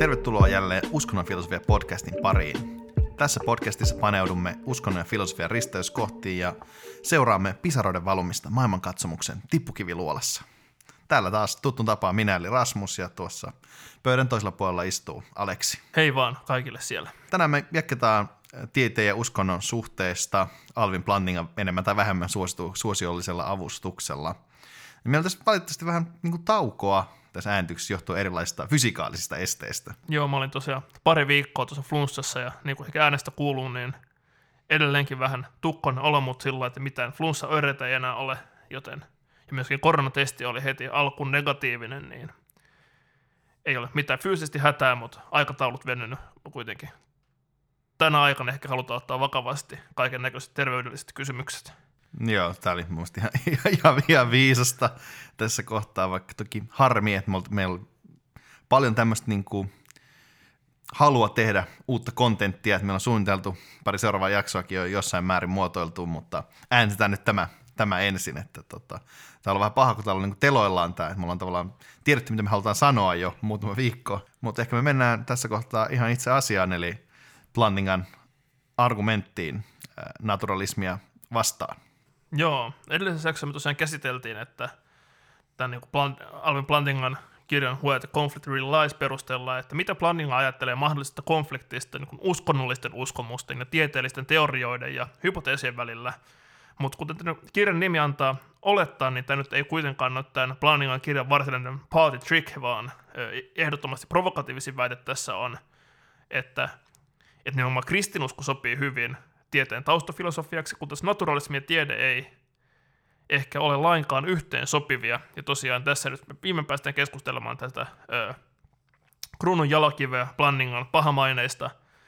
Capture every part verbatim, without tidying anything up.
Tervetuloa jälleen Uskonnon filosofia podcastin pariin. Tässä podcastissa paneudumme uskonnon ja filosofian risteyskohtiin ja seuraamme pisaroiden valumista maailmankatsomuksen tippukiviluolassa. Täällä taas tuttuun tapaan minä eli Rasmus ja tuossa pöydän toisella puolella istuu Aleksi. Hei vaan kaikille siellä. Tänään me jatketaan tieteen ja uskonnon suhteesta Alvin Plantingan enemmän tai vähemmän suositu, suosiollisella avustuksella. Meillä on tässä valitettavasti vähän niin kuin taukoa tässä äänityksessä johtuen erilaisista fysikaalisista esteistä. Joo, mä olin tosiaan pari viikkoa tuossa flunssassa ja niin kuin ehkä äänestä kuuluu, niin edelleenkin vähän tukkoinen olo, mutta sillä että mitään flunssaoireita ei enää ole, joten ja myöskin koronatesti oli heti alkuun negatiivinen, niin ei ole mitään fyysisesti hätää, mutta aikataulut venynyt kuitenkin. Tänä aikana ehkä halutaan ottaa vakavasti kaiken näköiset terveydelliset kysymykset. Joo, tämä oli mun ihan, ihan, ihan viisasta tässä kohtaa, vaikka toki harmi, että meillä on paljon tämmöistä niin kuin halua tehdä uutta kontenttia, että meillä on suunniteltu pari seuraavaa jaksoakin jo jossain määrin muotoiltu, mutta äänestetään nyt tämä, tämä ensin, että tota, täällä on vähän paha, kun täällä on niin kuin teloillaan tämä, että me ollaan tavallaan tiedetty, mitä me halutaan sanoa jo muutama viikko, mutta ehkä me mennään tässä kohtaa ihan itse asiaan, eli Plantingan argumenttiin naturalismia vastaan. Joo, edellisessä jaksossa me tosiaan käsiteltiin, että tämän niin Plant, Alvin Plantingan kirjan Where the Conflict Really Lies perusteella, että mitä Plantinga ajattelee mahdollisesta konfliktista niin uskonnollisten uskomusten ja tieteellisten teorioiden ja hypoteesien välillä. Mutta kuten kirjan nimi antaa olettaa, niin tämä nyt ei kuitenkaan ole tämän Plantingan kirjan varsinainen party trick, vaan ehdottomasti provokatiivisin väite tässä on, että, että nimenomaan kristinusko sopii hyvin tieteen taustafilosofiaksi, kun tässä naturalismi ja tiede ei ehkä ole lainkaan yhteen sopivia. Ja tosiaan tässä nyt me viime päästään keskustelemaan tästä ö, kruunun jalakiveä Plantingan pahamaineista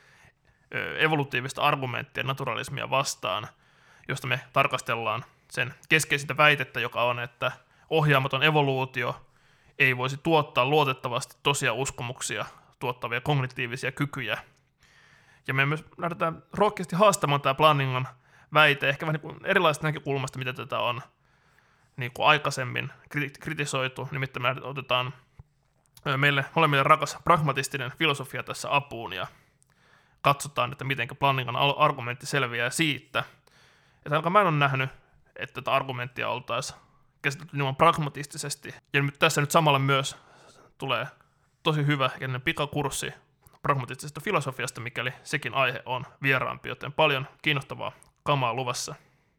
ö, evolutiivista argumenttia naturalismia vastaan, josta me tarkastellaan sen keskeisintä väitettä, joka on, että ohjaamaton evoluutio ei voisi tuottaa luotettavasti tosia uskomuksia tuottavia kognitiivisia kykyjä. Ja me myös lähdetään rohkeasti haastamaan tämä Plantingan väite, ehkä vähän niin erilaisesta näkökulmasta, mitä tätä on niin kuin aikaisemmin kritisoitu. Nimittäin me otetaan meille molemmille rakas pragmatistinen filosofia tässä apuun ja katsotaan, että miten Plantingan argumentti selviää siitä. Että ainakaan mä en ole nähnyt, että tätä argumenttia oltaisiin käsitelty nimenomaan pragmatistisesti. Ja nyt tässä nyt samalla myös tulee tosi hyvä ja pikakurssi pragmatistisesta filosofiasta, mikäli sekin aihe on vieraampi, joten paljon kiinnostavaa kamaa luvassa.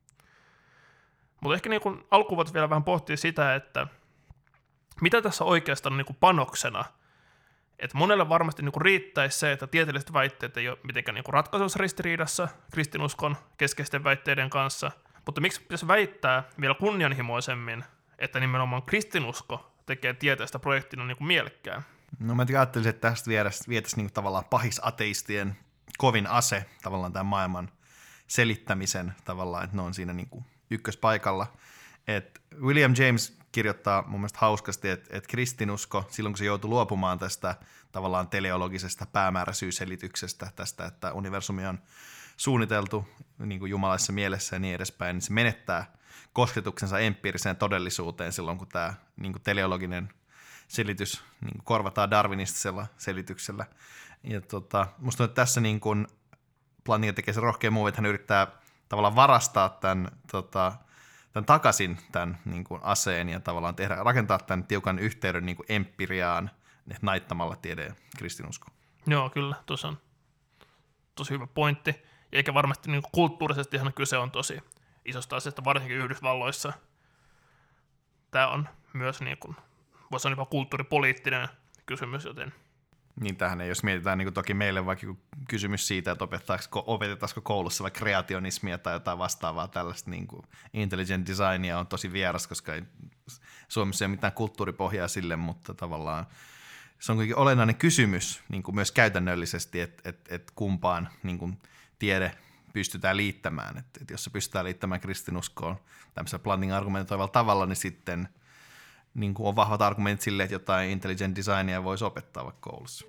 Mutta ehkä niin kun alkuun voitaisiin vielä vähän pohtia sitä, että mitä tässä oikeastaan on niin kuin panoksena. Että monelle varmasti niin kuin riittäisi se, että tieteelliset väitteet ei ole mitenkään niin kuin ratkaisevassa ristiriidassa kristinuskon keskeisten väitteiden kanssa, mutta miksi pitäisi väittää vielä kunnianhimoisemmin, että nimenomaan kristinusko tekee tieteestä projektina niin kuin mielekkään? No mä ajattelisin, että tästä vietäisiin niin tavallaan pahisateistien kovin ase tavallaan tämän maailman selittämisen tavallaan, että ne on siinä niin kuin ykköspaikalla. Et William James kirjoittaa mun mielestä hauskasti, että, että kristinusko, silloin kun se joutui luopumaan tästä tavallaan teleologisesta päämääräisyysselityksestä, tästä, että universumi on suunniteltu niin kuin jumalaisessa mielessä ja niin edespäin, niin se menettää kosketuksensa empiiriseen todellisuuteen silloin, kun tämä niin kuin teleologinen selitys niin korvataan darwinistisella selityksellä. Ja tota, musta on, että tässä niin kuin Plantinga tekee se rohkea move, että hän yrittää tavallaan varastaa tämän, tota, tämän takaisin tämän niin kuin aseen ja tavallaan tehdä, rakentaa tämän tiukan yhteyden niin kuin empiriaan naittamalla tiede ja kristinusko. Joo, kyllä. Tuossa on tosi hyvä pointti. Ja eikä varmasti niin kuin kulttuurisesti ihan kyse on tosi isosta asiasta, varsinkin Yhdysvalloissa. Tämä on myös niin kuin voisi sanoa jopa kulttuuripoliittinen kysymys, joten... Niin tähän ei, jos mietitään niin toki meille vaikka kysymys siitä, että opetetaanko koulussa vaikka kreationismia tai jotain vastaavaa tällaista niin kuin intelligent designia on tosi vieras, koska ei, Suomessa ei ole mitään kulttuuripohjaa sille, mutta tavallaan se on kuitenkin olennainen kysymys niin kuin myös käytännöllisesti, että, että, että kumpaan niin kuin tiede pystytään liittämään. Että, että jos se pystytään liittämään kristinuskoon tämmöisellä Plantingan argumentoivalla tavalla, niin sitten niin kuin on vahvat argumentit sille, että jotain intelligent designia voisi opettaa vaikka koulussa.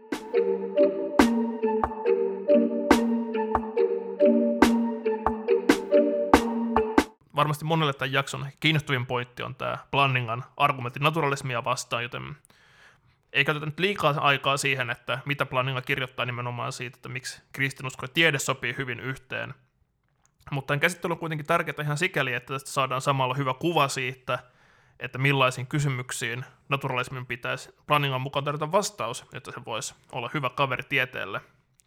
Varmasti monelle tämän jakson kiinnostavin pointti on tämä Plantingan argumentti naturalismia vastaan, joten ei käytetä nyt liikaa aikaa siihen, että mitä Plantinga kirjoittaa nimenomaan siitä, että miksi kristinusko ja tiede sopii hyvin yhteen. Mutta tämän käsittely on kuitenkin tärkeää ihan sikäli, että tästä saadaan samalla hyvä kuva siitä, että millaisiin kysymyksiin naturalismin pitäisi Plantingan mukaan tarjota vastaus, että se voisi olla hyvä kaveri tieteelle.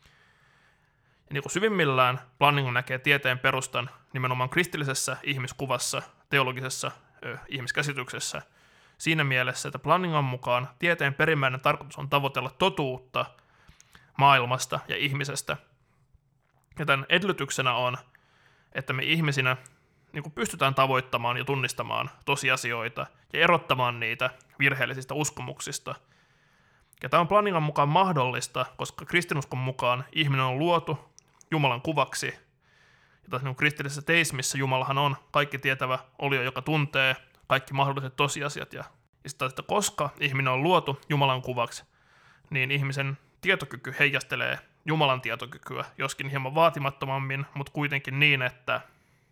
Ja niin kuin syvimmillään Plantinga näkee tieteen perustan nimenomaan kristillisessä ihmiskuvassa, teologisessa ö, ihmiskäsityksessä, siinä mielessä, että Plantingan mukaan tieteen perimmäinen tarkoitus on tavoitella totuutta maailmasta ja ihmisestä. Ja tämän edellytyksenä on, että me ihmisinä niin kuin pystytään tavoittamaan ja tunnistamaan tosiasioita ja erottamaan niitä virheellisistä uskomuksista. Ja tämä on Plantingan mukaan mahdollista, koska kristinuskon mukaan ihminen on luotu Jumalan kuvaksi. Ja tässä niin kristillisessä teismissä Jumalahan on kaikki tietävä olio, joka tuntee kaikki mahdolliset tosiasiat. Ja, ja sitten, että koska ihminen on luotu Jumalan kuvaksi, niin ihmisen tietokyky heijastelee Jumalan tietokykyä, joskin hieman vaatimattomammin, mutta kuitenkin niin, että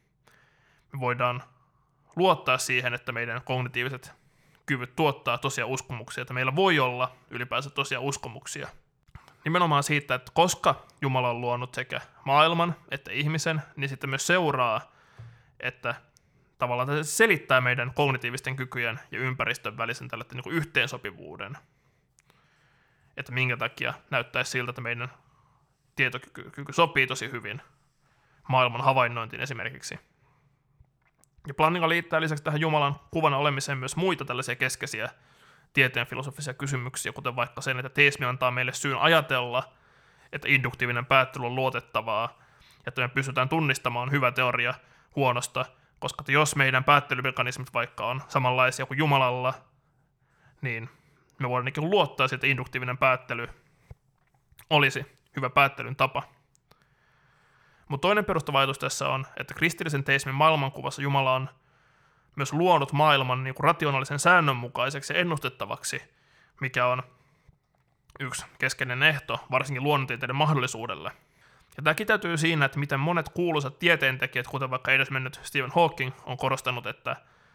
me voidaan luottaa siihen, että meidän kognitiiviset kyvyt tuottaa tosia uskomuksia, että meillä voi olla ylipäänsä tosia uskomuksia. Nimenomaan siitä, että koska Jumala on luonut sekä maailman että ihmisen, niin sitten myös seuraa, että tavallaan se selittää meidän kognitiivisten kykyjen ja ympäristön välisen tällä niin kuin yhteensopivuuden. Että minkä takia näyttäisi siltä, että meidän tietokyky sopii tosi hyvin maailman havainnointiin esimerkiksi. Ja Plantinga liittää lisäksi tähän Jumalan kuvana olemiseen myös muita tällaisia keskeisiä tieteen filosofisia kysymyksiä, kuten vaikka sen, että teismi antaa meille syyn ajatella, että induktiivinen päättely on luotettavaa, ja että me pystytään tunnistamaan hyvä teoria huonosta, koska jos meidän päättelymekanismit vaikka on samanlaisia kuin Jumalalla, niin me voidaan niin luottaa siihen, että induktiivinen päättely olisi hyvä päättelyn tapa. Mutta toinen perustava ajatus tässä on, että kristillisen teismin maailmankuvassa Jumala on myös luonut maailman niin kuin rationaalisen säännönmukaiseksi ja ennustettavaksi, mikä on yksi keskeinen ehto, varsinkin luonnontieteiden mahdollisuudelle. Ja tämä kiteytyy siinä, että miten monet kuuluisat tieteentekijät, kuten vaikka edesmennyt Stephen Hawking, on korostanut, että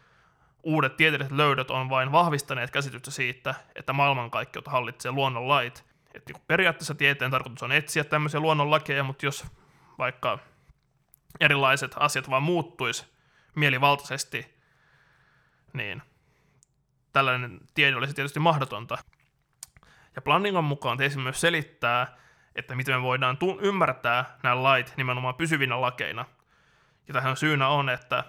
uudet tieteelliset löydöt on vain vahvistaneet käsitystä siitä, että maailmankaikkeutta hallitsee luonnonlait. Että niin periaatteessa tieteen tarkoitus on etsiä tämmöisiä luonnonlakeja, mutta jos vaikka erilaiset asiat vaan muuttuisi mielivaltaisesti, niin tällainen tiede olisi tietysti mahdotonta. Ja Plantingan mukaan teesi myös selittää, että miten me voidaan tu- ymmärtää nämä lait nimenomaan pysyvinä lakeina. Ja tähän syynä on, että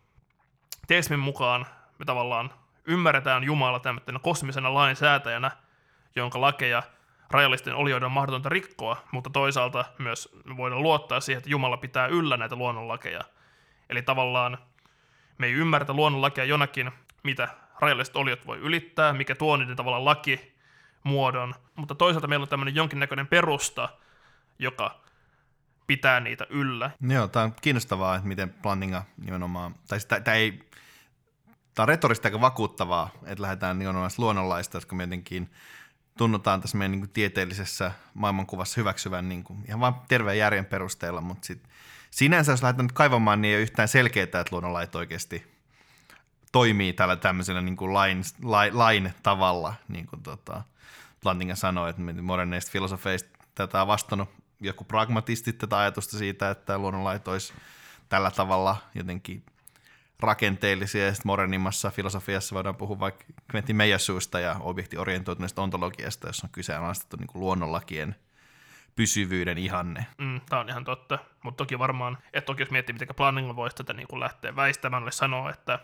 teismin mukaan me tavallaan ymmärretään Jumala tämmöisenä kosmisena lainsäätäjänä, jonka lakeja rajallisten olioiden on mahdotonta rikkoa, mutta toisaalta myös me voidaan luottaa siihen, että Jumala pitää yllä näitä luonnonlakeja. Eli tavallaan me ei ymmärretä luonnonlakeja jonakin, mitä rajalliset oliot voi ylittää, mikä tuo niiden tavallaan lakimuodon, mutta toisaalta meillä on tämmöinen jonkinnäköinen perusta, joka pitää niitä yllä. Joo, tämä on kiinnostavaa, että miten Plantinga nimenomaan, tai tämä ei, tämä on retorista aika vakuuttavaa, että lähdetään nimenomaan luonnonlaista, jotka me jotenkin tunnutaan tässä meidän niin kuin tieteellisessä maailmankuvassa hyväksyvän niin kuin, ihan vaan terveen järjen perusteella, mutta sitten sinänsä, jos lähdetään nyt kaivamaan, niin ei ole yhtään selkeää, että luonnonlait oikeasti toimii tällä tämmöisellä niin kuin lain, lain, lain tavalla, niin kuin tota, Plantinga sanoi, että moderneista filosofeista tätä on vastannut joku pragmatistit tätä ajatusta siitä, että luonnonlait olisi tällä tavalla jotenkin rakenteellisia, ja sitten modernimmassa filosofiassa voidaan puhua vaikka Quentin Meijasuusta ja objektiorientoituneesta ontologiasta, jossa on kyseenalaistettu niin kuin luonnonlakien pysyvyyden ihanne. Mm, tämä on ihan totta, mutta toki varmaan, että toki jos miettii, miten Plantinga voisi tätä niin kuin lähteä väistämään, oli sanoa, että,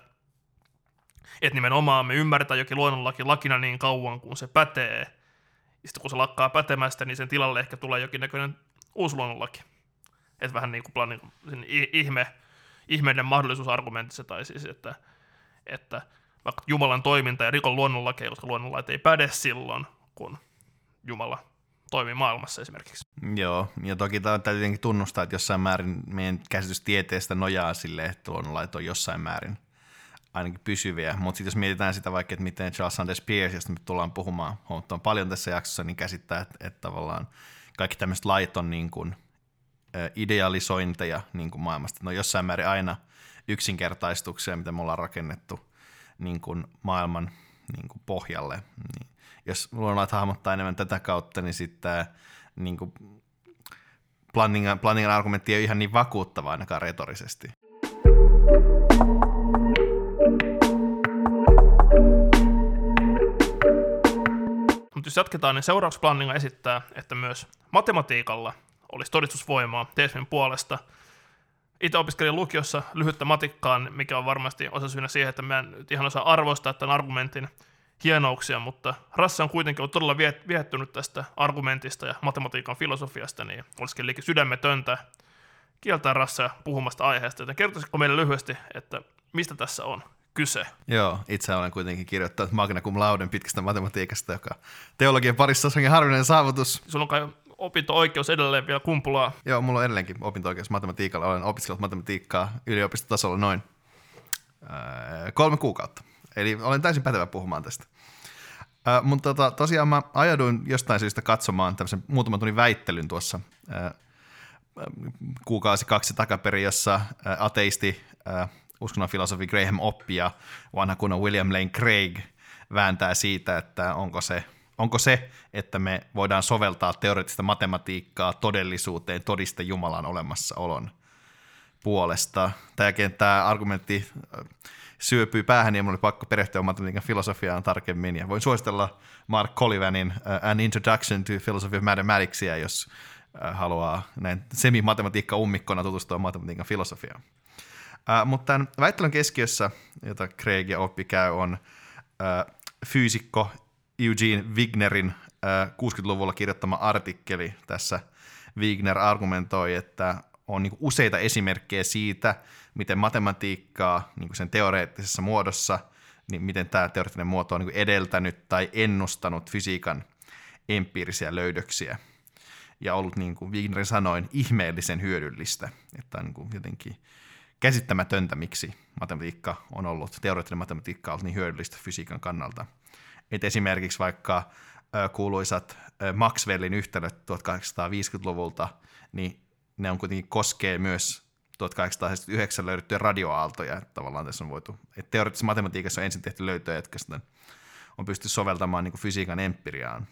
että nimenomaan me ymmärretään jokin luonnonlaki lakina niin kauan, kuin se pätee, ja sitten kun se lakkaa pätemästä, niin sen tilalle ehkä tulee jokin näköinen uusi luonnonlaki. Että vähän niin kuin Plantinga, sen ihme, ihmeiden mahdollisuusargumentissa, tai siis, että, että vaikka Jumalan toiminta ja rikon luonnonlakeja, koska luonnonlait ei päde silloin, kun Jumala toimii maailmassa esimerkiksi. Joo, ja toki täytyy tietenkin tunnustaa, että jossain määrin meidän käsitys tieteestä nojaa silleen, että luonnonlait on jossain määrin ainakin pysyviä. Mutta sitten jos mietitään sitä vaikka, että miten Charles Sanders Peirce, josta me tullaan puhumaan huomattavan paljon tässä jaksossa, niin käsittää, että, että tavallaan kaikki tämmöiset lait on niin kuin idealisointeja niin kuin maailmasta. Ne on jossain määrin aina yksinkertaistuksia, mitä me ollaan rakennettu niin kuin maailman niin kuin pohjalle. Niin, jos luonnonlait hahmottaa enemmän tätä kautta, niin sitten niin kuin Plantingan, Plantingan argumentti ei ole ihan niin vakuuttava ainakaan retorisesti. Mutta jos jatketaan, niin seuraavaksi Plantinga esittää, että myös matematiikalla olisi todistusvoimaa teismin puolesta. Itse opiskelin lukiossa lyhyttä matikkaan, mikä on varmasti osasyynä siihen, että mä en nyt ihan osaa arvostaa tämän argumentin hienouksia, mutta Russell on kuitenkin ollut todella viehättynyt tästä argumentista ja matematiikan filosofiasta, niin olisikin liikin sydämetöntä kieltää Russell puhumasta aiheesta. Joten kertoisitko meille lyhyesti, että mistä tässä on kyse? Joo, itse olen kuitenkin kirjoittanut magna cum lauden pitkästä matematiikasta, joka teologian parissa on harvinainen saavutus. Sulla on kai opinto-oikeus edelleen vielä kumpulaa. Joo, mulla on edelleenkin opinto-oikeus matematiikalla. Olen opiskellut matematiikkaa yliopistotasolla noin äh, kolme kuukautta. Eli olen täysin pätevä puhumaan tästä. Äh, mutta tota, tosiaan mä ajaduin jostain syystä katsomaan tämmöisen muutaman tunnin väittelyn tuossa äh, kuukausi kaksi takaperin, jossa äh, ateisti, äh, uskonnon filosofi Graham Oppy ja vanha kunnon William Lane Craig vääntää siitä, että onko se Onko se, että me voidaan soveltaa teoreettista matematiikkaa todellisuuteen todiste Jumalan olemassaolon puolesta. Tämä, tämä argumentti syöpyy päähän ja minulla oli pakko perehtyä matematiikan filosofiaan tarkemmin. Ja voin suositella Mark Collivanin uh, An Introduction to Philosophy of Mathematicsia, jos uh, haluaa näin semi-matematiikka-ummikkona tutustua matematiikan filosofiaan. Uh, mutta tämän väittelyn keskiössä, jota Craig ja Oppy käy, on uh, fyysikko Eugene Wignerin äh, kuusikymmentäluvulla kirjoittama artikkeli. Tässä Wigner argumentoi, että on niin kuin useita esimerkkejä siitä, miten matematiikkaa niin kuin sen teoreettisessa muodossa, niin miten tämä teoreettinen muoto on niin kuin edeltänyt tai ennustanut fysiikan empiirisiä löydöksiä. Ja ollut, niin kuin Wigner sanoin, ihmeellisen hyödyllistä. Että on niin kuin jotenkin käsittämätöntä, miksi matematiikka on ollut, teoreettinen matematiikka on ollut niin hyödyllistä fysiikan kannalta. Et esimerkiksi vaikka ö, kuuluisat ö, Maxwellin yhtälöt tuhatkahdeksansataaviisikymmentäluvulta, niin ne on kuitenkin koskee myös tuhatkahdeksansataaseitsemänkymmentäyhdeksän löydettyjä radioaaltoja. Että tavallaan tässä on voitu, että teoreettisessa matematiikassa on ensin tehty löytöjä, jotka sitten on pystytty soveltamaan niin kuin fysiikan empiriaan.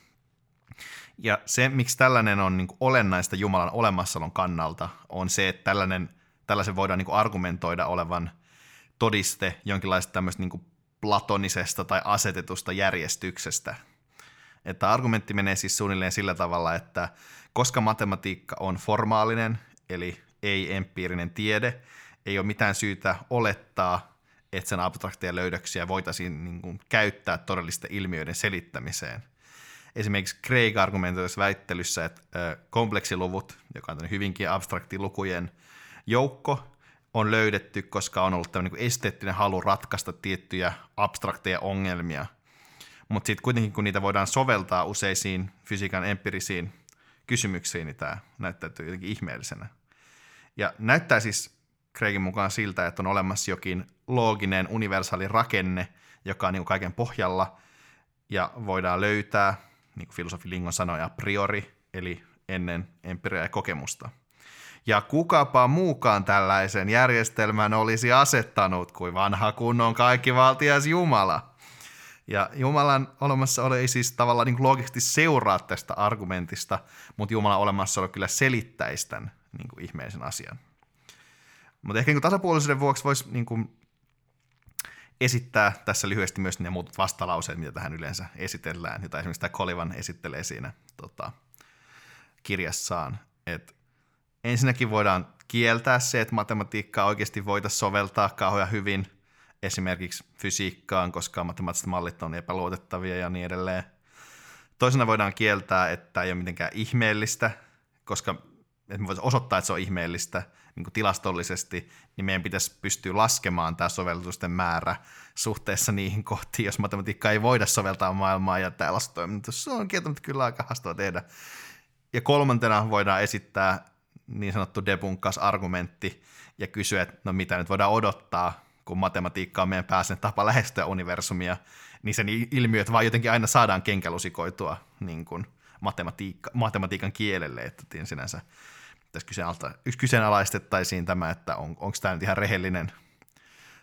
Ja se, miksi tällainen on niin kuin olennaista Jumalan olemassaolon kannalta, on se, että tällainen, tällaisen voidaan niin kuin argumentoida olevan todiste jonkinlaista tämmöistä niin kuin platonisesta tai asetetusta järjestyksestä. Että argumentti menee siis suunnilleen sillä tavalla, että koska matematiikka on formaalinen, eli ei-empiirinen tiede, ei ole mitään syytä olettaa, että sen abstrakteja löydöksiä voitaisiin niin kuin käyttää todellisten ilmiöiden selittämiseen. Esimerkiksi Craig argumentoi tässä väittelyssä, että kompleksiluvut, joka on hyvinkin abstrakti lukujen joukko, on löydetty, koska on ollut tämmöinen niin esteettinen halu ratkaista tiettyjä abstrakteja ongelmia. Mutta sitten kuitenkin, kun niitä voidaan soveltaa useisiin fysiikan empiirisiin kysymyksiin, niin tämä näyttäytyy jotenkin ihmeellisenä. Ja näyttää siis Craigin mukaan siltä, että on olemassa jokin looginen, universaali rakenne, joka on niin kuin kaiken pohjalla, ja voidaan löytää, niin kuin filosofi Lingon sanoi, a priori, eli ennen empiriaa ja kokemusta. Ja kukapa muukaan tällaisen järjestelmän olisi asettanut kuin vanha kunnon kaikkivaltias Jumala. Ja Jumalan olemassaolo ei siis tavallaan niin loogisesti seuraa tästä argumentista, mutta Jumalan olemassaolo kyllä selittäisi tämän niin kuin ihmeellisen asian. Mutta ehkä niin kuin tasapuolisuuden vuoksi voisi niin kuin esittää tässä lyhyesti myös ne muut vastalauseet, mitä tähän yleensä esitellään, jota esimerkiksi tämä Collivan esittelee siinä tota, kirjassaan. Et ensinnäkin voidaan kieltää se, että matematiikkaa oikeasti voitaisiin soveltaa kauhean hyvin esimerkiksi fysiikkaan, koska matemaattiset mallit on epäluotettavia ja niin edelleen. Toisena voidaan kieltää, että ei ole mitenkään ihmeellistä, koska että me voitaisiin osoittaa, että se on ihmeellistä niin kuin tilastollisesti, niin meidän pitäisi pystyä laskemaan tämä sovellutusten määrä suhteessa niihin kohtiin, jos matematiikkaa ei voida soveltaa maailmaan, ja tämä laskutaimitus on kieltämättä kyllä aika haastava tehdä. Ja kolmantena voidaan esittää niin sanottu debunkkausargumentti ja kysyä, että no mitä nyt voidaan odottaa, kun matematiikka on meidän pääsen tapa lähestyä universumia, niin sen ilmiöt vaan jotenkin aina saadaan kenkälusikoitua niin kuin matematiikka, matematiikan kielelle, että sinänsä tässä kyseenalaistettaisiin tämä, että on, onko tämä nyt ihan rehellinen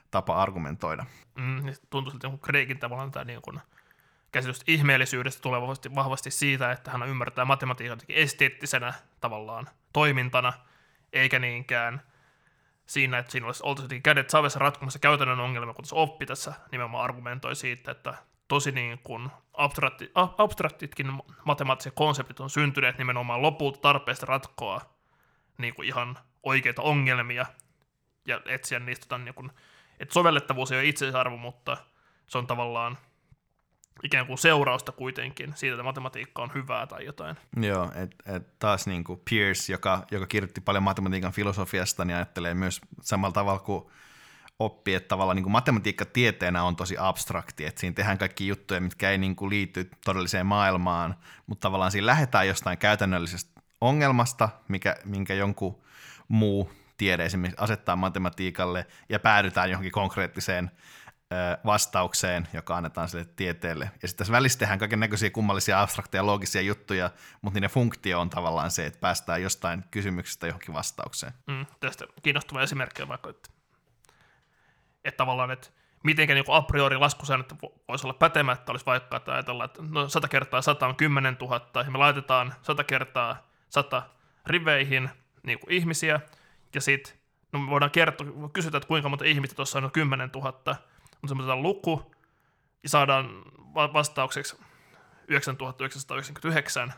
tapa argumentoida. Mm, niin tuntuu siltä jonkun Craigin tavallaan tämä niin kuin käsitys ihmeellisyydestä tulee vahvasti, vahvasti siitä, että hän ymmärtää matematiikan esteettisenä tavallaan toimintana, eikä niinkään siinä, että siinä olisi oltu kädet savessa ratkomassa käytännön ongelmia, kun tässä oppi tässä nimenomaan argumentoi siitä, että tosi niin kuin abstrakti, abstraktitkin matemaattiset konseptit on syntyneet nimenomaan lopulta tarpeesta ratkoa niin kuin ihan oikeita ongelmia ja etsiä niistä, niin kuin, että sovellettavuus ei ole itseisarvo, mutta se on tavallaan ikään kuin seurausta kuitenkin siitä, että matematiikka on hyvää tai jotain. Joo, että et taas niin kuin Peirce, joka, joka kirjoitti paljon matematiikan filosofiasta, niin ajattelee myös samalla tavalla kuin oppi, että tavallaan niin kuin matematiikka tieteenä on tosi abstrakti, että siinä tehdään kaikki juttuja, mitkä ei niin kuin liity todelliseen maailmaan, mutta tavallaan siinä lähdetään jostain käytännöllisestä ongelmasta, mikä, minkä jonkun muu tiede esimerkiksi asettaa matematiikalle, ja päädytään johonkin konkreettiseen vastaukseen, joka annetaan sille tieteelle. Ja sitten tässä välissä tehdään kaiken näköisiä kummallisia abstrakteja loogisia juttuja, mutta niiden funktio on tavallaan se, että päästään jostain kysymyksestä johonkin vastaukseen. Mm, tästä kiinnostava esimerkki on vaikka, että, että tavallaan, että mitenkä niin a priori laskusäännöt voisi olla pätemättä, olisi vaikka, että ajatellaan, että no sata kertaa sata on kymmenen tuhatta, ja me laitetaan sata kertaa sata riveihin niin kuin ihmisiä, ja sitten no me voidaan kertoa, kysytä, että kuinka monta ihmistä tuossa on kymmenen tuhatta, mutta se otetaan luku ja saadaan vastaukseksi yhdeksäntuhatta yhdeksänsataayhdeksänkymmentäyhdeksän,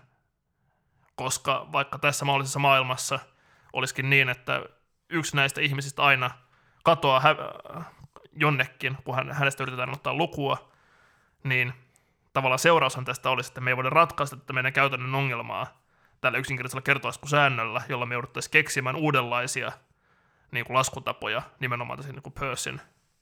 koska vaikka tässä mahdollisessa maailmassa olisikin niin, että yksi näistä ihmisistä aina katoaa hä- jonnekin, kun hän, hänestä yritetään ottaa lukua, niin tavallaan seuraushan tästä olisi, että me ei voida ratkaista tätä meidän käytännön ongelmaa tällä yksinkertaisella kertolaskusäännöllä, jolla me jouduttaisiin keksimään uudenlaisia niin kuin laskutapoja nimenomaan tässä niin kuin Peircen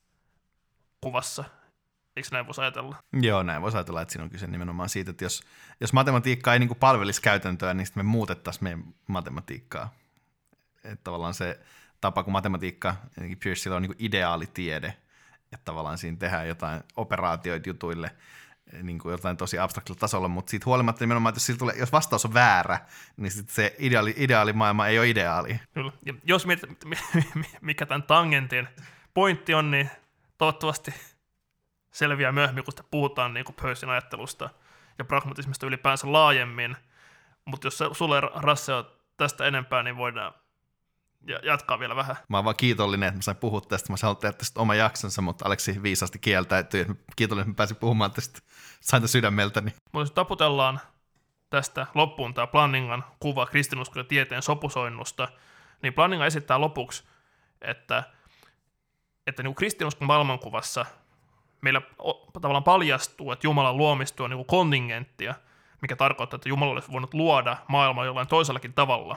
kuvassa. Eikö näin voisi ajatella? Joo, näin voisi ajatella, että siinä on kyse nimenomaan siitä, että jos, jos matematiikka ei niin kuin palvelisi käytäntöä, niin sitten me muutettaisiin meidän matematiikkaa. Että tavallaan se tapa, kun matematiikka, Peircellä on niin kuin ideaalitiede, että tavallaan siinä tehdään jotain operaatioita jutuille, niin kuin jotain tosi abstraktilla tasolla, mutta siitä huolimatta nimenomaan, että jos, tulee, jos vastaus on väärä, niin sitten se ideaali, ideaalimaailma ei ole ideaali. Kyllä. Ja jos mietit, mikä tämän tangentin pointti on, niin toivottavasti selviää myöhemmin, kun sitä puhutaan niin kuin Peircen ajattelusta ja pragmatismista ylipäänsä laajemmin. Mutta jos sulle Rasse on tästä enempää, niin voidaan jatkaa vielä vähän. Mä oon vaan kiitollinen, että mä sain puhua tästä. Mä sain tehdä tästä oma jaksonsa, mutta Aleksi viisaasti kieltäytyi. Kiitollinen, että mä pääsin puhumaan tästä. Sain tästä sydämeltäni. Mutta jos taputellaan tästä loppuun tämä Plantingan kuva kristinuskon ja tieteen sopusoinnusta, niin Plantinga esittää lopuksi, että, että niin kristinuskon maailmankuvassa meillä tavallaan paljastuu, että Jumalan luomisto on niin kontingenttia, mikä tarkoittaa, että Jumala olisi voinut luoda maailmaa jollain toisellakin tavalla.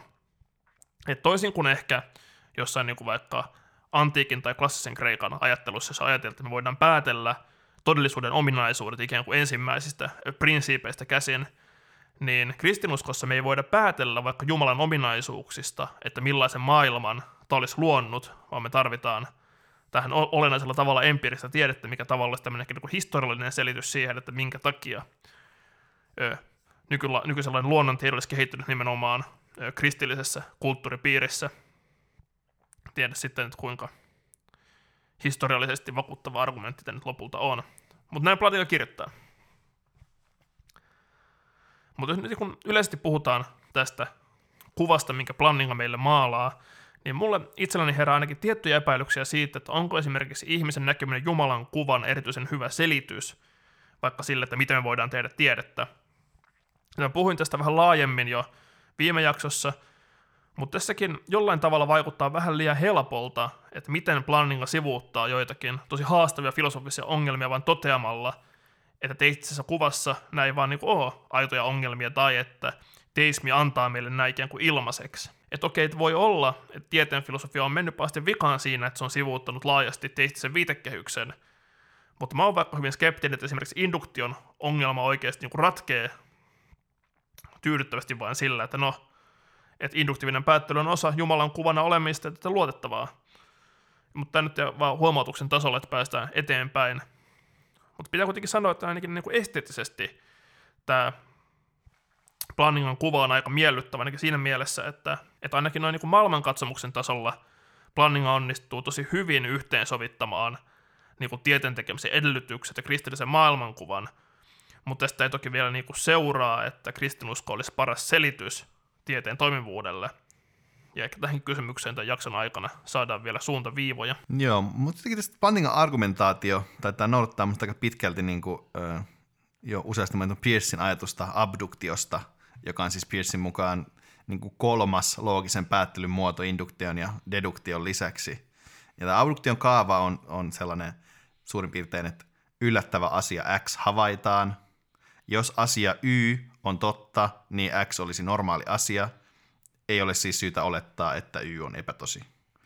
Et toisin kuin ehkä jossain niin kuin vaikka antiikin tai klassisen Kreikan ajattelussa, jos ajatellaan, että me voidaan päätellä todellisuuden ominaisuudet ikään kuin ensimmäisistä prinsiipeistä käsin, niin kristinuskossa me ei voida päätellä vaikka Jumalan ominaisuuksista, että millaisen maailman tämä olisi luonnut, vaan me tarvitaan tähän olennaisella tavalla empiiristä tiedettä, mikä tavallaan olisi tämmöinen niin kuin historiallinen selitys siihen, että minkä takia ö, nykyla, nykyisellainen luonnontiede olisi kehittynyt nimenomaan ö, kristillisessä kulttuuripiirissä. Tiedä sitten, että kuinka historiallisesti vakuuttava argumentti tämä nyt lopulta on. Mutta näin Platonka kirjoittaa. Mutta nyt kun yleisesti puhutaan tästä kuvasta, minkä Plantinga meille maalaa, niin mulle itselläni herää ainakin tiettyjä epäilyksiä siitä, että onko esimerkiksi ihmisen näkeminen Jumalan kuvan erityisen hyvä selitys, vaikka sille, että miten me voidaan tehdä tiedettä. Mä puhuin tästä vähän laajemmin jo viime jaksossa, mutta tässäkin jollain tavalla vaikuttaa vähän liian helpolta, että miten Plantinga sivuuttaa joitakin tosi haastavia filosofisia ongelmia vain toteamalla, että teistisessä kuvassa näin ei vaan niin kuin ole aitoja ongelmia tai että teismi antaa meille näin ikään kuin ilmaiseksi. Että okei, että voi olla, että tieteen filosofia on mennyt pahasti vikaan siinä, että se on sivuuttanut laajasti teistisen viitekehyksen, mutta mä oon vaikka hyvin skeptinen, että esimerkiksi induktion ongelma oikeasti niin kuin ratkee tyydyttävästi vain sillä, että no, että induktiivinen päättely on osa Jumalan kuvana olemista, että luotettavaa. Mutta tämä nyt on vaan huomautuksen tasolla, että päästään eteenpäin. Mutta pitää kuitenkin sanoa, että ainakin niin kuin esteettisesti tämä Plantingan kuva on aika miellyttävä ainakin siinä mielessä, että, että ainakin noin niin kuin maailmankatsomuksen tasolla Plantinga onnistuu tosi hyvin yhteensovittamaan niin kuin tieteen tekemisen edellytykset ja kristillisen maailmankuvan, mutta tästä ei toki vielä niin kuin seuraa, että kristinusko olisi paras selitys tieteen toimivuudelle. Ja ehkä tähän kysymykseen tämän jakson aikana saadaan vielä suuntaviivoja. Joo, mutta tästä Plantingan argumentaatio taitaa noudattaa musta aika pitkälti niin kuin, äh, jo useasti mainitun Peircein ajatusta abduktiosta, joka on siis Peircein mukaan niin kuin kolmas loogisen päättelyn muoto induktion ja deduktion lisäksi. Ja tämä abduktion kaava on, on sellainen suurin piirtein, että yllättävä asia X havaitaan. Jos asia Y on totta, niin X olisi normaali asia. Ei ole siis syytä olettaa, että Y on epätosi.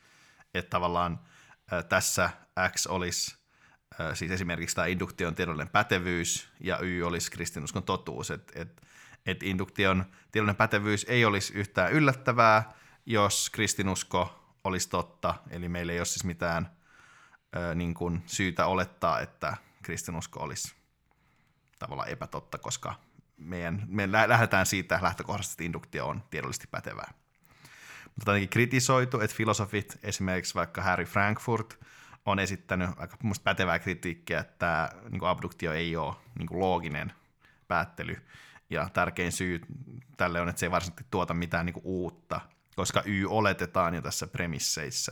Että tavallaan äh, tässä X olisi äh, siis esimerkiksi tämä induktion tiedollinen pätevyys ja Y olisi kristinuskon totuus. Että et, et induktion tiedollinen pätevyys ei olisi yhtään yllättävää, jos kristinusko olisi totta. Eli meillä ei ole siis mitään äh, niin kuin syytä olettaa, että kristinusko olisi tavallaan epätotta, koska meidän, me lähdetään siitä lähtökohdasta, että induktio on tiedollisesti pätevää. Mutta tietenkin kritisoitu, että filosofit, esimerkiksi vaikka Harry Frankfurt, on esittänyt aika pätevää kritiikkiä, että tämä niin kuin abduktio ei ole niin kuin looginen päättely. Ja tärkein syy tälle on, että se ei varsinaisesti tuota mitään niin kuin uutta, koska Y oletetaan jo tässä premisseissä.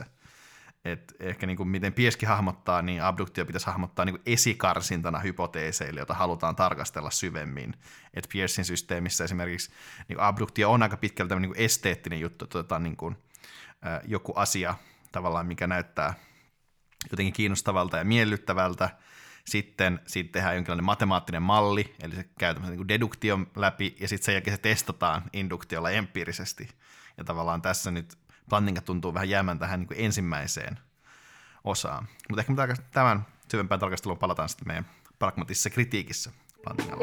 Et ehkä niin kuin miten Peirce hahmottaa, niin abduktio pitäisi hahmottaa niin kuin esikarsintana hypoteeseille, jota halutaan tarkastella syvemmin. Et Peircein systeemissä esimerkiksi niin kuin abduktio on aika pitkälle tämmöinen niin kuin esteettinen juttu, että otetaan niin kuin, äh, joku asia tavallaan, mikä näyttää jotenkin kiinnostavalta ja miellyttävältä. Sitten siitä tehdään jonkinlainen matemaattinen malli, eli se käy tämmöisen niin kuin deduktion läpi, ja sitten sen jälkeen se testataan induktiolla empiirisesti. Ja tavallaan tässä nyt Plantinga tuntuu vähän jäämään tähän niin kuin ensimmäiseen osaan. Mutta ehkä me tämän syvempään tarkasteluun palataan sitten meidän pragmatisessa kritiikissä Plantingalle.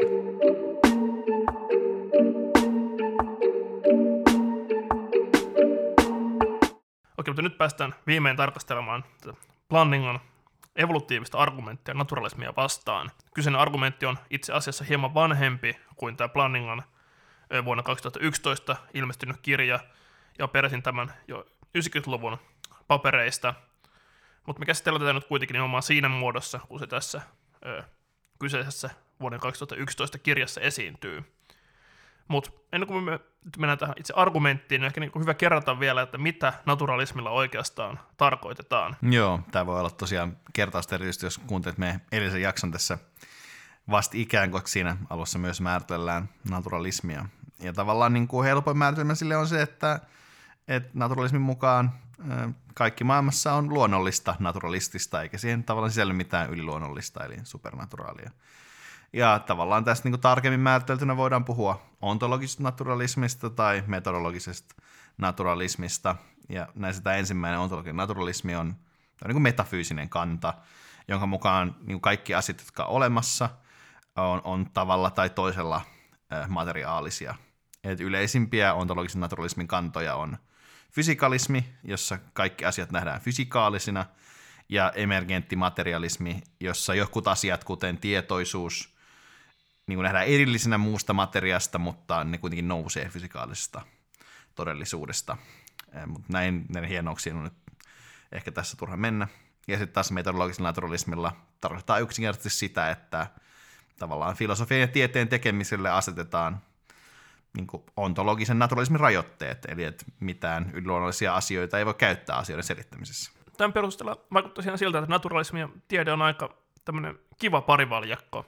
Okei, mutta nyt päästään viimein tarkastelemaan tätä Plantingan evolutiivista argumenttia naturalismia vastaan. Kyseinen argumentti on itse asiassa hieman vanhempi kuin tämä Plantingan vuonna kaksituhattayksitoista ilmestynyt kirja, ja peräsin tämän jo yhdeksänkymmentäluvun papereista, mutta me käsitellään tätä nyt kuitenkin nimenomaan siinä muodossa, kun se tässä ö, kyseisessä vuoden kaksituhattayksitoista kirjassa esiintyy. Mutta ennen kuin me nyt mennään tähän itse argumenttiin, niin ehkä niin hyvä kerrata vielä, että mitä naturalismilla oikeastaan tarkoitetaan. Joo, tämä voi olla tosiaan kertausta erityisesti, jos kuuntelet meidän edellisen jakson tässä vastikään, koska siinä alussa myös määritellään naturalismia. Ja tavallaan niin kuin helpoin määritelmä sille on se, että että naturalismin mukaan kaikki maailmassa on luonnollista naturalistista, eikä siihen tavallaan sisälly mitään yliluonnollista, eli supernaturaalia. Ja tavallaan tästä niin kuin tarkemmin määriteltynä voidaan puhua ontologisesta naturalismista tai metodologisesta naturalismista. Ja näissä tämä ensimmäinen ontologinen naturalismi on, on niin kuin metafyysinen kanta, jonka mukaan niin kuin kaikki asiat, jotka on olemassa, on, on tavalla tai toisella materiaalisia. Et yleisimpiä ontologisen naturalismin kantoja on fysikalismi, jossa kaikki asiat nähdään fysikaalisina, ja emergentti materialismi, jossa jotkut asiat, kuten tietoisuus, niin kuin nähdään erillisenä muusta materiasta, mutta ne kuitenkin nousee fysikaalisesta todellisuudesta. Mutta näin, näin hienouksiin on nyt ehkä tässä turha mennä. Ja sitten taas metodologisella naturalismilla tarkoittaa yksinkertaisesti sitä, että tavallaan filosofian ja tieteen tekemiselle asetetaan niin kuin ontologisen naturalismin rajoitteet, eli että mitään yliluonnollisia asioita ei voi käyttää asioiden selittämisessä. Tämän perusteella vaikuttaa siinä siltä, että naturalismi ja tiede on aika tämmöinen kiva parivaljakko.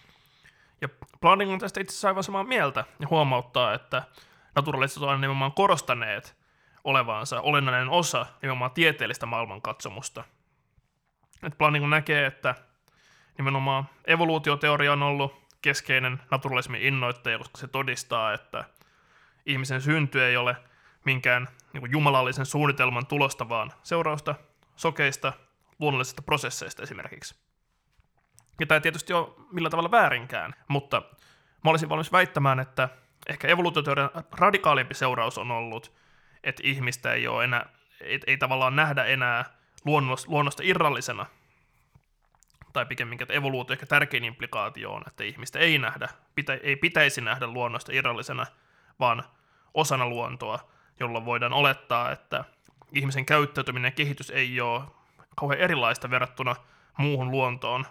Ja Plantinga on tästä itse asiassa aivan samaa mieltä ja huomauttaa, että naturalistit ovat nimenomaan korostaneet olevansa olennainen osa nimenomaan tieteellistä maailmankatsomusta. Että Plantinga näkee, että nimenomaan evoluutioteoria on ollut keskeinen naturalismin innoittaja, koska se todistaa, että ihmisen synty ei ole minkään niin kuin jumalallisen suunnitelman tulosta, vaan seurausta sokeista luonnollisista prosesseista esimerkiksi. Ja tämä tietysti on millä tavalla väärinkään, mutta mä olisin valmis väittämään, että ehkä evoluutioteorian radikaalimpi seuraus on ollut, että ihmistä ei, ole enää, ei, ei tavallaan nähdä enää luonnosta, luonnosta irrallisena, tai pikemminkin, että evoluutio ehkä tärkein implikaatio on, että ihmistä ei nähdä, pitä, ei pitäisi nähdä luonnosta irrallisena, vaan osana luontoa, jolloin voidaan olettaa, että ihmisen käyttäytyminen ja kehitys ei ole kauhean erilaista verrattuna muuhun luontoon,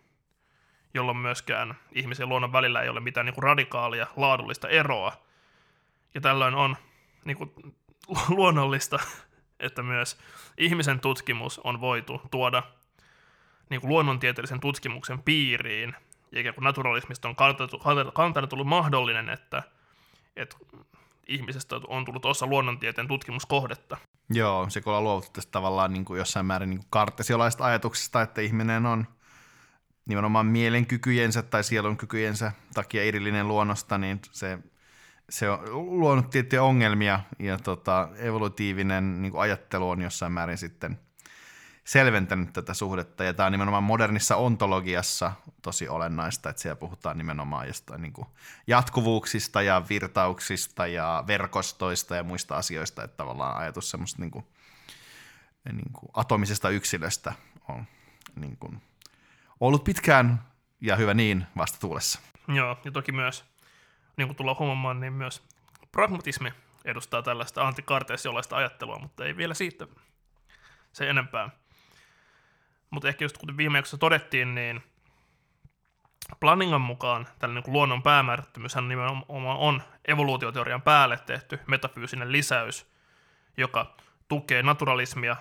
jolloin myöskään ihmisen ja luonnon välillä ei ole mitään niin kuin radikaalia laadullista eroa. Ja tällöin on niin kuin luonnollista, että myös ihmisen tutkimus on voitu tuoda niin kuin luonnontieteellisen tutkimuksen piiriin, ja ikään kuin naturalismista on kantana tullut mahdollinen, että, että ihmisestä on tullut osa luonnontieteen tutkimuskohdetta. Joo, se kun ollaan luovuttu tästä tavallaan niin kuin jossain määrin niin kuin kartesiolaisesta ajatuksesta, että ihminen on nimenomaan mielenkykyjensä tai sielunkykyjensä takia erillinen luonnosta, niin se, se on luonut tiettyjä ongelmia, ja tota, evolutiivinen niin kuin ajattelu on jossain määrin sitten selventänyt tätä suhdetta, ja tämä on nimenomaan modernissa ontologiassa tosi olennaista, että siellä puhutaan nimenomaan jostain niin kuin jatkuvuuksista ja virtauksista ja verkostoista ja muista asioista, että tavallaan ajatus semmoista niin kuin, niin kuin atomisesta yksilöstä on niin kuin ollut pitkään ja hyvä niin vastatuulessa. Joo, ja toki myös, niin kuin tullaan huomaamaan, niin myös pragmatismi edustaa tällaista antikartesiolaista ajattelua, mutta ei vielä siitä se enempää. Mutta ehkä just kuten viime jaksossa todettiin, niin Plantingan mukaan tällainen niin luonnon päämäärättömyyshän nimenomaan on evoluutioteorian päälle tehty metafyysinen lisäys, joka tukee naturalismia,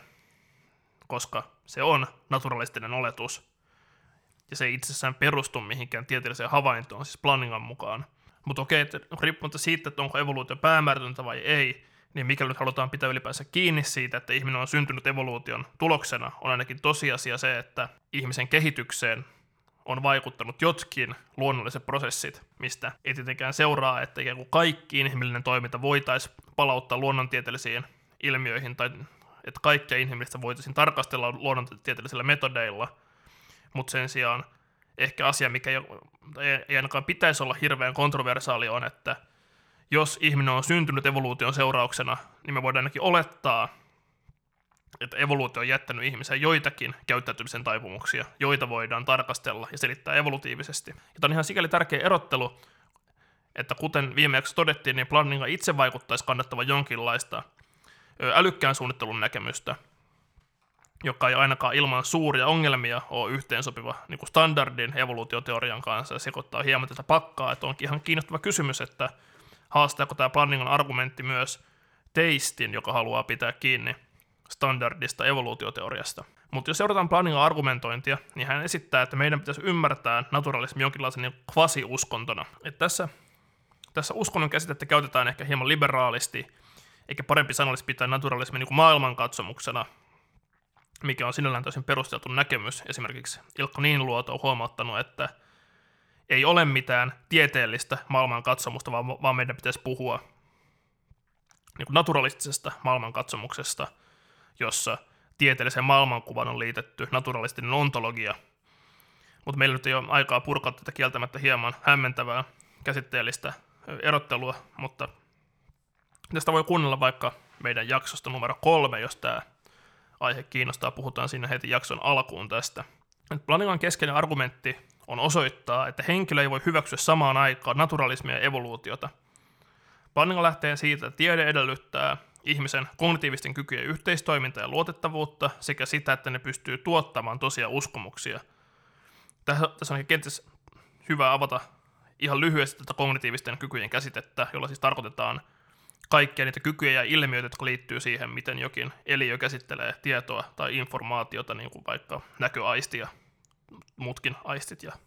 koska se on naturalistinen oletus, ja se ei itsessään perustu mihinkään tieteelliseen havaintoon, siis Plantingan mukaan. Mutta okei, että riippumatta siitä, että onko evoluutio päämäärätöntä vai ei, niin mikäli nyt halutaan pitää ylipäänsä kiinni siitä, että ihminen on syntynyt evoluution tuloksena, on ainakin tosiasia se, että ihmisen kehitykseen on vaikuttanut jotkin luonnolliset prosessit, mistä ei tietenkään seuraa, että ikään kuin kaikki inhimillinen toiminta voitaisiin palauttaa luonnontieteellisiin ilmiöihin, tai että kaikkia inhimillistä voitaisiin tarkastella luonnontieteellisillä metodeilla, mutta sen sijaan ehkä asia, mikä ei ainakaan pitäisi olla hirveän kontroversaali, on, että jos ihminen on syntynyt evoluution seurauksena, niin me voidaan ainakin olettaa, että evoluutio on jättänyt ihmiseen joitakin käyttäytymisen taipumuksia, joita voidaan tarkastella ja selittää evolutiivisesti. Ja tämä on ihan sikäli tärkeä erottelu, että kuten viime jaksossa todettiin, niin Plantinga itse vaikuttaisi kannattavan jonkinlaista älykkään suunnittelun näkemystä, joka ei ainakaan ilman suuria ongelmia ole yhteensopiva niin kuin standardin evoluutioteorian kanssa, ja sekoittaa hieman tätä pakkaa, että onkin ihan kiinnostava kysymys, että haastaako tämä Plantingan argumentti myös teistin, joka haluaa pitää kiinni standardista evoluutioteoriasta. Mutta jos seurataan Plantingan argumentointia, niin hän esittää, että meidän pitäisi ymmärtää naturalismi jonkinlaisen niin kvasi-uskontona. Et tässä, tässä uskonnon käsitettä käytetään ehkä hieman liberaalisti, eikä parempi sana olisi pitää naturalismi niin kuin maailmankatsomuksena, mikä on sinällään täysin perusteltu näkemys. Esimerkiksi Ilkka Niiniluoto on huomauttanut, että ei ole mitään tieteellistä maailmankatsomusta, vaan, vaan meidän pitäisi puhua niin kuin naturalistisesta maailmankatsomuksesta, jossa tieteelliseen maailmankuvan on liitetty naturalistinen ontologia. Mutta meillä nyt ei ole aikaa purkaa tätä kieltämättä hieman hämmentävää käsitteellistä erottelua, mutta tästä voi kuunnella vaikka meidän jaksosta numero kolme, jos tämä aihe kiinnostaa, puhutaan siinä heti jakson alkuun tästä. Plantingan keskeinen argumentti on osoittaa, että henkilö ei voi hyväksyä samaan aikaan naturalismia ja evoluutiota. Plantinga lähtee siitä, että tiede edellyttää ihmisen kognitiivisten kykyjen yhteistoimintaa ja luotettavuutta sekä sitä, että ne pystyy tuottamaan tosia uskomuksia. Tässä on kenties hyvä avata ihan lyhyesti tätä kognitiivisten kykyjen käsitettä, jolla siis tarkoitetaan kaikkia niitä kykyjä ja ilmiöitä, jotka liittyy siihen, miten jokin eliö käsittelee tietoa tai informaatiota, niin kuin vaikka näköaisti ja muutkin aistit ja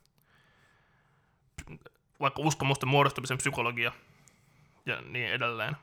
vaikka uskomusten muodostumisen psykologia ja niin edelleen.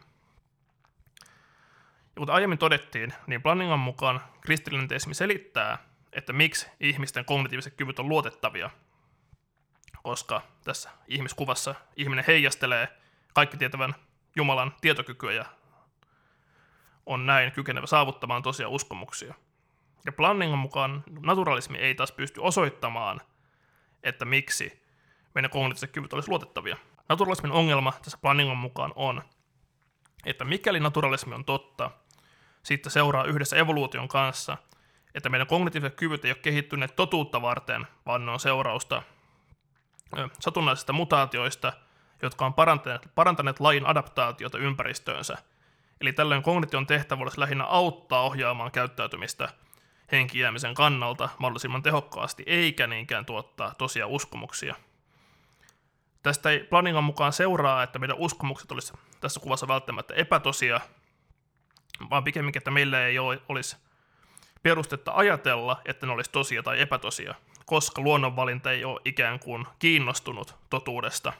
Ja kuten aiemmin todettiin, niin Plantingan mukaan kristillinen teismi selittää, että miksi ihmisten kognitiiviset kyvyt on luotettavia, koska tässä ihmiskuvassa ihminen heijastelee kaikki tietävän Jumalan tietokykyä ja on näin kykenevä saavuttamaan tosia uskomuksia. Ja Plantingan mukaan naturalismi ei taas pysty osoittamaan, että miksi meidän kognitiiviset kyvyt olisi luotettavia. Naturalismin ongelma tässä Plantingan mukaan on, että mikäli naturalismi on totta, siitä seuraa yhdessä evoluution kanssa, että meidän kognitiiviset kyvyt ei ole kehittyneet totuutta varten, vaan ne on seurausta ö, satunnaisista mutaatioista, jotka on parantaneet, parantaneet lajin adaptaatiota ympäristöönsä, Eli tällöin kognition tehtävä olisi lähinnä auttaa ohjaamaan käyttäytymistä henkijäämisen kannalta mahdollisimman tehokkaasti, eikä niinkään tuottaa tosia uskomuksia. Tästä ei Plantingan mukaan seuraa, että meidän uskomukset olisi tässä kuvassa välttämättä epätosia, vaan pikemminkin, että meillä ei olisi perustetta ajatella, että ne olisi tosia tai epätosia, koska luonnonvalinta ei ole ikään kuin kiinnostunut totuudesta.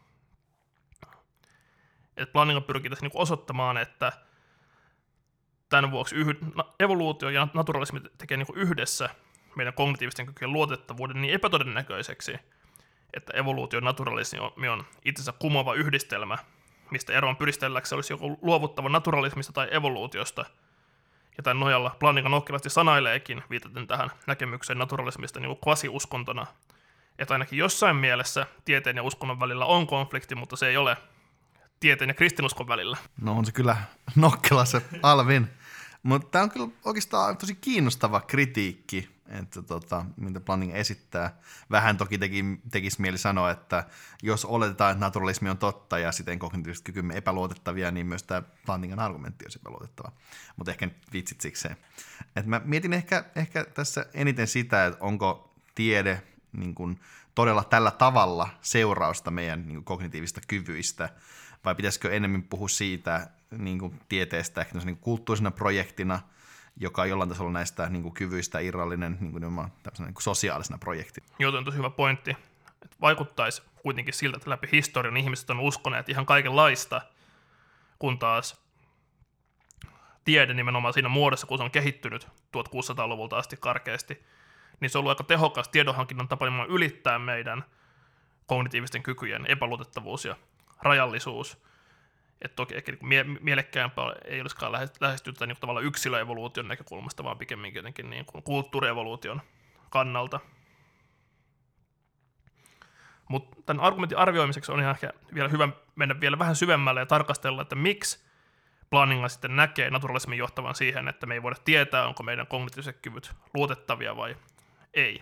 Et Plantinga pyrkii tässä niinku osoittamaan, että tämän vuoksi yh- evoluutio ja naturalismi tekee niinku yhdessä meidän kognitiivisten kykyjen luotettavuuden niin epätodennäköiseksi, että evoluutio ja naturalismi on itsensä kumoava yhdistelmä, mistä eroon pyristelläksi olisi joku luovuttava naturalismista tai evoluutiosta. Ja tämän nojalla Plantinga nokkelasti sanaileekin, viitaten tähän näkemykseen naturalismista niin kuin kvasi-uskontona, että ainakin jossain mielessä tieteen ja uskonnon välillä on konflikti, mutta se ei ole tieteen ja kristinuskon välillä. No on se kyllä nokkela se Alvin. Mutta tämä on kyllä oikeastaan tosi kiinnostava kritiikki, että tota, mitä Plantinga esittää. Vähän toki teki, tekisi mieli sanoa, että jos oletetaan, että naturalismi on totta ja siten kognitiiviset kykymme epäluotettavia, niin myös tämä Plantingan argumentti olisi epäluotettava. Mutta ehkä vitsit sikseen. Et mä mietin ehkä, ehkä tässä eniten sitä, että onko tiede niin kun, todella tällä tavalla seurausta meidän niin kun, kognitiivista kyvyistä, vai pitäisikö enemmän puhua siitä niin kuin tieteestä ehkä niin kuin kulttuurisena projektina, joka on jollain tasolla näistä niin kuin kyvyistä irrallinen niin kuin niin kuin sosiaalisena projektina. Joo, on tosi hyvä pointti. Että vaikuttaisi kuitenkin siltä, että läpi historian ihmiset on uskoneet ihan kaikenlaista, kun taas tiede nimenomaan siinä muodossa, kun se on kehittynyt tuhatkuusisataaluvulta asti karkeasti, niin se on ollut aika tehokas tiedonhankinnan tapa ylittää meidän kognitiivisten kykyjen epäluotettavuus ja rajallisuus. Että toki ehkä niin mie- mielekkäämpää ei olisikaan lähestyä tätä niin tavallaan yksilöevoluution näkökulmasta, vaan pikemminkin jotenkin niin kuin kulttuurievoluution kannalta. Mutta tämän argumentin arvioimiseksi on ihan ehkä vielä hyvä mennä vielä vähän syvemmälle ja tarkastella, että miksi Plantinga sitten näkee naturalismin johtavan siihen, että me ei voida tietää, onko meidän kognitiiviset kyvyt luotettavia vai ei.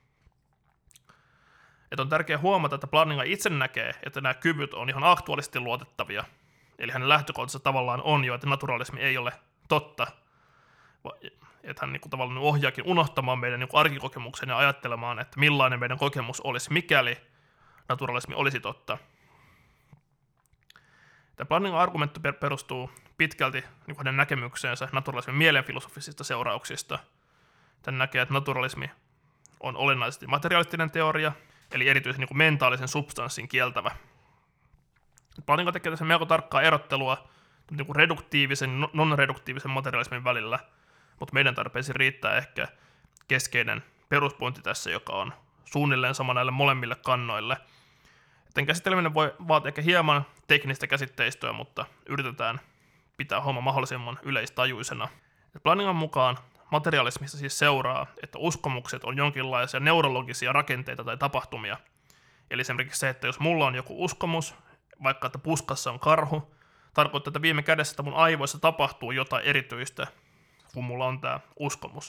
Että on tärkeää huomata, että Plantinga itse näkee, että nämä kyvyt on ihan aktuaalisesti luotettavia. Eli hänen lähtökohtansa tavallaan on jo, että naturalismi ei ole totta. Että hän niin kuin tavallaan ohjaakin unohtamaan meidän niin kuin arkikokemuksen ja ajattelemaan, että millainen meidän kokemus olisi, mikäli naturalismi olisi totta. Tämä Plantingan argumentti perustuu pitkälti niin hänen näkemykseensä naturalismin mielenfilosofisista seurauksista. Hän näkee, että naturalismi on olennaisesti materialistinen teoria, eli erityisen niin kuin mentaalisen substanssin kieltävä. Plantinga tekee tässä melko tarkkaa erottelua niin kuin reduktiivisen ja non-reduktiivisen materialismin välillä, mutta meidän tarpeisiin riittää ehkä keskeinen peruspointti tässä, joka on suunnilleen sama näille molemmille kannoille. Tämän käsitteleminen voi vaatia ehkä hieman teknistä käsitteistöä, mutta yritetään pitää homma mahdollisimman yleistajuisena. Plantingan mukaan materialismista siis seuraa, että uskomukset on jonkinlaisia neurologisia rakenteita tai tapahtumia. Eli esimerkiksi se, että jos mulla on joku uskomus, vaikka että puskassa on karhu, tarkoittaa, että viime kädessä että mun aivoissa tapahtuu jotain erityistä, kun mulla on tämä uskomus.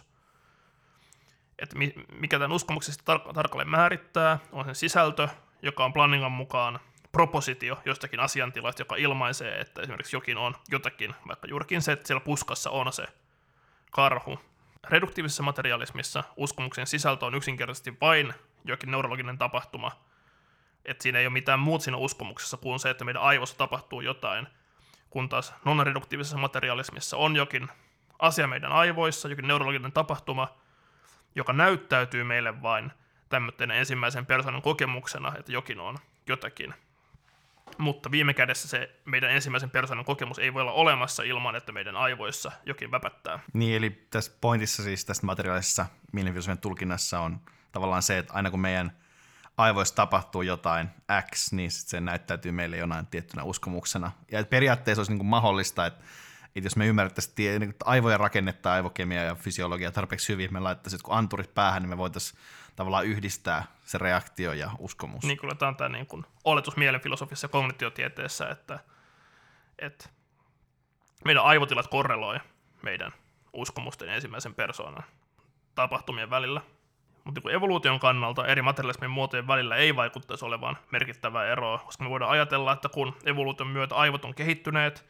Että mikä tämän uskomuksesta tar- tarkalleen määrittää, on sen sisältö, joka on Plantingan mukaan propositio jostakin asiantilasta, joka ilmaisee, että esimerkiksi jokin on jotakin, vaikka juurikin se, että siellä puskassa on se karhu. Reduktiivisessa materialismissa uskomuksen sisältö on yksinkertaisesti vain jokin neurologinen tapahtuma, että siinä ei ole mitään muut siinä uskomuksessa kuin se, että meidän aivossa tapahtuu jotain, kun taas non-reduktiivisessa materialismissa on jokin asia meidän aivoissa, jokin neurologinen tapahtuma, joka näyttäytyy meille vain tämmöinen ensimmäisen persoonan kokemuksena, että jokin on jotakin. Mutta viime kädessä se meidän ensimmäisen persoonan kokemus ei voi olla olemassa ilman, että meidän aivoissa jokin väpättää. Niin, eli tässä pointissa siis tästä materiaalisessa mielenfilosofian tulkinnassa on tavallaan se, että aina kun meidän aivoissa tapahtuu jotain X, niin sit se näyttäytyy meille jonain tiettynä uskomuksena. Ja periaatteessa olisi niin kuin mahdollista, että, että jos me ymmärrettäisiin niin aivojen rakennetta, aivokemia ja fysiologia tarpeeksi hyvin, me laittaisiin kun anturit päähän, niin me voitaisiin tavallaan yhdistää se reaktio ja uskomus. Niin kyllä tämä on tämä niin kuin oletus mielenfilosofissa ja kognitiotieteessä, että, että meidän aivotilat korreloi meidän uskomusten ensimmäisen persoonan tapahtumien välillä. Mutta niin evoluution kannalta eri materialismin muotojen välillä ei vaikuttaisi olevan merkittävää eroa, koska me voidaan ajatella, että kun evoluution myötä aivot on kehittyneet,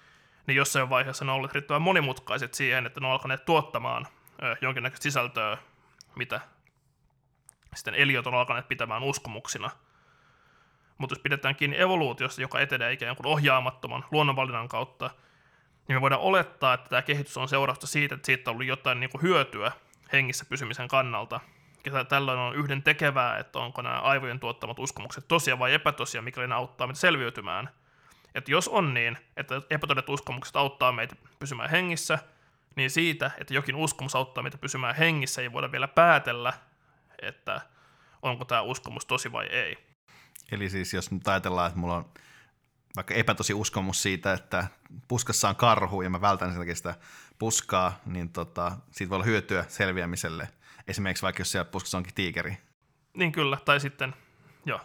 niin jossain vaiheessa ne on olleet riittävän monimutkaiset siihen, että ne on alkaneet tuottamaan ö, jonkinnäköistä sisältöä, mitä sitten eliöt on alkaneet pitämään uskomuksina. Mutta jos pidetään kiinni evoluutiosta, joka etenee ikään kuin ohjaamattoman luonnonvalinnan kautta, niin me voidaan olettaa, että tämä kehitys on seurausta siitä, että siitä on ollut jotain niin kuin hyötyä hengissä pysymisen kannalta. Ja tällöin on yhden tekevää, että onko nämä aivojen tuottamat uskomukset tosia vai epätosia, mikäli ne auttaa meitä selviytymään. Että jos on niin, että epätodet uskomukset auttaa meitä pysymään hengissä, niin siitä, että jokin uskomus auttaa meitä pysymään hengissä, ei voida vielä päätellä, että onko tämä uskomus tosi vai ei. Eli siis jos nyt ajatellaan, että mulla on vaikka epätosi uskomus siitä, että puskassa on karhu ja mä vältän sen takia sitä puskaa, niin tota, siitä voi olla hyötyä selviämiselle. Esimerkiksi vaikka jos siellä puskassa onkin tiikeri. Niin kyllä, tai sitten, joo,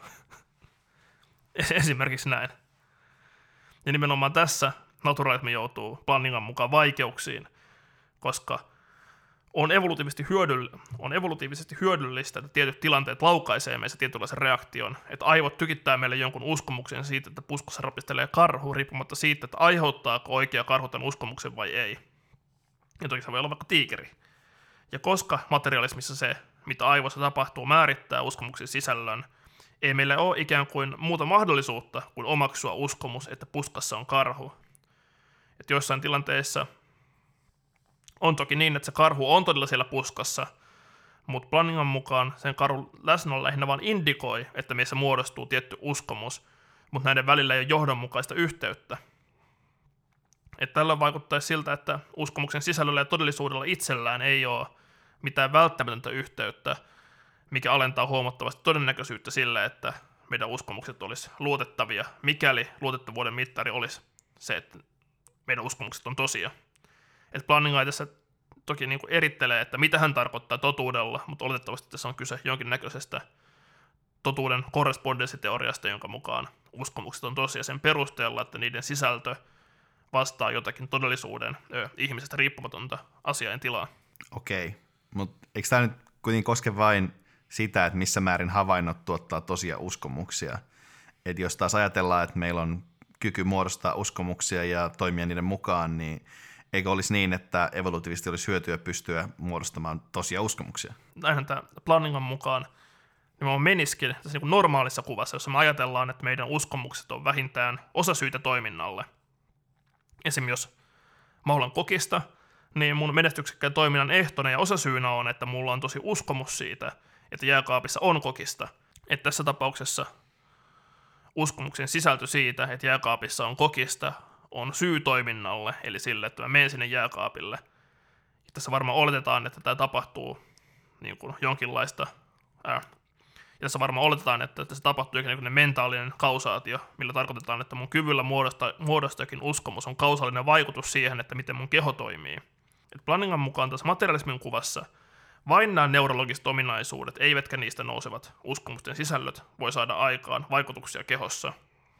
esimerkiksi näin. Ja nimenomaan tässä naturalismi joutuu Plantingan mukaan vaikeuksiin, koska on evolutiivisesti, hyödyll- on evolutiivisesti hyödyllistä, että tietyt tilanteet laukaisee meissä tietynlaisen reaktion, että aivot tykittää meille jonkun uskomuksen siitä, että puskassa rapistelee karhu, riippumatta siitä, että aiheuttaako oikea karhu tämän uskomuksen vai ei. Ja toki se voi olla vaikka tiikeri. Ja koska materialismissa se, mitä aivoissa tapahtuu, määrittää uskomuksen sisällön, ei meillä ole ikään kuin muuta mahdollisuutta kuin omaksua uskomus, että puskassa on karhu. Että joissain tilanteissa on toki niin, että se karhu on todella siellä puskassa, mutta Plantingan mukaan sen karhun läsnäolo lähinnä vaan indikoi, että meissä muodostuu tietty uskomus, mutta näiden välillä ei ole johdonmukaista yhteyttä. Että tällöin vaikuttaisi siltä, että uskomuksen sisällöllä ja todellisuudella itsellään ei ole mitään välttämätöntä yhteyttä, mikä alentaa huomattavasti todennäköisyyttä sille, että meidän uskomukset olisi luotettavia, mikäli luotettavuuden mittari olisi se, että meidän uskomukset on tosia. Että Plantinga tässä toki niin kuin erittelee, että mitä hän tarkoittaa totuudella, mutta oletettavasti tässä on kyse jonkinnäköisestä totuuden korrespondenssiteoriasta, jonka mukaan uskomukset on tosia sen perusteella, että niiden sisältö vastaa jotakin todellisuuden ö, ihmisestä riippumatonta asiain tilaa. Okei, mutta eikö tämä nyt kuitenkin koske vain sitä, että missä määrin havainnot tuottaa tosia uskomuksia? Että jos taas ajatellaan, että meillä on kyky muodostaa uskomuksia ja toimia niiden mukaan, niin eikö olisi niin, että evolutiivisesti olisi hyötyä pystyä muodostamaan tosia uskomuksia? Näinhän tämä Plantingan mukaan niin menisikin tässä niin kuin normaalissa kuvassa, jossa me ajatellaan, että meidän uskomukset on vähintään osasyitä toiminnalle. Esimerkiksi jos mä olen kokista, niin mun menestyksekkään toiminnan ehtona ja osasyynä on, että mulla on tosi uskomus siitä, että jääkaapissa on kokista. Että tässä tapauksessa uskomuksen sisältö siitä, että jääkaapissa on kokista, on syy toiminnalle, eli sille, että mä menen sinne jääkaapille. Ja tässä varmaan oletetaan, että tämä tapahtuu niin kuin jonkinlaista, ää, ja tässä varmaan oletetaan, että tässä tapahtuu jonkinlainen mentaalinen kausaatio, millä tarkoitetaan, että mun kyvyllä muodostaa, muodostajakin uskomus on kausaalinen vaikutus siihen, että miten mun keho toimii. Et Plantingan mukaan tässä materialismin kuvassa vain nämä neurologiset ominaisuudet, eivätkä niistä nousevat uskomusten sisällöt, voi saada aikaan vaikutuksia kehossa.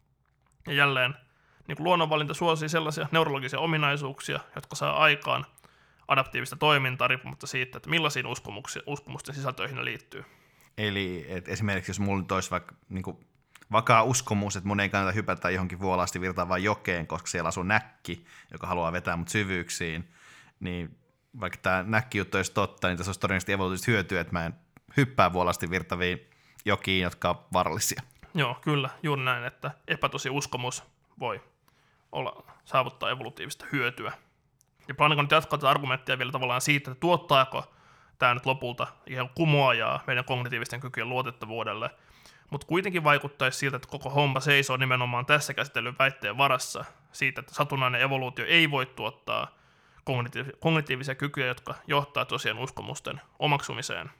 Ja jälleen niin kuin luonnonvalinta suosii sellaisia neurologisia ominaisuuksia, jotka saa aikaan adaptiivista toimintaa riippumatta siitä, että millaisiin uskomusten sisältöihin ne liittyy. Eli et esimerkiksi jos mulla nyt olisi vaikka niin kuin vakaa uskomus, että mun ei kannata hypätä johonkin vuolaasti virtaavaan jokeen, koska siellä asuu näkki, joka haluaa vetää mut syvyyksiin, niin vaikka tämä näkkijuttu olisi totta, niin tässä olisi todennäköisesti evolutiivisesti hyötyä, että mä en hyppää vuolaasti virtaviin jokiin, jotka ovat vaarallisia. Joo, kyllä, juuri näin, että epätosi uskomus voi olla, saavuttaa evolutiivista hyötyä. Ja Plantinga nyt jatkaa tätä argumenttia vielä tavallaan siitä, että tuottaako tämä nyt lopulta ihan kumoajaa meidän kognitiivisten kykyjen luotettavuudelle, mutta kuitenkin vaikuttaisi siltä, että koko homma seisoo nimenomaan tässä käsitellyn väitteen varassa siitä, että satunnainen evoluutio ei voi tuottaa kognitiiv- kognitiivisia kykyjä, jotka johtaa tosiaan uskomusten omaksumiseen.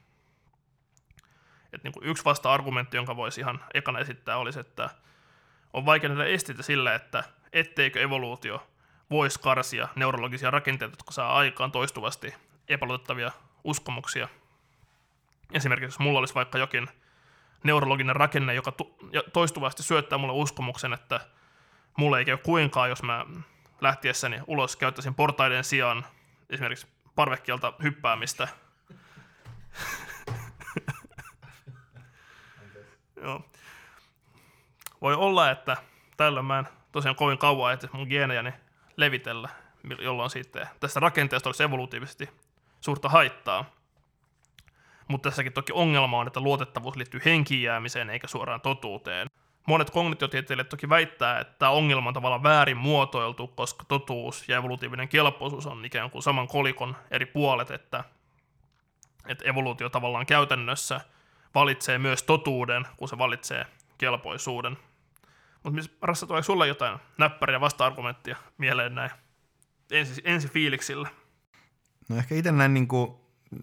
Et niin kuin yksi vasta-argumentti, jonka voisi ihan ekana esittää, olisi, että on vaikea nähdä esteitä sille, että etteikö evoluutio voisi karsia neurologisia rakenteita, jotka saa aikaan toistuvasti epäluotettavia uskomuksia. Esimerkiksi jos mulla olisi vaikka jokin neurologinen rakenne, joka toistuvasti syöttää mulle uskomuksen, että mulle ei käy kuinkaan, jos mä lähtiessäni ulos käyttäisin portaiden sijaan esimerkiksi parvekkeelta hyppäämistä. Joo. Voi olla, että tällöin mä en tosiaan kovin kauan, että mun geenejäni levitellä, jolloin sitten tästä rakenteesta olisi evolutiivisesti suurta haittaa. Mutta tässäkin toki ongelma on, että luotettavuus liittyy henkiin jäämiseen eikä suoraan totuuteen. Monet kognitiotieteilijät toki väittää, että tämä ongelma on tavallaan väärin muotoiltu, koska totuus ja evolutiivinen kelpoisuus on ikään kuin saman kolikon eri puolet, että, että evoluutio tavallaan käytännössä valitsee myös totuuden, kun se valitsee kelpoisuuden. Mutta Rassa, tuleeko sulla jotain näppäriä vasta-argumenttia mieleen näin ensi, ensi fiiliksillä? No ehkä itse näin niin kuin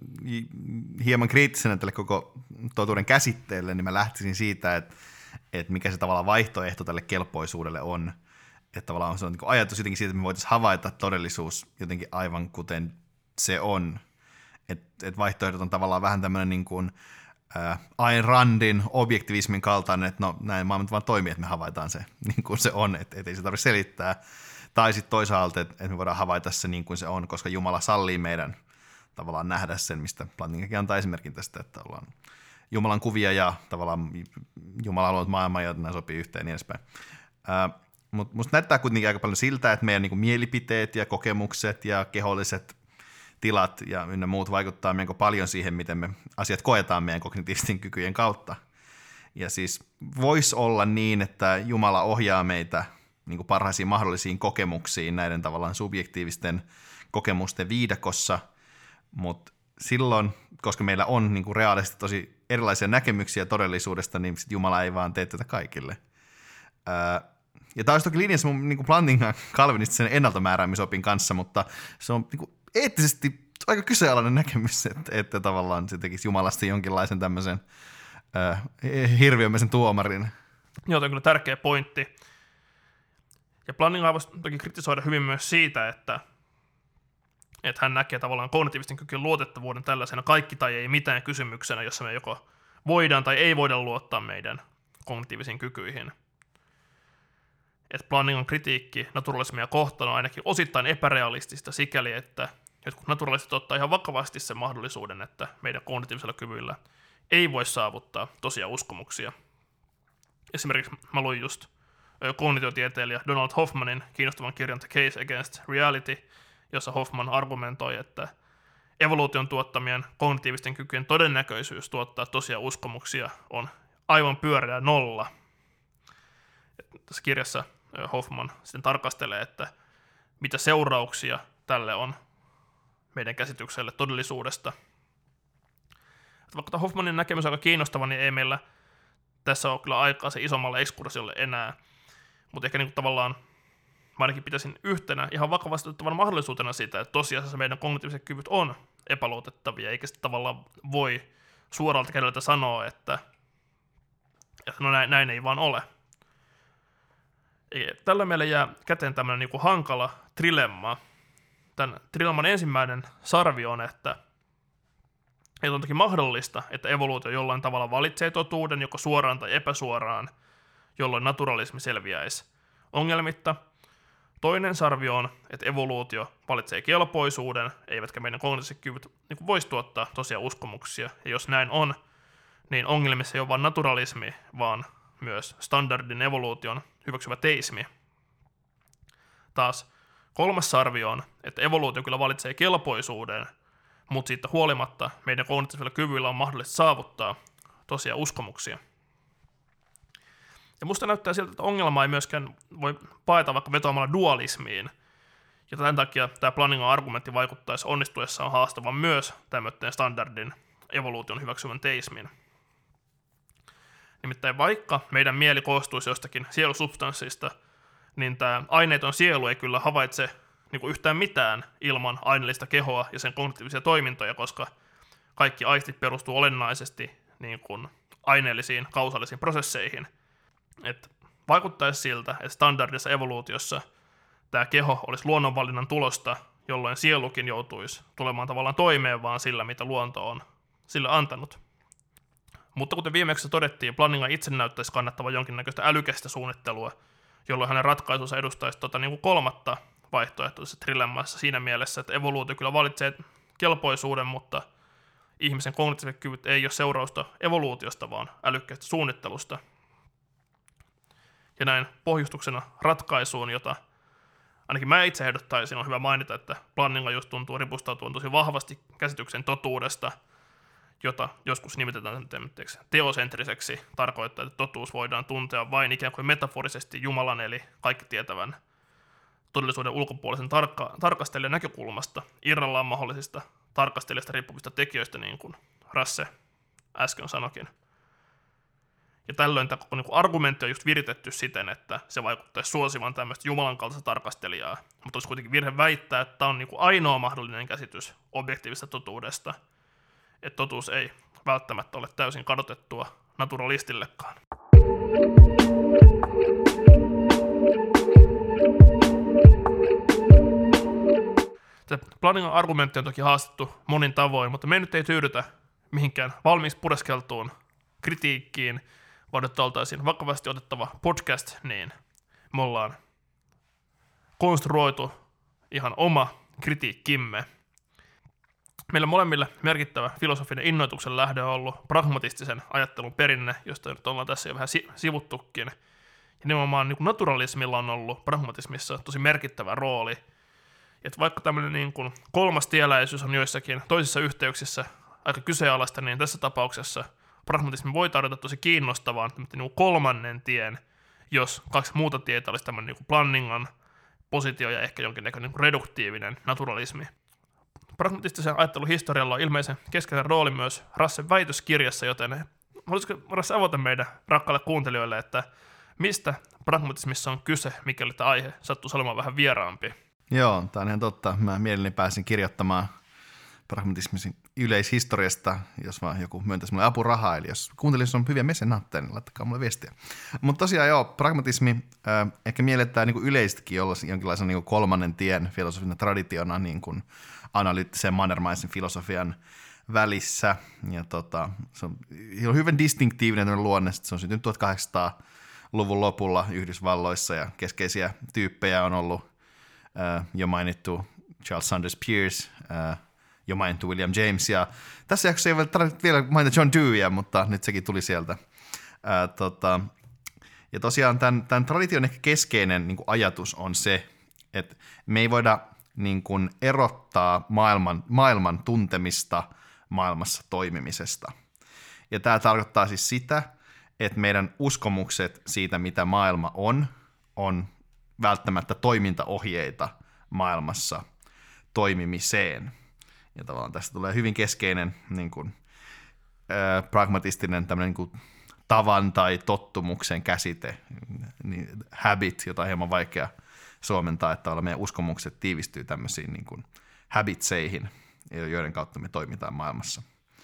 hieman kriittisenä tälle koko totuuden käsitteelle, niin mä lähtisin siitä, että, että mikä se tavallaan vaihtoehto tälle kelpoisuudelle on. Että tavallaan se on niin kuin ajatus jotenkin siitä, että me voitaisiin havaita todellisuus jotenkin aivan kuten se on. Että et vaihtoehdot on tavallaan vähän tämmöinen niin kuin äh, Ayn Randin objektivismin kaltainen, että no näin maailma vaan toimii, että me havaitaan se niin kuin se on, että et ei se tarvitse selittää. Tai sitten toisaalta, että et me voidaan havaita se niin kuin se on, koska Jumala sallii meidän tavallaan nähdä sen, mistä Plantingakin antaa esimerkin tästä, että ollaan Jumalan kuvia ja tavallaan Jumala haluaa maailmaa ja nämä sopii yhteen ja niin edespäin. Äh, Mutta musta näyttää kuitenkin aika paljon siltä, että meidän niin kuin mielipiteet ja kokemukset ja keholliset tilat ja ynnä muut vaikuttaa meidän paljon siihen, miten me asiat koetaan meidän kognitiivisten kykyjen kautta. Ja siis voisi olla niin, että Jumala ohjaa meitä niin kuin parhaisiin mahdollisiin kokemuksiin näiden tavallaan subjektiivisten kokemusten viidakossa, mutta silloin, koska meillä on niin kuin reaalisesti tosi erilaisia näkemyksiä todellisuudesta, niin sit Jumala ei vaan tee tätä kaikille. Ää, ja tämä olisi toki linjassa mun niin kuin Plantingan kalvinistisen ennaltamääräämisopin kanssa, mutta se on niin kuin eettisesti aika kyseenalainen näkemys, että, että tavallaan se tekisi Jumalasta jonkinlaisen tämmöisen ää, hirviömäisen tuomarin. Joo, tämä on kyllä tärkeä pointti. Ja Plantingaa voisi toki kritisoida hyvin myös siitä, että, että hän näkee tavallaan kognitiivisten kykyjen luotettavuuden tällaisena kaikki tai ei mitään kysymyksenä, jossa me joko voidaan tai ei voida luottaa meidän kognitiivisiin kykyihin. Että Plantingan kritiikki naturalismia kohtaan on ainakin osittain epärealistista sikäli, että jotkut naturalistit ottaa ihan vakavasti sen mahdollisuuden, että meidän kognitiivisella kyvyllä ei voi saavuttaa tosia uskomuksia. Esimerkiksi mä luin just kognitiotieteilijä Donald Hoffmanin kiinnostavan kirjan The Case Against Reality, jossa Hoffman argumentoi, että evoluution tuottamien kognitiivisten kykyjen todennäköisyys tuottaa tosia uskomuksia on aivan pyöreä nolla. Et tässä kirjassa Hoffman sitten tarkastelee, että mitä seurauksia tälle on meidän käsitykselle todellisuudesta. Et vaikka tämä Hoffmanin näkemys on aika kiinnostava, niin ei meillä tässä ole kyllä aikaa se isommalle ekskursiolle enää. Mutta ehkä niin kuin tavallaan mä ainakin pitäisin yhtenä ihan vakavasti otettavan mahdollisuutena sitä, että tosiasiassa meidän kognitiiviset kyvyt on epäluotettavia, eikä sitten tavallaan voi suoralta kädeltä sanoa, että, että no näin, näin ei vaan ole. Tällä meillä jää käteen tämmöinen niin kuin hankala trilemma. Tämän trilemman ensimmäinen sarvi on, että, että on toki mahdollista, että evoluutio jollain tavalla valitsee totuuden, joko suoraan tai epäsuoraan, jolloin naturalismi selviäisi ongelmitta. Toinen sarvi on, että evoluutio valitsee kelpoisuuden, eivätkä meidän kognitiiviset kyvyt niin voisi tuottaa tosiaan uskomuksia. Ja jos näin on, niin ongelmissa ei ole vain naturalismi, vaan myös standardin evoluution hyväksyvä teismi. Taas kolmas sarvi on, että evoluutio kyllä valitsee kelpoisuuden, mutta siitä huolimatta meidän kognitiivisilla kyvyillä on mahdollista saavuttaa tosiaan uskomuksia. Ja musta näyttää siltä, että ongelma ei myöskään voi paeta vaikka vetoamalla dualismiin. Ja tämän takia tämä Plantingan argumentti vaikuttaisi onnistuessaan haastavan myös tämmöinen standardin evoluution hyväksyvän teismin. Nimittäin vaikka meidän mieli koostuisi jostakin sielusubstanssista, niin tämä aineeton sielu ei kyllä havaitse niin kuin yhtään mitään ilman aineellista kehoa ja sen kognitiivisia toimintoja, koska kaikki aistit perustuu olennaisesti niin kuin aineellisiin kausaalisiin prosesseihin. Et vaikuttaisi siltä, että standardissa evoluutiossa tämä keho olisi luonnonvalinnan tulosta, jolloin sielukin joutuisi tulemaan tavallaan toimeen vaan sillä, mitä luonto on sille antanut. Mutta kuten viimeksi todettiin, Plantinga itse näyttäisi kannattavan jonkinnäköistä älykästä suunnittelua, jolloin hänen ratkaisunsa edustaisi tota, niin kuin kolmatta vaihtoehtoisessa trilemmassa siinä mielessä, että evoluutio kyllä valitsee kelpoisuuden, mutta ihmisen kognitiiviset kyvyt ei ole seurausta evoluutiosta, vaan älykkäästä suunnittelusta. Ja näin pohjustuksena ratkaisuun, jota ainakin mä itse ehdottaisin, on hyvä mainita, että planninga just tuntuu ripustautuvan tosi vahvasti käsityksen totuudesta, jota joskus nimitetään teosentriseksi, tarkoittaa, että totuus voidaan tuntea vain ikään kuin metaforisesti Jumalan eli kaikki tietävän todellisuuden ulkopuolisen tarkka- tarkastelijan näkökulmasta, irrallaan mahdollisista tarkastelijasta riippuvista tekijöistä, niin kuin Rasse äsken sanokin. Ja tällöin tämä koko niin kuin argumentti on just viritetty siten, että se vaikuttaisi suosivan tämmöistä Jumalan kaltaista tarkastelijaa, mutta olisi kuitenkin virhe väittää, että tämä on niin kuin ainoa mahdollinen käsitys objektiivisesta totuudesta, että totuus ei välttämättä ole täysin kadotettua naturalistillekaan. Se Planningan argumentti on toki haastettu monin tavoin, mutta me nyt ei tyydytä mihinkään valmiiksi pureskeltuun kritiikkiin, vaan että oltaisiin vakavasti otettava podcast, niin me ollaan konstruoitu ihan oma kritiikkimme. Meillä molemmille merkittävä filosofinen innoituksen lähde on ollut pragmatistisen ajattelun perinne, josta nyt ollaan tässä jo vähän sivuttukin. Ja nimenomaan niin kuin naturalismilla on ollut pragmatismissa tosi merkittävä rooli. Että vaikka tämmöinen niin kuin kolmas tieläisyys on joissakin toisissa yhteyksissä aika kyseenalaista, niin tässä tapauksessa pragmatismi voi tarjota tosi kiinnostavaan niin kolmannen tien, jos kaksi muuta tietä olisi tämmöinen niin planningan positio ja ehkä jonkinnäköinen niin reduktiivinen naturalismi. Pragmatistisen ajattelun historialla on ilmeisen keskeinen rooli myös Rassen väitöskirjassa, joten haluaisitko Rasse avata meidän rakkaille kuuntelijoille, että mistä pragmatismissa on kyse, mikäli tämä aihe sattuu olemaan vähän vieraampi? Joo, tämä on ihan totta. Mä mielelläni pääsin kirjoittamaan pragmatismin yleishistoriasta, jos vaan joku myöntäisi mulle apurahaa, eli jos kuuntelijoissa on hyviä mesenaatteja, niin laittakaa mulle viestiä. Mutta tosiaan joo, pragmatismi äh, ehkä mielletään niin yleisestikin olla jonkinlaisen niin kolmannen tien filosofina traditiona niin kuin analyyttisen mannermaisen filosofian välissä, ja tota, se on, on hyvin distinktiivinen luonne, se on syntynyt tuhatkahdeksansataaluvun lopulla Yhdysvalloissa, ja keskeisiä tyyppejä on ollut äh, jo mainittu Charles Sanders Peirce, äh, jo mainittu William James, ja tässä jaksossa ei ole vielä mainita John Deweyä, mutta nyt sekin tuli sieltä. Ää, tota, ja tosiaan tämän, tämän tradition ehkä keskeinen niin kuin ajatus on se, että me ei voida niin kuin erottaa maailman, maailman tuntemista maailmassa toimimisesta. Ja tämä tarkoittaa siis sitä, että meidän uskomukset siitä, mitä maailma on, on välttämättä toimintaohjeita maailmassa toimimiseen. Ja tavallaan tästä tulee hyvin keskeinen niin kuin, ää, pragmatistinen tämmöinen niin kuin tavan tai tottumuksen käsite, niin habit, jota on hieman vaikea suomentaa, että meidän uskomukset tiivistyy tämmöisiin niin kuin habitseihin, joiden kautta me toimitaan maailmassa.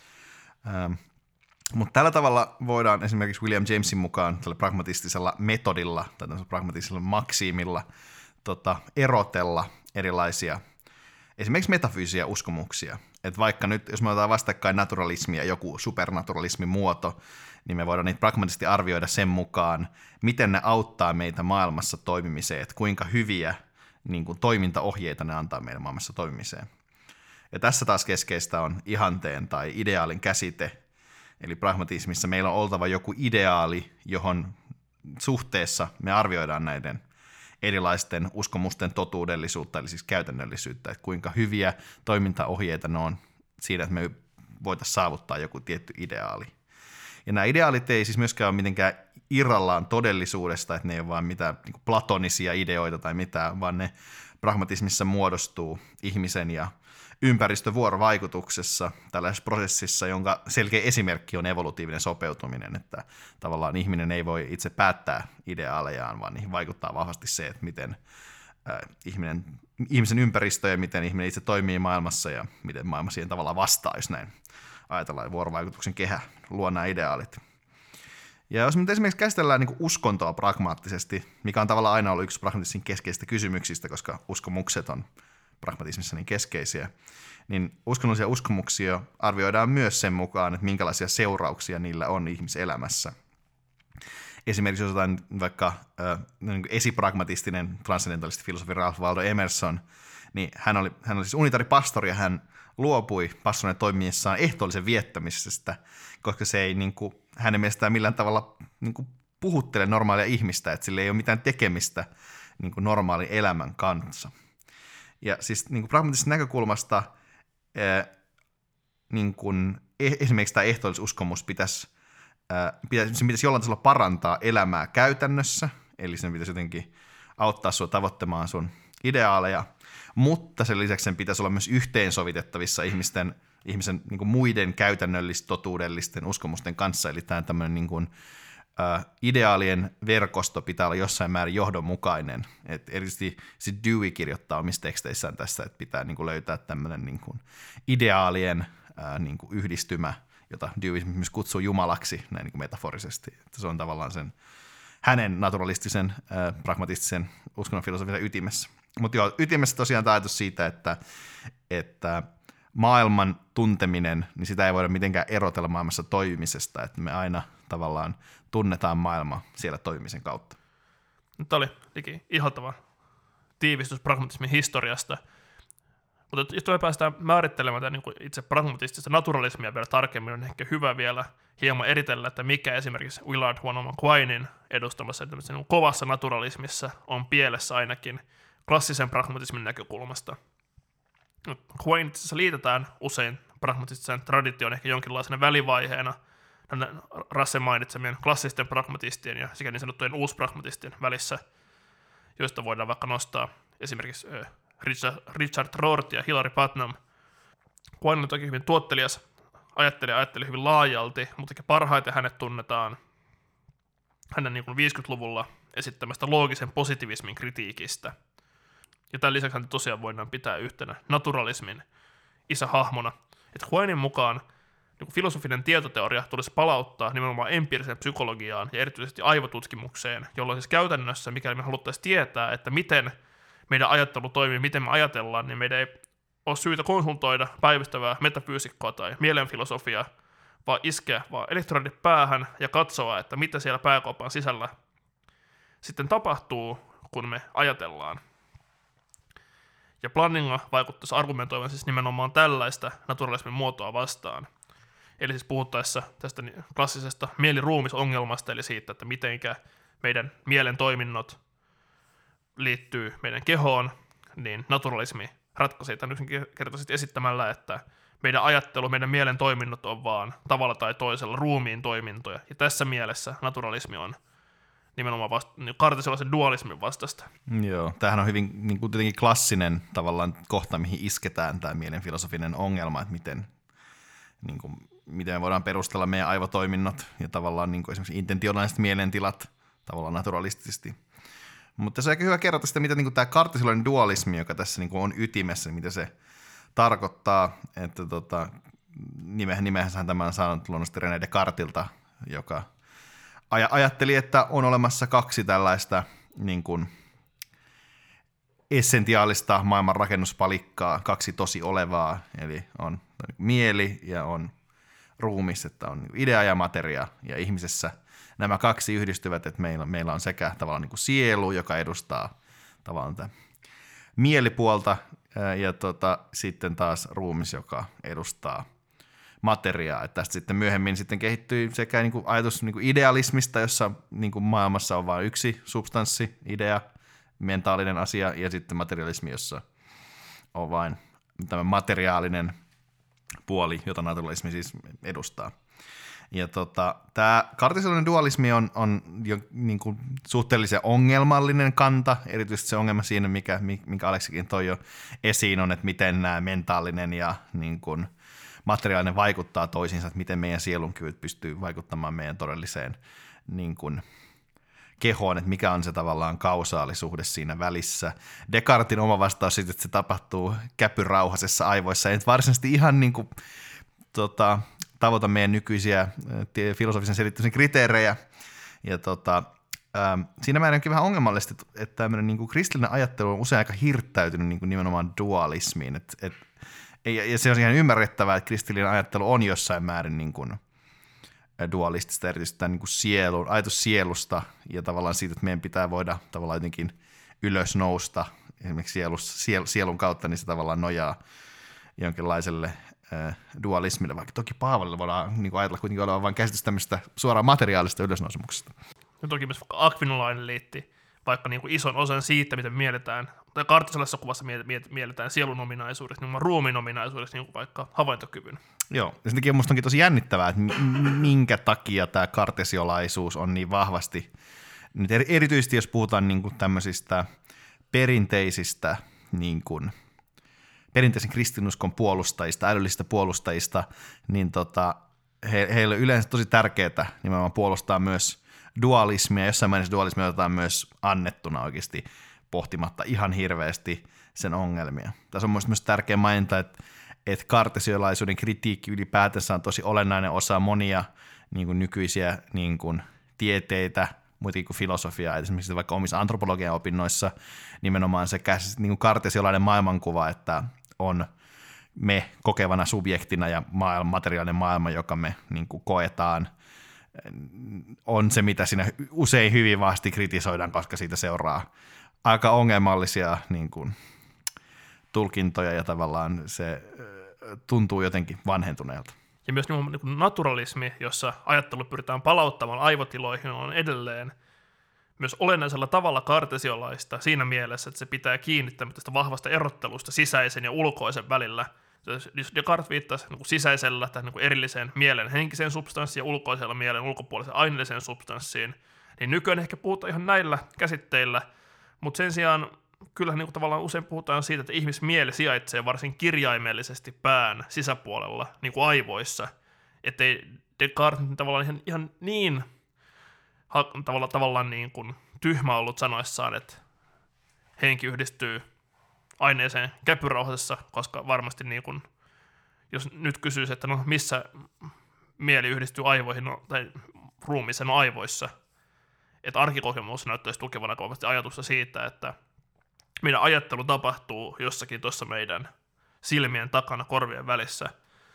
Ää, mutta tällä tavalla voidaan esimerkiksi William Jamesin mukaan tällä pragmatistisella metodilla tai tämmöisellä pragmatistisella maksiimilla tota, erotella erilaisia esimerkiksi metafyysisiä uskomuksia. Että vaikka nyt, jos me otetaan vastakkain naturalismi ja joku supernaturalismin muoto, niin me voidaan niitä pragmatisesti arvioida sen mukaan, miten ne auttaa meitä maailmassa toimimiseen, että kuinka hyviä niin kuin, toimintaohjeita ne antaa meidän maailmassa toimimiseen. Ja tässä taas keskeistä on ihanteen tai ideaalin käsite, eli pragmatismissa meillä on oltava joku ideaali, johon suhteessa me arvioidaan näiden erilaisten uskomusten totuudellisuutta, eli siis käytännöllisyyttä, että kuinka hyviä toimintaohjeita ne on siinä, että me voitaisiin saavuttaa joku tietty ideaali. Ja nämä ideaalit ei siis myöskään ole mitenkään irrallaan todellisuudesta, että ne ei ole vain mitään niin kuin platonisia ideoita tai mitään, vaan ne pragmatismissa muodostuu ihmisen ja ympäristövuorovaikutuksessa, tällaisessa prosessissa, jonka selkeä esimerkki on evolutiivinen sopeutuminen, että tavallaan ihminen ei voi itse päättää ideaalejaan, vaan niihin vaikuttaa vahvasti se, että miten äh, ihminen, ihmisen ympäristö ja miten ihminen itse toimii maailmassa ja miten maailma siihen tavallaan vastaa, jos näin ajatellaan, vuorovaikutuksen kehä luo nämä ideaalit. Ja jos me nyt esimerkiksi käsitellään niin kuin uskontoa pragmaattisesti, mikä on tavallaan aina ollut yksi pragmatismin keskeisistä kysymyksistä, koska uskomukset on pragmatismissa niin keskeisiä, niin uskonnollisia uskomuksia arvioidaan myös sen mukaan, että minkälaisia seurauksia niillä on ihmiselämässä. Esimerkiksi jos otetaan vaikka äh, niin esipragmatistinen transcendentalisti filosofi Ralph Waldo Emerson, niin hän oli, hän oli siis unitaripastori ja hän luopui pastorina toimiessaan ehtoollisen viettämisestä, koska se ei niin kuin, hänen mielestään millään tavalla niin kuin puhuttele normaalia ihmistä, että sillä ei ole mitään tekemistä niin kuin normaalin elämän kanssa. Ja siis niin kuin pragmaattisesta näkökulmasta ää, niin kuin, esimerkiksi tämä ehtoollisuuskomus pitäisi, ää, pitäisi, sen pitäisi jollain tasolla parantaa elämää käytännössä, eli sen pitäisi jotenkin auttaa sinua tavoittamaan sun ideaaleja, mutta sen lisäksi sen pitäisi olla myös yhteensovitettavissa ihmisten, ihmisen niin kuin muiden käytännöllis-totuudellisten uskomusten kanssa, eli tämä tämmöinen niin kuin, ä, ideaalien verkosto pitää olla jossain määrin johdonmukainen. Et erityisesti sit Dewey kirjoittaa omissa teksteissään tässä, että pitää niin kuin löytää tämmöinen niin kuin ideaalien ä, niin kuin yhdistymä, jota Dewey myös kutsuu jumalaksi näin niin kuin metaforisesti. Että se on tavallaan sen hänen naturalistisen, äh, pragmatistisen uskonnon filosofian ytimessä. Mutta joo, ytimessä tosiaan tämä ajatus siitä, että, että maailman tunteminen, niin sitä ei voida mitenkään erotella maailmassa toimimisesta, että me aina tavallaan tunnetaan maailma siellä toimimisen kautta. Tämä oli liki ihaltava tiivistys pragmatismin historiasta. Mutta jos me päästään määrittelemään tämän niin itse pragmatistista naturalismia vielä tarkemmin, on ehkä hyvä vielä hieman eritellä, että mikä esimerkiksi Willard Wynnum Quinin edustamassa niin kovassa naturalismissa on pielessä ainakin klassisen pragmatismin näkökulmasta. Quine itse liitetään usein pragmatistiseen traditioon ehkä jonkinlaisena välivaiheena Russen mainitsemien klassisten pragmatistien ja sekä niin sanottujen uuspragmatistien välissä, joista voidaan vaikka nostaa esimerkiksi Richard, Richard Rorty ja Hilary Putnam. Quine oli toki hyvin tuottelias, ajatteli ja ajatteli hyvin laajalti, mutta parhaiten hänet tunnetaan hänen niin kuin viisikymmentäluvulla esittämästä loogisen positivismin kritiikistä. Ja tämän lisäksi hän tosiaan voidaan pitää yhtenä naturalismin isähahmona. Että Quinin mukaan niin kuin filosofinen tietoteoria tulisi palauttaa nimenomaan empiiriseen psykologiaan ja erityisesti aivotutkimukseen, jolloin siis käytännössä, mikäli me haluttaisiin tietää, että miten meidän ajattelu toimii, miten me ajatellaan, niin meidän ei ole syytä konsultoida päivystävää metafyysikkoa tai mielenfilosofiaa, vaan iskeä vaan elektrodit päähän ja katsoa, että mitä siellä pääkaupan sisällä sitten tapahtuu, kun me ajatellaan. Ja Plantinga vaikuttaisi argumentoivan siis nimenomaan tällaista naturalismin muotoa vastaan. Eli siis puhuttaessa tästä klassisesta mieliruumisongelmasta, eli siitä, että mitenkä meidän mielen toiminnot liittyy meidän kehoon, niin naturalismi ratkaisee tämän yksinkertaisesti esittämällä, että meidän ajattelu, meidän mielen toiminnot on vaan tavalla tai toisella ruumiin toimintoja. Ja tässä mielessä naturalismi on nimenomaan vasta, niin kartesilaisen dualismin vastasta. Joo, tämähän on hyvin niin kuin tietenkin klassinen tavallaan kohta, mihin isketään tämä mielenfilosofinen ongelma, että miten, niin kuin, miten me voidaan perustella meidän aivotoiminnot ja tavallaan niin kuin esimerkiksi intentionaaliset mielentilat tavallaan naturalistisesti. Mutta se on aika hyvä kerrata sitä, mitä niin kuin tämä kartesilainen dualismi, joka tässä niin kuin on ytimessä, mitä se tarkoittaa, että tota, nimehän, nimehän tämä on saanut luonnollisesti René Descartesilta, joka aj- ajatteli, että on olemassa kaksi tällaista niin kuin essentiaalista maailman rakennuspalikkaa, kaksi tosi olevaa, eli on mieli ja on ruumis, että on idea ja materia, ja ihmisessä nämä kaksi yhdistyvät, että meillä, meillä on sekä tavallaan niin kuin sielu, joka edustaa tavallaan tätä mielipuolta, ja tota, sitten taas ruumis, joka edustaa materiaa. Että tästä sitten myöhemmin sitten kehittyy sekä niin kuin ajatus niin kuin idealismista, jossa niin kuin maailmassa on vain yksi substanssi, idea, mentaalinen asia, ja sitten materialismi, jossa on vain tämä materiaalinen puoli, jota naturalismi siis edustaa. Ja tota, tämä kartesilainen dualismi on, on jo niin kuin suhteellisen ongelmallinen kanta, erityisesti se ongelma siinä, mikä, minkä Aleksikin toi jo esiin, on, että miten nämä mentaalinen ja niin kuin materiaalinen vaikuttaa toisiinsa, että miten meidän sielunkyvyt pystyy vaikuttamaan meidän todelliseen niin kuin kehoon, että mikä on se tavallaan kausaalisuhde siinä välissä. Descartesin oma vastaus sitten, että se tapahtuu käpyrauhasessa aivoissa, ei nyt varsinaisesti ihan niin kuin, tota, tavoita meidän nykyisiä filosofisen selittämisen kriteerejä. Ja tota, ähm, siinä määrin onkin vähän ongelmallista, että tämmöinen niin kuin kristillinen ajattelu on usein aika hirttäytynyt niin kuin nimenomaan dualismiin. Et, et, ja, ja se on ihan ymmärrettävää, että kristillinen ajattelu on jossain määrin niin kuin dualistista, erityisesti tämä niin kuin sielu, ajatus sielusta ja tavallaan siitä, että meidän pitää voida tavallaan jotenkin ylös nousta esimerkiksi sielus, siel, sielun kautta, niin se tavallaan nojaa jonkinlaiselle äh, dualismille, vaikka toki Paavalilla voidaan niin kuin ajatella kuitenkin olevan vain käsitys tämmöistä suoraan materiaalista ylösnousemuksesta. Ja toki myös vaikka Aquinolainen liitti vaikka niin kuin ison osan siitä, mitä me mielletään, tai kartesialaisessa kuvassa mielletään sielun ominaisuudessa, niin ruumiin ominaisuudessa, niin kuin vaikka havaintokyvyn. Joo, ja sen takia musta onkin tosi jännittävää, että minkä takia tämä kartesiolaisuus on niin vahvasti, nyt erityisesti jos puhutaan niin kuin tämmöisistä perinteisistä, niin kuin, perinteisen kristinuskon puolustajista, älyllisistä puolustajista, niin tota, he, heille on yleensä tosi tärkeää nimenomaan puolustaa myös dualismia, jossain määrin dualismia otetaan myös annettuna oikeasti pohtimatta ihan hirveästi sen ongelmia. Tässä on myös tärkeää mainita, että että kartesiolaisuuden kritiikki ylipäätänsä on tosi olennainen osa monia niin kuin nykyisiä niin kuin tieteitä, muitakin kuin filosofiaa, esimerkiksi vaikka omissa antropologian opinnoissa nimenomaan se niin kuin kartesiolainen maailmankuva, että on me kokevana subjektina ja maailma, materiaalinen maailma, joka me niin kuin koetaan, on se, mitä siinä usein hyvin vahvasti kritisoidaan, koska siitä seuraa aika ongelmallisia niin kuin tulkintoja ja tavallaan se tuntuu jotenkin vanhentuneelta. Ja myös niin naturalismi, jossa ajattelu pyritään palauttamaan aivotiloihin, on edelleen myös olennaisella tavalla kartesiolaista siinä mielessä, että se pitää kiinni tästä vahvasta erottelusta sisäisen ja ulkoisen välillä. Jos Descartes viittasi niin sisäisellä tai niin erilliseen mielen henkiseen substanssiin ja ulkoisella mielen ulkopuoliseen aineelliseen substanssiin, niin nykyään ehkä puhutaan ihan näillä käsitteillä, mutta sen sijaan kyllähän niin kuin tavallaan usein puhutaan siitä, että ihmismieli sijaitsee varsin kirjaimellisesti pään sisäpuolella, niin kuin aivoissa, ettei Descartes tavallaan ihan, ihan niin ha, tavallaan, tavallaan niin kuin tyhmä ollut sanoissaan, että henki yhdistyy aineeseen käpyrauhasessa, koska varmasti niin kuin, jos nyt kysyisi, että no missä mieli yhdistyy aivoihin no, tai ruumiiseen no aivoissa, että arkikokemus näyttäisi tukevana kovasti ajatusta siitä, että meidän ajattelu tapahtuu jossakin tuossa meidän silmien takana, korvien välissä.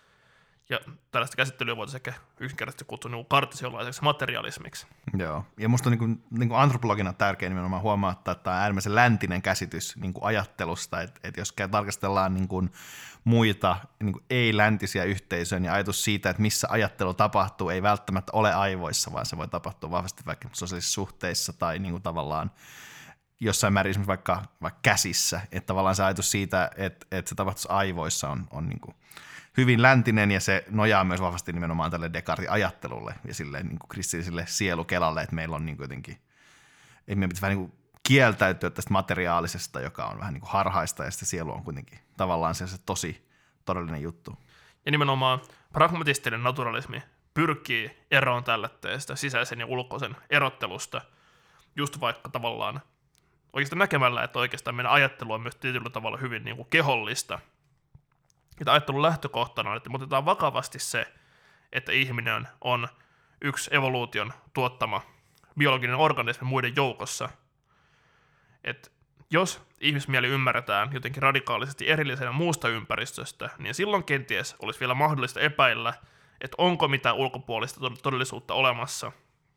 Ja tällaista käsittelyä voitaisiin ehkä yksinkertaisesti kutsua niin kartesiolaiseksi materialismiksi. Joo, ja musta on niin kuin, niin kuin antropologina tärkeää nimenomaan huomata, että tämä on äärimmäisen läntinen käsitys niin kuin ajattelusta, että, että jos tarkastellaan niin kuin muita niin kuin ei-läntisiä yhteisöjä, niin ajatus siitä, että missä ajattelu tapahtuu, ei välttämättä ole aivoissa, vaan se voi tapahtua vahvasti vaikka sosiaalisissa suhteissa tai niin kuin tavallaan jossain määrin esimerkiksi vaikka, vaikka käsissä, että tavallaan se ajatus siitä, että, että se tapahtuisi aivoissa on, on niin kuin hyvin läntinen ja se nojaa myös vahvasti nimenomaan tälle Descartesin ajattelulle ja sille niin kuin kristilliselle sielukelalle, että meillä on niin kuin jotenkin, että meidän pitäisi vähän niin kuin kieltäytyä tästä materiaalisesta, joka on vähän niin kuin harhaista ja sitten sielu on kuitenkin tavallaan se, se tosi todellinen juttu. Ja nimenomaan pragmatistinen naturalismi pyrkii eroon tällaisesta sisäisen ja ulkoisen erottelusta just vaikka tavallaan oikeastaan näkemällä, että oikeastaan meidän ajattelu on myös tietyllä tavalla hyvin niin kuin kehollista. Että ajattelun lähtökohtana on, että me otetaan vakavasti se, että ihminen on yksi evoluution tuottama biologinen organismi muiden joukossa. Että jos ihmismieli ymmärretään jotenkin radikaalisesti erillisenä muusta ympäristöstä, niin silloin kenties olisi vielä mahdollista epäillä, että onko mitään ulkopuolista todellisuutta olemassa.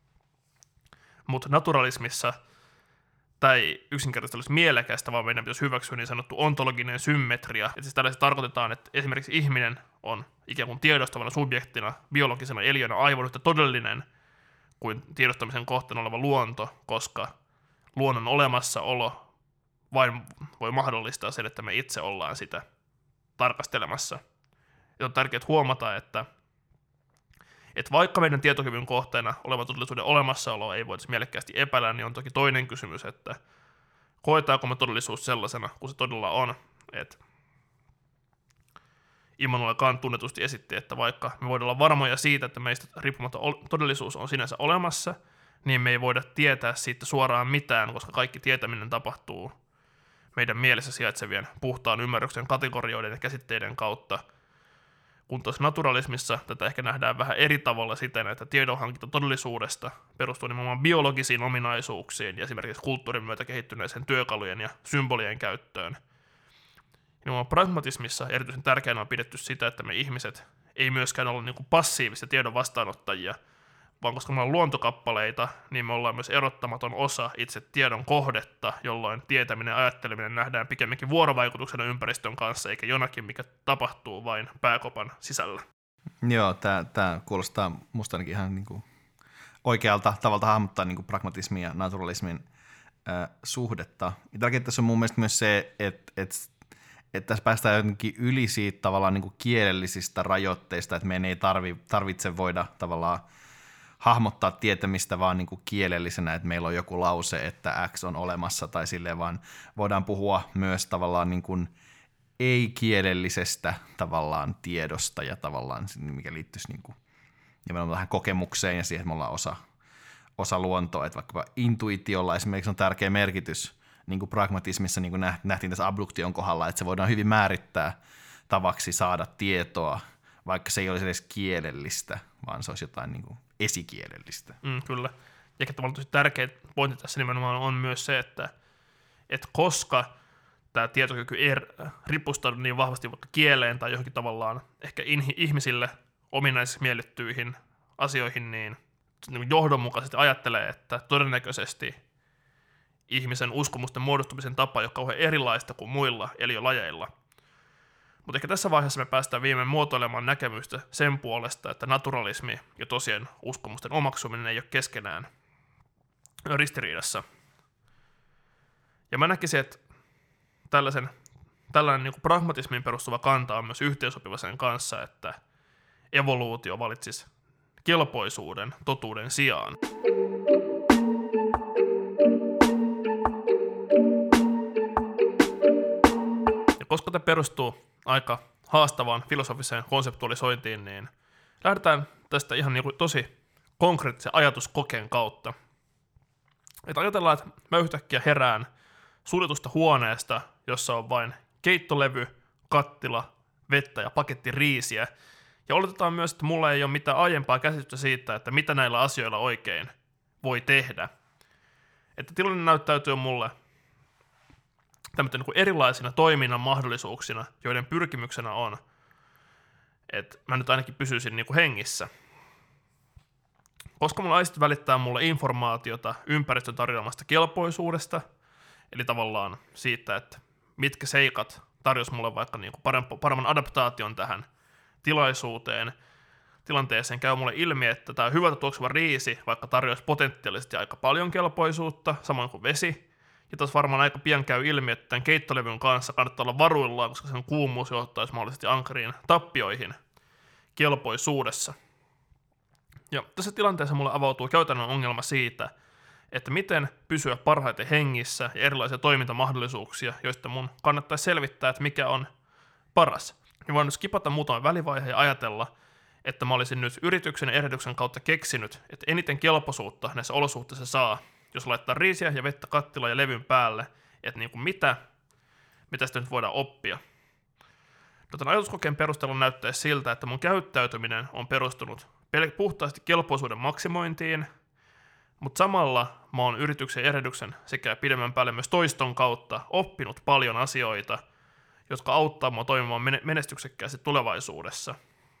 Mutta naturalismissa tai yksinkertaisesti olisi mielekästä, vaan meidän pitäisi hyväksyä niin sanottu ontologinen symmetria. Et siis tällaisessa tarkoitetaan, että esimerkiksi ihminen on ikään kuin tiedostavana subjektina, biologisena eliönä aivan yhtä todellinen kuin tiedostamisen kohteena oleva luonto, koska luonnon olemassaolo vain voi mahdollistaa sen, että me itse ollaan sitä tarkastelemassa. Ja on tärkeää huomata, että että vaikka meidän tietokyvyn kohteena olevan todellisuuden olemassaolo ei voitaisi mielekkäästi epäillä, niin on toki toinen kysymys, että koetaanko me todellisuus sellaisena, kun se todella on. Että Immanuel Kant tunnetusti esitti, että vaikka me voidaan olla varmoja siitä, että meistä riippumatta todellisuus on sinänsä olemassa, niin me ei voida tietää siitä suoraan mitään, koska kaikki tietäminen tapahtuu meidän mielessä sijaitsevien puhtaan ymmärryksen kategorioiden ja käsitteiden kautta, kun tuossa naturalismissa tätä ehkä nähdään vähän eri tavalla siten, että tiedonhankinta todellisuudesta perustuu nimenomaan biologisiin ominaisuuksiin ja esimerkiksi kulttuurin myötä kehittyneeseen työkalujen ja symbolien käyttöön. Nimenomaan pragmatismissa erityisen tärkeänä on pidetty sitä, että me ihmiset ei myöskään ole niin kuin passiivisia tiedon vastaanottajia, vaan koska me ollaan luontokappaleita, niin me ollaan myös erottamaton osa itse tiedon kohdetta, jolloin tietäminen ja ajatteleminen nähdään pikemminkin vuorovaikutuksena ympäristön kanssa, eikä jonakin, mikä tapahtuu vain pääkopan sisällä. Joo, tämä kuulostaa musta ainakin ihan niin kuin oikealta tavalta hahmottaa niin kuin pragmatismin ja naturalismin äh, suhdetta. Tärkeintä tässä on mun mielestä myös se, että, että, että tässä päästään jotenkin yli siitä tavallaan niin kuin kielellisistä rajoitteista, että meidän ei tarvi, tarvitse voida tavallaan hahmottaa tietämistä vaan niin kuin kielellisenä, että meillä on joku lause, että X on olemassa tai silleen, vaan voidaan puhua myös tavallaan niin kuin ei-kielellisestä tavallaan tiedosta ja tavallaan, mikä liittyisi niin kuin nimenomaan tähän kokemukseen ja siihen, että me ollaan osa, osa luontoa, että vaikkapa intuitiolla esimerkiksi on tärkeä merkitys niin kuin pragmatismissa, niin kuin nähtiin tässä abduktion kohdalla, että se voidaan hyvin määrittää tavaksi saada tietoa, vaikka se ei olisi edes kielellistä, vaan se olisi jotain niin kuin esikielellistä. Mm, kyllä. Ja tavallaan tosi tärkeä pointti tässä nimenomaan on myös se, että, että koska tämä tietokyky ei ripustaudu niin vahvasti vaikka kieleen tai johonkin tavallaan ehkä in- ihmisille ominaisiksi miellyttyihin asioihin, niin johdonmukaisesti ajattelee, että todennäköisesti ihmisen uskomusten muodostumisen tapa, joka on kauhean erilaista kuin muilla eliölajeilla. Mutta ehkä tässä vaiheessa me päästään viimein muotoilemaan näkemystä sen puolesta, että naturalismi ja tosiaan uskomusten omaksuminen ei ole keskenään ristiriidassa. Ja mä näkisin, että tällaisen, tällainen niin kuin pragmatismiin perustuva kanta on myös yhteensopiva sen kanssa, että evoluutio valitsisi kelpoisuuden totuuden sijaan. Ja koska tämä perustuu aika haastavaan filosofiseen konseptualisointiin, niin lähdetään tästä ihan niin kuin tosi konkreettisen ajatuskokeen kautta. Että ajatellaan, että mä yhtäkkiä herään suljetusta huoneesta, jossa on vain keittolevy, kattila, vettä ja paketti riisiä. Ja oletetaan myös, että mulla ei ole mitään aiempaa käsitystä siitä, että mitä näillä asioilla oikein voi tehdä. Että tilanne näyttäytyy mulle tämmöinen niin kuin erilaisina toiminnan mahdollisuuksina, joiden pyrkimyksenä on, että mä nyt ainakin pysyisin niin kuin hengissä. Koska mun aistit välittää mulle informaatiota ympäristön tarjoamasta kelpoisuudesta, eli tavallaan siitä, että mitkä seikat tarjos mulle vaikka niin kuin paremman adaptaation tähän tilaisuuteen, tilanteeseen käy mulle ilmi, että tämä hyvältä tuokseva riisi vaikka tarjoaisi potentiaalisesti aika paljon kelpoisuutta, samoin kuin vesi, ja taas varmaan aika pian käy ilmi, että tämän keittolevyn kanssa kannattaa olla varuillaan, koska sen kuumuus johtaisi mahdollisesti ankariin tappioihin kelpoisuudessa. Ja tässä tilanteessa mulle avautuu käytännön ongelma siitä, että miten pysyä parhaiten hengissä ja erilaisia toimintamahdollisuuksia, joista mun kannattaisi selvittää, että mikä on paras. Ja voin nyt skipata muutaman välivaiheen ja ajatella, että mä olisin nyt yrityksen ja erityksen kautta keksinyt, että eniten kelpoisuutta näissä olosuhteissa saa, jos laittaa riisiä ja vettä kattilaan ja levyn päälle, että niin kuin mitä, mitä sitä nyt voidaan oppia. No, tämän ajatuskokeen perusteella näyttäisi siltä, että mun käyttäytyminen on perustunut puhtaasti kelpoisuuden maksimointiin, mutta samalla mä oon yrityksen ja erityksen sekä pidemmän päälle myös toiston kautta oppinut paljon asioita, jotka auttaa mua toimimaan menestyksekkäästi tulevaisuudessa.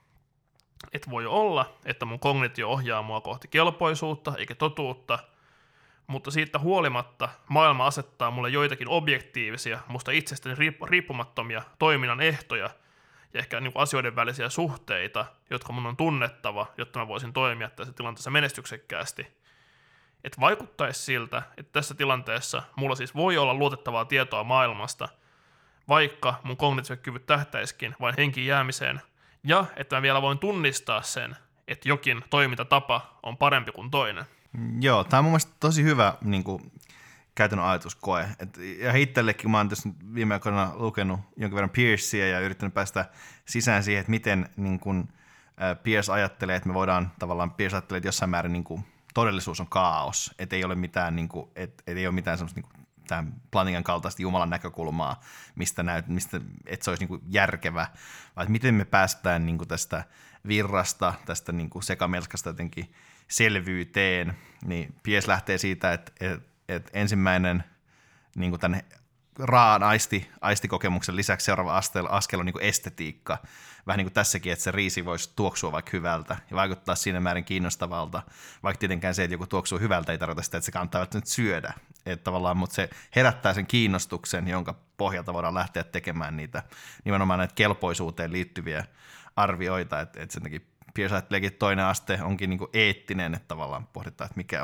Et voi olla, että mun kognitio ohjaa mua kohti kelpoisuutta eikä totuutta, mutta siitä huolimatta maailma asettaa mulle joitakin objektiivisia, musta itsestäni riippumattomia toiminnan ehtoja ja ehkä niin kuin asioiden välisiä suhteita, jotka mun on tunnettava, jotta mä voisin toimia tässä tilanteessa menestyksekkäästi. Että vaikuttaisi siltä, että tässä tilanteessa mulla siis voi olla luotettavaa tietoa maailmasta, vaikka mun kognitiiviset kyvyt tähtäiskin vain henkiin jäämiseen, ja että mä vielä voin tunnistaa sen, että jokin toimintatapa on parempi kuin toinen. Joo, tämä on mun mielestä tosi hyvä niin kuin, käytännön ajatuskoe. Et, ja itsellekin, kun mä oon tässä viime aikoina lukenut jonkin verran Peirceä ja yrittänyt päästä sisään siihen, että miten niin kuin, äh, Peirce ajattelee, että me voidaan tavallaan, Peirce ajattelee, että jossain määrin niin kuin, todellisuus on kaos, että ei ole mitään, niin kuin, et, et ei ole mitään semmoista niin kuin, tämän Plantingan kaltaista Jumalan näkökulmaa, mistä, näyt, mistä että se olisi niin kuin järkevä, vaan miten me päästään niin kuin tästä virrasta, tästä niin kuin sekamelskasta jotenkin selvyyteen, niin Peirce lähtee siitä, että, että, että ensimmäinen niin kuin tämän raan aisti, aistikokemuksen lisäksi seuraava askel, askel on niin kuin estetiikka. Vähän niin kuin tässäkin, että se riisi voisi tuoksua vaikka hyvältä ja vaikuttaa siinä määrin kiinnostavalta, vaikka tietenkään se, että joku tuoksuu hyvältä, ei tarkoita sitä, että se kannattaa nyt syödä. Että tavallaan, mutta se herättää sen kiinnostuksen, jonka pohjalta voidaan lähteä tekemään niitä nimenomaan näitä kelpoisuuteen liittyviä arvioita. Että, että sen takia Peirce ajatteleekin, että toinen aste onkin niin kuin eettinen, että tavallaan pohditaan, että mikä on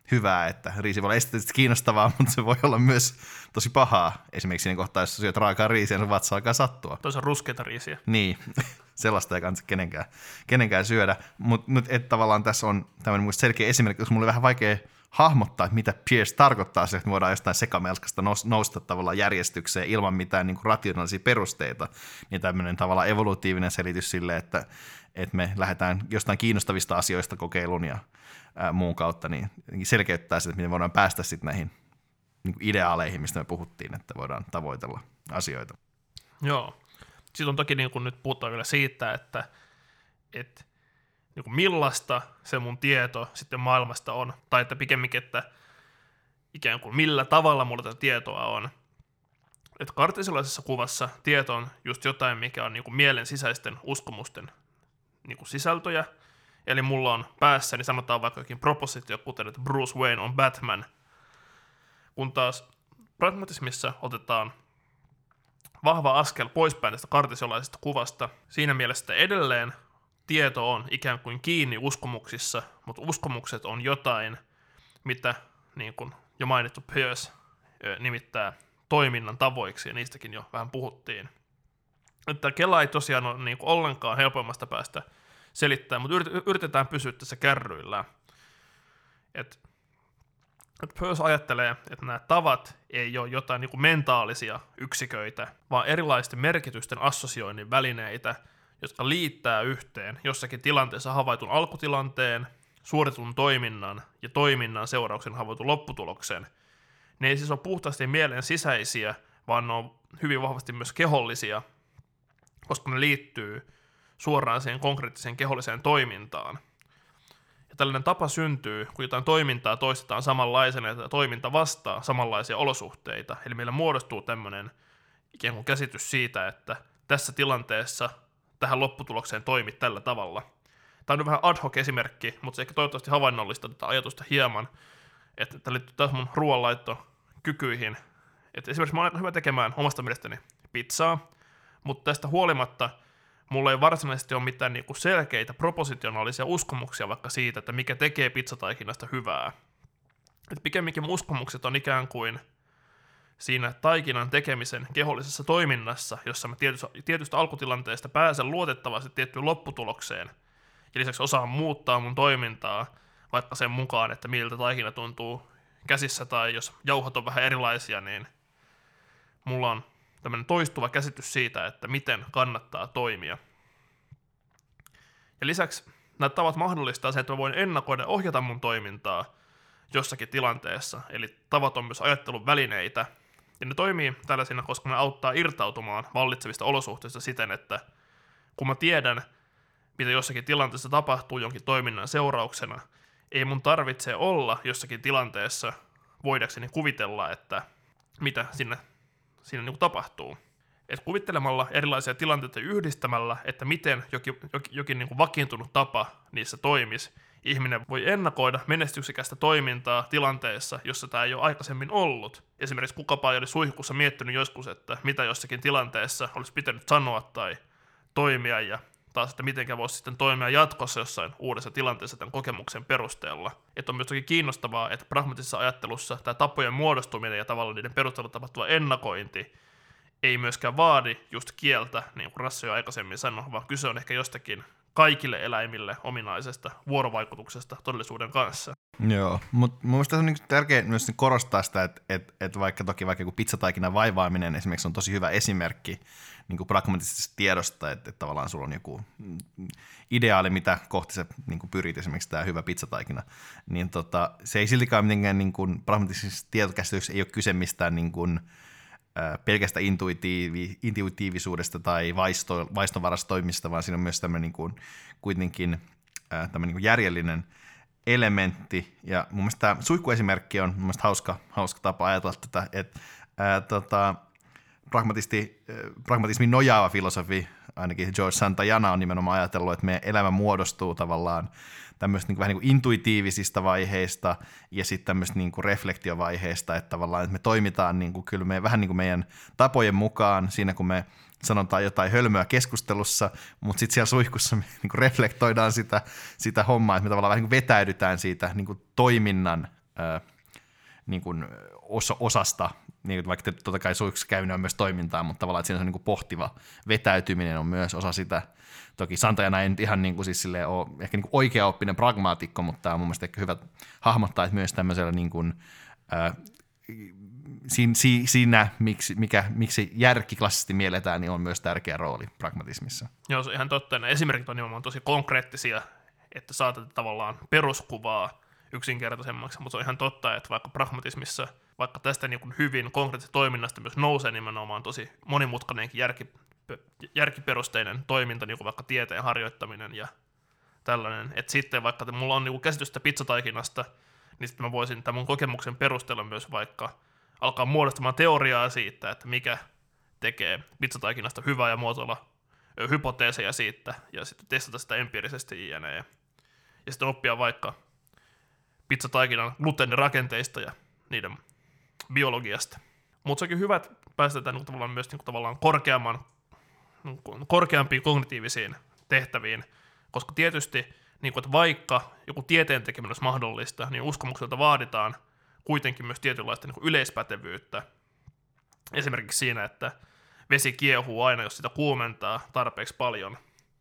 hyvää, että riisi voi olla esteettisesti kiinnostavaa, mutta se voi olla myös tosi pahaa. Esimerkiksi siinä kohtaa, jos syöt raakaa riisiä, sun vatsa alkaa sattua. Toisa ruskeita riisiä. Niin, sellaista ei kannata kenenkään, kenenkään syödä. Mutta mut, tavallaan tässä on tämmöinen selkeä esimerkki, koska mulla on vähän vaikea hahmottaa, että mitä Pierce tarkoittaa se, että me voidaan jostain sekamelskasta nousta tavallaan järjestykseen ilman mitään niin kuin rationaalisia perusteita. Niin tämmöinen tavallaan evolutiivinen selitys sille, että, että me lähdetään jostain kiinnostavista asioista kokeilun ja ää, muun kautta, niin selkeyttää sitä, että miten voidaan päästä sitten näihin niin kuin ideaaleihin, mistä me puhuttiin, että voidaan tavoitella asioita. Joo. Sitten on toki niin kuin nyt puhutaan vielä siitä, että, että niin kuin millaista se mun tieto sitten maailmasta on, tai että pikemminkin, että ikään kuin millä tavalla mulla tätä tietoa on. Että kartesilaisessa kuvassa tieto on just jotain, mikä on niin kuin mielen sisäisten uskomusten niin kuin sisältöjä. Eli mulla on päässäni sanotaan vaikka jokin propositio, kuten että Bruce Wayne on Batman. Kun taas pragmatismissa otetaan vahva askel poispäin tästä kartesiolaisesta kuvasta. Siinä mielessä edelleen tieto on ikään kuin kiinni uskomuksissa, mutta uskomukset on jotain, mitä niin kuin jo mainittu Pierce nimittää toiminnan tavoiksi, ja niistäkin jo vähän puhuttiin. Että Kela ei tosiaan ole niin kuin ollenkaan helpoimmasta päästä selittää, mutta yritetään pysyä tässä kärryillä. Että et Pierce ajattelee, että nämä tavat ei ole jotain niin kuin mentaalisia yksiköitä, vaan erilaisten merkitysten assosioinnin välineitä, jotka liittää yhteen jossakin tilanteessa havaitun alkutilanteen, suoritetun toiminnan ja toiminnan seurauksen havaitun lopputuloksen. Ne ei siis ole puhtaasti mielen sisäisiä, vaan ne on hyvin vahvasti myös kehollisia, koska ne liittyy suoraan siihen konkreettiseen keholliseen toimintaan. Ja tällainen tapa syntyy, kun jotain toimintaa toistetaan samanlaisena ja toiminta vastaa samanlaisia olosuhteita. Eli meillä muodostuu tämmöinen ikään kuin käsitys siitä, että tässä tilanteessa tähän lopputulokseen toimit tällä tavalla. Tämä on nyt vähän ad hoc esimerkki, mutta se ehkä toivottavasti havainnollista tätä ajatusta hieman, että tämä liittyy taas mun ruoanlaittokykyihin. Että esimerkiksi mä oon aika hyvä tekemään omasta mielestäni pizzaa, mutta tästä huolimatta mulla ei varsinaisesti ole mitään niinku selkeitä propositionaalisia uskomuksia vaikka siitä, että mikä tekee pizzataikinasta hyvää. Et pikemminkin mun uskomukset on ikään kuin siinä taikinan tekemisen kehollisessa toiminnassa, jossa mä tietystä, tietystä alkutilanteesta pääsen luotettavasti tiettyyn lopputulokseen, ja lisäksi osaan muuttaa mun toimintaa vaikka sen mukaan, että miltä taikina tuntuu käsissä, tai jos jauhot on vähän erilaisia, niin mulla on tämmöinen toistuva käsitys siitä, että miten kannattaa toimia. Ja lisäksi nämä tavat mahdollistaa sen, että mä voin ennakoida ja ohjata mun toimintaa jossakin tilanteessa, eli tavat on myös ajattelun välineitä, ja ne toimii tällaisina, koska ne auttaa irtautumaan vallitsevista olosuhteista siten, että kun mä tiedän, mitä jossakin tilanteessa tapahtuu jonkin toiminnan seurauksena, ei mun tarvitse olla jossakin tilanteessa voidakseni kuvitella, että mitä sinne, siinä niin kuin tapahtuu. Et kuvittelemalla erilaisia tilanteita yhdistämällä, että miten jokin, jokin, jokin niin kuin vakiintunut tapa niissä toimisi, ihminen voi ennakoida menestyksekästä toimintaa tilanteessa, jossa tämä ei ole aikaisemmin ollut. Esimerkiksi kukapa ei olisi suihkussa miettinyt joskus, että mitä jossakin tilanteessa olisi pitänyt sanoa tai toimia, ja taas, että mitenkä voisi sitten toimia jatkossa jossain uudessa tilanteessa tämän kokemuksen perusteella. Että on myös toki kiinnostavaa, että pragmaattisessa ajattelussa tämä tapojen muodostuminen ja tavallaan niiden perusteella tapahtuva ennakointi ei myöskään vaadi just kieltä, niin kuin Rasse jo aikaisemmin sanoi, vaan kyse on ehkä jostakin kaikille eläimille ominaisesta vuorovaikutuksesta todellisuuden kanssa. Joo, mutta mun mielestä on niin tärkeää myös korostaa sitä, että, että, että vaikka toki vaikka joku pizzataikinan vaivaaminen esimerkiksi on tosi hyvä esimerkki niin kuin pragmaattisesta tiedosta, että, että tavallaan sulla on joku ideaali, mitä kohti sä niin kuin pyrit, esimerkiksi tämä hyvä pizzataikina, niin tota, se ei siltikään mitenkään niin kuin pragmaattisessa tietokäsityksessä ei ole kyse mistään niin kuin pelkästä intuitiivi, intuitiivisuudesta tai vaisto, vaistonvarastoimista, vaan siinä on myös tämmöinen niin kuin, kuitenkin tämmöinen niin kuin järjellinen elementti. Ja mun mielestä tämä suihkuesimerkki on mun mielestä hauska, hauska tapa ajatella tätä, että ää, tota, pragmatismin nojaava filosofi, ainakin George Santayana on nimenomaan ajatellut, että meidän elämä muodostuu tavallaan tämmöistä niin kuin, vähän niin kuin intuitiivisista vaiheista ja sitten tämmöistä niin kuin reflektiovaiheista, että tavallaan että me toimitaan niin kuin, kyllä me, vähän niin kuin meidän tapojen mukaan siinä, kun me sanotaan jotain hölmöä keskustelussa, mutta sitten siellä suihkussa me niin kuin reflektoidaan sitä, sitä hommaa, että me tavallaan vähän niin kuin vetäydytään siitä niin kuin toiminnan ää, niin kuin osa, osasta, niin vaikka totta kai suiksi käynyt on myös toimintaa, mutta tavallaan, että siinä on niin kuin pohtiva vetäytyminen on myös osa sitä. Toki Santajana ei nyt ihan niin kuin, siis silleen ole ehkä niin kuin oikeaoppinen pragmaatikko, mutta tämä on mun mielestä ehkä hyvä hahmottaa, että myös tämmöisellä niin kuin, ää, siinä, siinä miksi, mikä, miksi järki klassisesti mielletään, niin on myös tärkeä rooli pragmatismissa. Joo, se on ihan totta. Ne esimerkit on nimenomaan tosi konkreettisia, että saatat tavallaan peruskuvaa yksinkertaisemmaksi, mutta se on ihan totta, että vaikka pragmatismissa, vaikka tästä niin kuin hyvin konkreettisesta toiminnasta myös nousee nimenomaan tosi monimutkainenkin järki, järkiperusteinen toiminta, niin kuin vaikka tieteen harjoittaminen ja tällainen, että sitten vaikka mulla on niin kuin käsitystä pizzataikinasta, niin sitten mä voisin tämän mun kokemuksen perusteella myös vaikka alkaa muodostamaan teoriaa siitä, että mikä tekee pizzataikinasta hyvää ja muotoilla hypoteeseja siitä ja sitten testata sitä empiirisesti jne. Ja, ja sitten oppia vaikka pizzataikinan gluteenirakenteista ja niiden biologiasta. Mutta se onkin hyvä, että päästetään niin tavallaan myös niin tavallaan korkeamman, niin korkeampiin kognitiivisiin tehtäviin, koska tietysti niin kuin, että vaikka joku tieteen tekeminen olisi mahdollista, niin uskomukselta vaaditaan kuitenkin myös tietynlaista niin kuin yleispätevyyttä. Esimerkiksi siinä, että vesi kiehuu aina, jos sitä kuumentaa tarpeeksi paljon.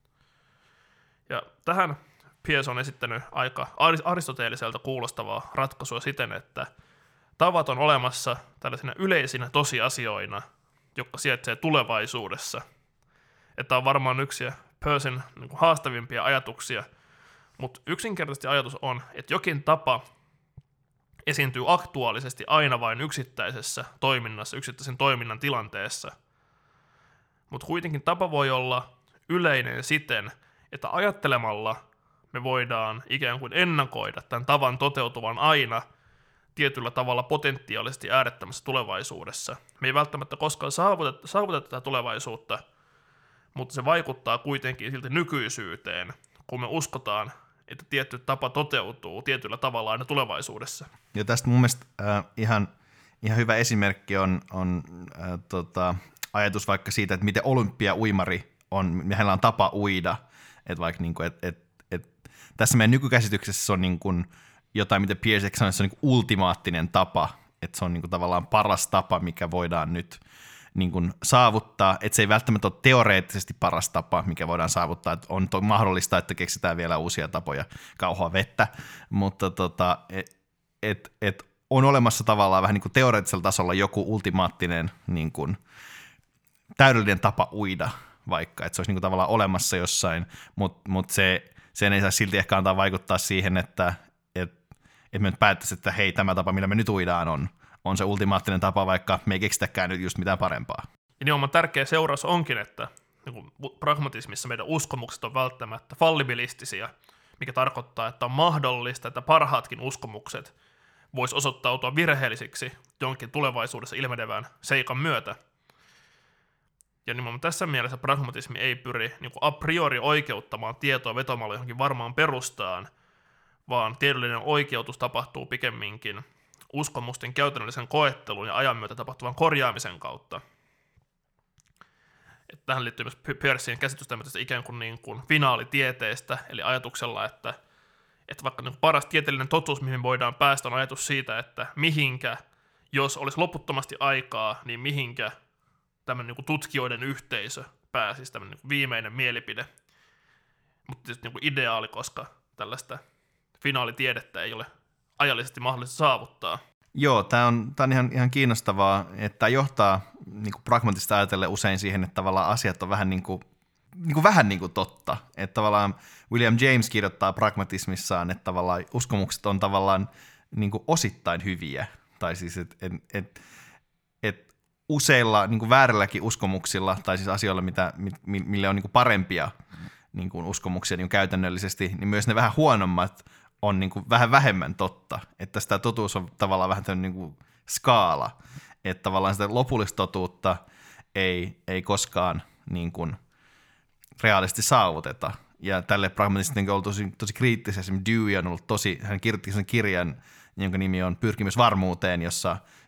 Ja tähän Peirce on esittänyt aika aristoteeliselta kuulostavaa ratkaisua siten, että tavat on olemassa tällaisina yleisinä tosiasioina, jotka sijaitsee tulevaisuudessa. Että on varmaan yksi Peircen niin kuin haastavimpia ajatuksia, mutta yksinkertaisesti ajatus on, että jokin tapa esiintyy aktuaalisesti aina vain yksittäisessä toiminnassa, yksittäisen toiminnan tilanteessa. Mutta kuitenkin tapa voi olla yleinen siten, että ajattelemalla me voidaan ikään kuin ennakoida tämän tavan toteutuvan aina tietyllä tavalla potentiaalisesti äärettömässä tulevaisuudessa. Me ei välttämättä koskaan saavuteta, saavuteta tätä tulevaisuutta, mutta se vaikuttaa kuitenkin silti nykyisyyteen, kun me uskotaan, että tietty tapa toteutuu tietyllä tavalla aina tulevaisuudessa. Ja tästä mun mielestä äh, ihan, ihan hyvä esimerkki on, on äh, tota, ajatus vaikka siitä, että miten olympiauimari on, hänellä on tapa uida, että vaikka niin kuin, et, et, et, tässä meidän nykykäsityksessä se on niin kuin jotain, mitä Peirce sanoi, että se on niin kuin ultimaattinen tapa, että se on niin kuin tavallaan paras tapa, mikä voidaan nyt niin kuin saavuttaa, että se ei välttämättä ole teoreettisesti paras tapa, mikä voidaan saavuttaa, että on to- mahdollista, että keksitään vielä uusia tapoja kauhoa vettä, mutta tota, et, et, et on olemassa tavallaan vähän niin kuin teoreettisella tasolla joku ultimaattinen niin kuin täydellinen tapa uida vaikka, että se olisi niin kuin tavallaan olemassa jossain, mutta mut se, sen ei saa silti ehkä antaa vaikuttaa siihen, että et, et me nyt päättäisiin, että hei, tämä tapa, millä me nyt uidaan on, on se ultimaattinen tapa, vaikka me ei keksitäkään nyt just mitään parempaa. Ja nimenomaan tärkeä seuraus onkin, että niin kuin pragmatismissa meidän uskomukset on välttämättä fallibilistisia, mikä tarkoittaa, että on mahdollista, että parhaatkin uskomukset vois osoittautua virheellisiksi jonkin tulevaisuudessa ilmenevän seikan myötä. Ja nimenomaan tässä mielessä pragmatismi ei pyri niin kuin a priori oikeuttamaan tietoa vetomalla johonkin varmaan perustaan, vaan tiedollinen oikeutus tapahtuu pikemminkin uskomusten käytännöllisen koettelun ja ajan myötä tapahtuvan korjaamisen kautta. Että tähän liittyy myös Peircen käsitys tämmöisestä ikään kuin, niin kuin finaalitieteestä, eli ajatuksella, että, että vaikka niin kuin paras tieteellinen totuus, mihin voidaan päästä, on ajatus siitä, että mihinkä, jos olisi loputtomasti aikaa, niin mihinkä tämmöinen niin kuin tutkijoiden yhteisö pääsisi, tämmöinen niin kuin viimeinen mielipide. Mutta tietysti niin kuin ideaali, koska tällaista finaalitiedettä ei ole ajallisesti mahdollista saavuttaa. Joo, tämä on, tää on ihan, ihan kiinnostavaa, että tämä johtaa niin kuin pragmatista ajatellen usein siihen, että tavallaan asiat on vähän niin kuin, niin kuin, vähän niin kuin totta. Että tavallaan William James kirjoittaa pragmatismissaan, että tavallaan uskomukset on tavallaan niin kuin osittain hyviä. Tai siis, että et, et, et useilla niin kuin väärälläkin uskomuksilla, tai siis asioilla, mitä, mille on niin kuin parempia niin kuin uskomuksia niin kuin käytännöllisesti, niin myös ne vähän huonommat on niin kuin vähän vähemmän totta, että sitä totuus on tavallaan vähän tämmöinen niin kuin skaala, että tavallaan sitä lopullista totuutta ei, ei koskaan niin kuin reaalisesti saavuteta. Ja tälle pragmatisesti on ollut tosi, tosi kriittisesti. Dewey on ollut tosi, hän kirjoitti sen kirjan, jonka nimi on Pyrkimys varmuuteen, jossa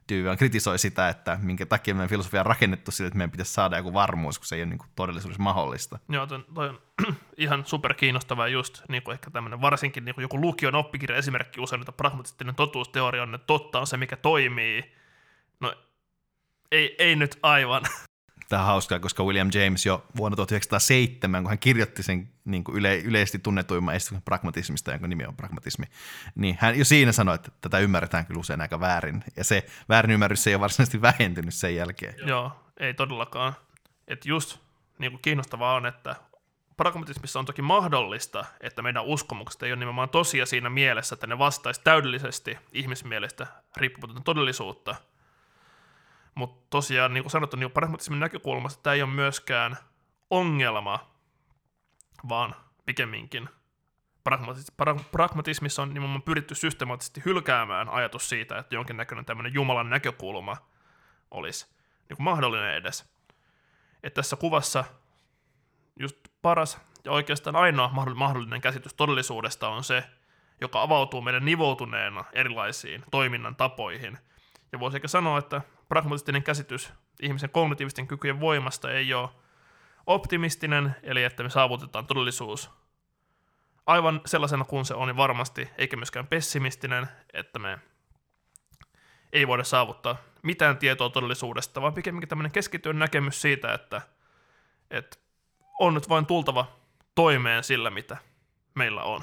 Dewey vaan kritisoi sitä, että minkä takia meidän filosofia on rakennettu sille, että meidän pitäisi saada joku varmuus, kun se ei ole niin kuin todellisuudessa mahdollista. Joo, toi, toi on ihan superkiinnostavaa just, niin kuin ehkä tämmöinen varsinkin niin kuin joku lukion oppikirja esimerkki usein, että pragmatistinen totuusteoria on, että totta on se, mikä toimii. No ei, ei nyt aivan. Tämä on hauskaa, koska William James jo vuonna tuhatyhdeksänsataaseitsemän, kun hän kirjoitti sen niin kuin yle, yleisesti tunnetuimman esityksen pragmatismista, jonka nimi on pragmatismi, niin hän jo siinä sanoi, että tätä ymmärretään kyllä usein aika väärin. Ja se väärinymmärrys ei ole varsinaisesti vähentynyt sen jälkeen. Joo, Joo ei todellakaan. Että just niin kuin kiinnostavaa on, että pragmatismissa on toki mahdollista, että meidän uskomukset ei ole nimenomaan tosia siinä mielessä, että ne vastaisi täydellisesti ihmismielestä riippumatonta todellisuutta. Mutta tosiaan, niin kuin sanottu, niin pragmatismin näkökulmasta tämä ei ole myöskään ongelma, vaan pikemminkin pragmatis- pra- pragmatismissa on nimenomaan pyritty systemaattisesti hylkäämään ajatus siitä, että jonkinnäköinen tämmöinen Jumalan näkökulma olisi niin kuin mahdollinen edes. Et tässä kuvassa just paras ja oikeastaan ainoa mahdollinen käsitys todellisuudesta on se, joka avautuu meidän nivoutuneena erilaisiin toiminnan tapoihin. Ja voisi ehkä sanoa, että pragmatistinen käsitys ihmisen kognitiivisten kykyjen voimasta ei ole optimistinen, eli että me saavutetaan todellisuus aivan sellaisena kuin se on niin varmasti, eikä myöskään pessimistinen, että me ei voida saavuttaa mitään tietoa todellisuudesta, vaan pikemminkin tämmöinen keskityön näkemys siitä, että, että on nyt vain tultava toimeen sillä, mitä meillä on.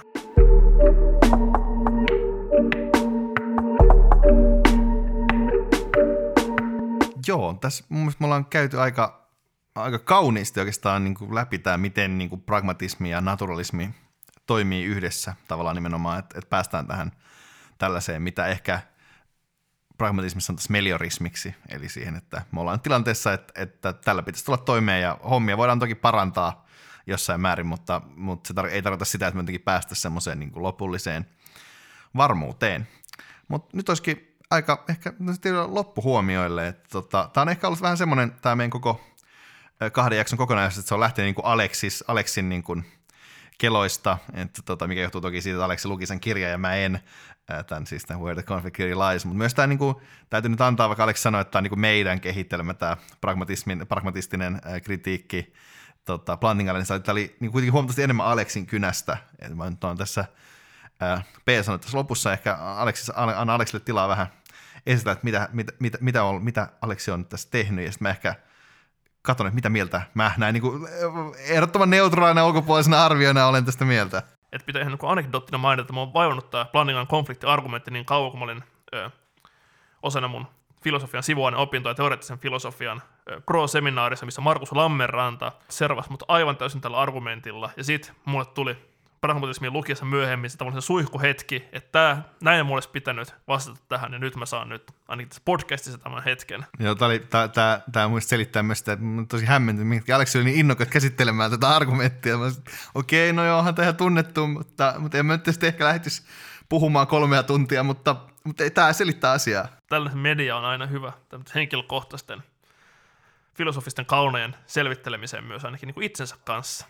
Joo, tässä mun mielestä me ollaan käyty aika, aika kauniisti oikeastaan niin kuin läpi tämä, miten niin kuin pragmatismi ja naturalismi toimii yhdessä tavallaan nimenomaan, että, että päästään tähän tällaiseen, mitä ehkä pragmatismissa sanotaan meliorismiksi, eli siihen, että me ollaan tilanteessa, että, että tällä pitäisi tulla toimeen ja hommia voidaan toki parantaa jossain määrin, mutta, mutta se tar- ei tarkoita sitä, että me jotenkin päästä semmoiseen niin kuin lopulliseen varmuuteen. Mutta nyt olisikin aika ehkä loppuhuomioille, että tota, tämä on ehkä ollut vähän semmoinen, tämä meidän koko kahden jakson kokonaisuus, että se on lähtenyt niin kuin Aleksis, Aleksin niin kuin keloista, että tota, mikä johtuu toki siitä, että Aleksi luki sen kirjan ja mä en, tämän siis tämän Where the Conflict Lies, mutta myös tämä niin kuin, täytyy nyt antaa, vaikka Aleksi sanoi, että tämä on niin kuin meidän kehittelemä tämä pragmatismin, pragmatistinen ää, kritiikki tota, Plantingalle, niin tämä oli niin kuitenkin huomattavasti enemmän Aleksin kynästä, että mä nyt olen tässä ää, P sanoi tässä lopussa, ehkä Aleksis, anna Aleksille tilaa vähän esitellä, että mitä, mitä, mitä, mitä, on, mitä Aleksi on tässä tehnyt, ja sitten mä ehkä katson, että mitä mieltä mä näin niin kuin ehdottoman neutraalina ulkopuolisena arvioina olen tästä mieltä. Että pitää ihan niin anekdoottina mainita, että mä oon vaivannut tämä Plantingan konfliktiargumentti niin kauan, kun mä olin ö, osana mun filosofian sivuaine opintoja teoreettisen filosofian ö, pro-seminaarissa, missä Markus Lammenranta servasi mut aivan täysin tällä argumentilla. Ja sit mulle tuli pragmatismin lukiessa myöhemmin se tavallaan se suihkuhetki, että tää, näin mulle olisi pitänyt vastata tähän, ja nyt mä saan nyt ainakin tässä podcastissa tämän hetken. Joo, tää, oli, tää, tää, tää muista selittää myös sitä, että mä tosi hämmentynyt, minkä Aleksi oli niin innokas käsittelemään tätä argumenttia. Okei, okay, no joo, onhan tämä ihan tunnettu, mutta, mutta en mä nyt sitten ehkä lähtisi puhumaan kolmea tuntia, mutta, mutta ei tää selittää asiaa. Tällainen media on aina hyvä, tämmöisen henkilökohtaisten filosofisten kaunojen selvittelemiseen myös ainakin niin kuin itsensä kanssa.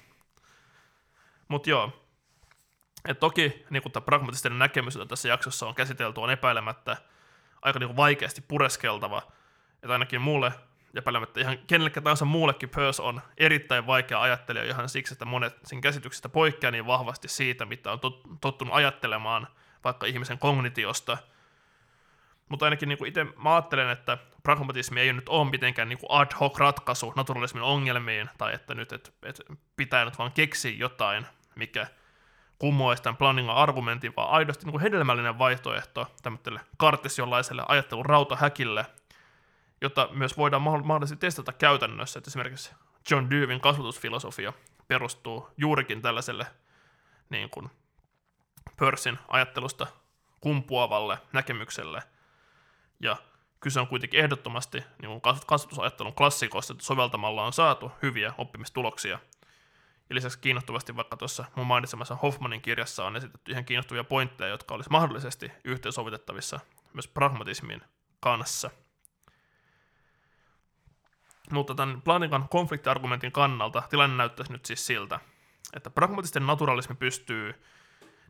Mutta joo, et toki niin tämä pragmatistinen näkemys, jota tässä jaksossa on käsitelty, on epäilemättä aika niin vaikeasti pureskeltava. Että ainakin mulle, epäilemättä ihan kenellekään tahansa muullekin Peirce on erittäin vaikea ajattelija ihan siksi, että monet sen käsityksestä poikkeaa niin vahvasti siitä, mitä on tottunut ajattelemaan vaikka ihmisen kognitiosta. Mutta ainakin niin itse mä ajattelen, että pragmatismi ei nyt ole mitenkään niin ad hoc ratkaisu naturalismin ongelmiin, tai että nyt et, et pitää nyt vaan keksiä jotain, mikä kummoisi tämän Plantingan argumentin, vaan aidosti niin kuin hedelmällinen vaihtoehto tämmöiselle kartesiolaiselle ajattelun rautahäkille, jota myös voidaan mahdollisesti testata käytännössä. Että esimerkiksi John Deweyn kasvatusfilosofia perustuu juurikin tällaiselle niin kuin Peircen ajattelusta kumpuavalle näkemykselle. Ja kyse on kuitenkin ehdottomasti niin kuin kasvatusajattelun klassikoista, että soveltamalla on saatu hyviä oppimistuloksia. Ja lisäksi kiinnostavasti vaikka tuossa mun mainitsemassa Hoffmanin kirjassa on esitetty ihan kiinnostavia pointteja, jotka olisi mahdollisesti yhteensovitettavissa myös pragmatismin kanssa. Mutta tämän Plantingan konfliktiargumentin kannalta tilanne näyttäisi nyt siis siltä, että pragmatisten naturalismi pystyy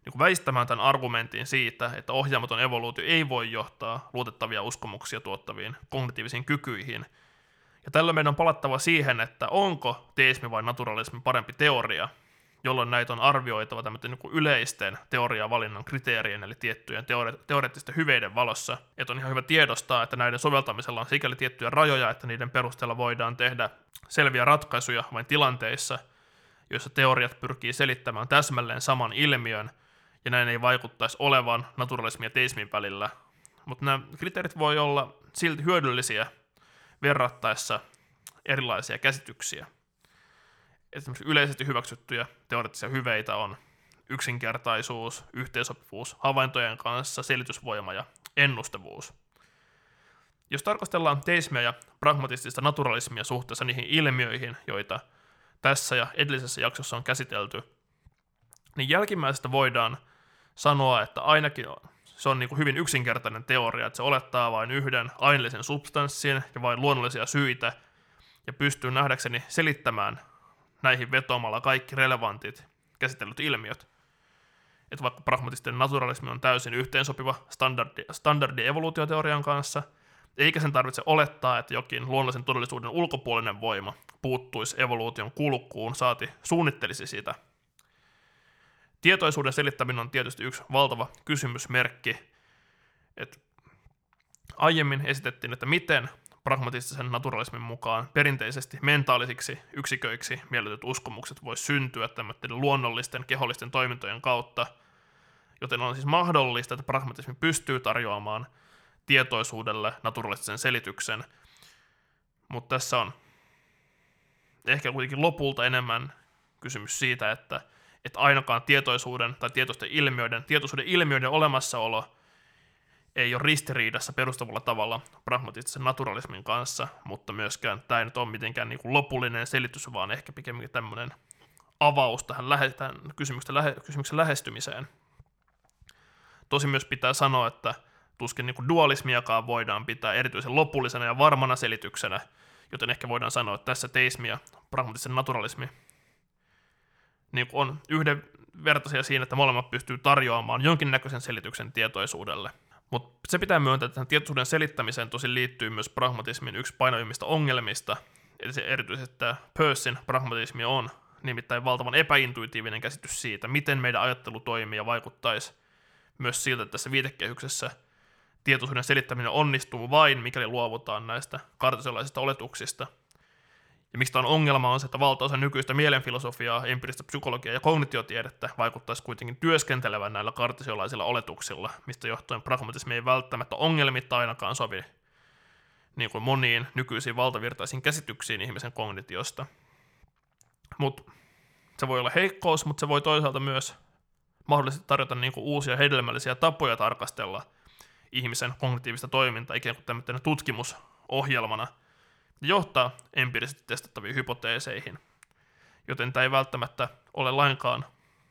niin kuin väistämään tämän argumentin siitä, että ohjaamaton evoluutio ei voi johtaa luotettavia uskomuksia tuottaviin kognitiivisiin kykyihin. Ja tällöin meidän on palattava siihen, että onko teismi vai naturalismi parempi teoria, jolloin näitä on arvioitava tämmöiden niin kuin yleisten teoriavalinnan kriteerien, eli tiettyjen teore- teoreettisten hyveiden valossa. Että on ihan hyvä tiedostaa, että näiden soveltamisella on sikäli tiettyjä rajoja, että niiden perusteella voidaan tehdä selviä ratkaisuja vain tilanteissa, joissa teoriat pyrkii selittämään täsmälleen saman ilmiön, ja näin ei vaikuttaisi olevan naturalismin ja teismin välillä. Mutta nämä kriteerit voi olla silti hyödyllisiä verrattaessa erilaisia käsityksiä. Esimerkiksi yleisesti hyväksyttyjä teoreettisia hyveitä on yksinkertaisuus, yhteensopivuus havaintojen kanssa, selitysvoima ja ennustevuus. Jos tarkastellaan teismiä ja pragmatistista naturalismia suhteessa niihin ilmiöihin, joita tässä ja edellisessä jaksossa on käsitelty, niin jälkimmäisestä voidaan sanoa, että ainakin se on niin kuin hyvin yksinkertainen teoria, että se olettaa vain yhden aineellisen substanssin ja vain luonnollisia syitä, ja pystyy nähdäkseni selittämään näihin vetoamalla kaikki relevantit käsitellyt ilmiöt. Että vaikka pragmatistinen naturalismi on täysin yhteensopiva standardi, standardi evoluutioteorian kanssa, eikä sen tarvitse olettaa, että jokin luonnollisen todellisuuden ulkopuolinen voima puuttuisi evoluution kulkuun, saati suunnittelisi sitä. Tietoisuuden selittäminen on tietysti yksi valtava kysymysmerkki. Et aiemmin esitettiin, että miten pragmatistisen naturalismin mukaan perinteisesti mentaalisiksi yksiköiksi mielletyt uskomukset voi syntyä tämmöiden luonnollisten kehollisten toimintojen kautta, joten on siis mahdollista, että pragmatismi pystyy tarjoamaan tietoisuudelle naturalistisen selityksen, mutta tässä on ehkä kuitenkin lopulta enemmän kysymys siitä, että, että ainakaan tietoisuuden tai tietoisten ilmiöiden, tietoisuuden ilmiöiden olemassaolo ei ole ristiriidassa perustavalla tavalla pragmatistisen naturalismin kanssa, mutta myöskään tämä ei nyt ole mitenkään niin kuin lopullinen selitys, vaan ehkä pikemminkin tämmöinen avaus tähän, lähe, tähän kysymyksen, lähe, kysymyksen lähestymiseen. Tosin myös pitää sanoa, että tuskin niin kuin dualismiakaan voidaan pitää erityisen lopullisena ja varmana selityksenä, joten ehkä voidaan sanoa, että tässä teismi ja pragmatistinen naturalismi niin kuin on yhdenvertaisia siinä, että molemmat pystyy tarjoamaan jonkinnäköisen selityksen tietoisuudelle. Mutta se pitää myöntää, että tietoisuuden selittämiseen tosi liittyy myös pragmatismin yksi painovimmista ongelmista, eli se erityisesti tämä Peircein pragmatismi on nimittäin valtavan epäintuitiivinen käsitys siitä, miten meidän ajattelu toimii ja vaikuttaisi myös siltä, että tässä viitekehyksessä tietoisuuden selittäminen onnistuu vain, mikäli luovutaan näistä kartesiolaisista oletuksista. Ja miksi tämä on ongelma on se, että valtaosa nykyistä mielenfilosofiaa, empiiristä psykologiaa ja kognitiotiedettä vaikuttaisi kuitenkin työskentelevän näillä kartesiolaisilla oletuksilla, mistä johtuen pragmatismi ei välttämättä ongelmitta ainakaan sovi niin kuin moniin nykyisiin valtavirtaisiin käsityksiin ihmisen kognitiosta. Mutta se voi olla heikkous, mutta se voi toisaalta myös mahdollisesti tarjota niin kuin uusia hedelmällisiä tapoja tarkastella ihmisen kognitiivista toimintaa ikään kuin tämmöinen tutkimusohjelmana ja johtaa empiirisesti testattaviin hypoteeseihin. Joten tämä ei välttämättä ole lainkaan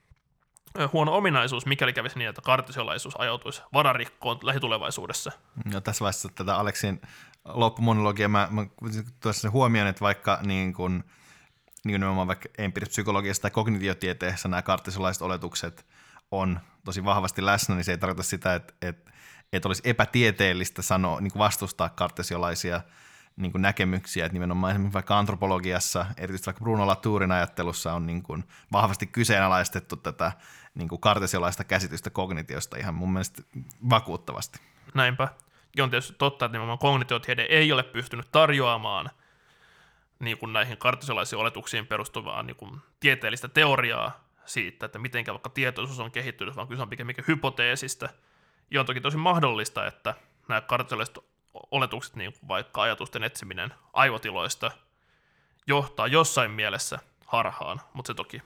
huono ominaisuus, mikäli kävisi niin, että kartesiolaisuus ajautuisi vararikkoon lähitulevaisuudessa. No, tässä vaiheessa tätä Aleksin loppumonologia mä, mä tuossa huomioon, että vaikka niin kun, niin nimenomaan vaikka empiirisessä psykologiassa tai kognitiotieteessä nämä kartesiolaiset oletukset on tosi vahvasti läsnä, niin se ei tarkoita sitä, että, että, että olisi epätieteellistä sanoa, niin kuin vastustaa kartesiolaisia niin kuin näkemyksiä, että nimenomaan esimerkiksi vaikka antropologiassa, erityisesti vaikka Bruno Latourin ajattelussa on niin kuin vahvasti kyseenalaistettu tätä niin kuin kartesiolaista käsitystä kognitiosta ihan mun mielestä vakuuttavasti. Näinpä. Ja on tietysti totta, että nimenomaan kognitiotiede ei ole pystynyt tarjoamaan niin kuin näihin kartesiolaisiin oletuksiin perustuvaa niin kuin tieteellistä teoriaa siitä, että miten vaikka tietoisuus on kehittynyt, vaan kyse on pikemminkin hypoteesista. Ja on toki tosi mahdollista, että nämä kartesiolaisiset oletukset, niin kuin vaikka ajatusten etsiminen aivotiloista, johtaa jossain mielessä harhaan, mutta se toki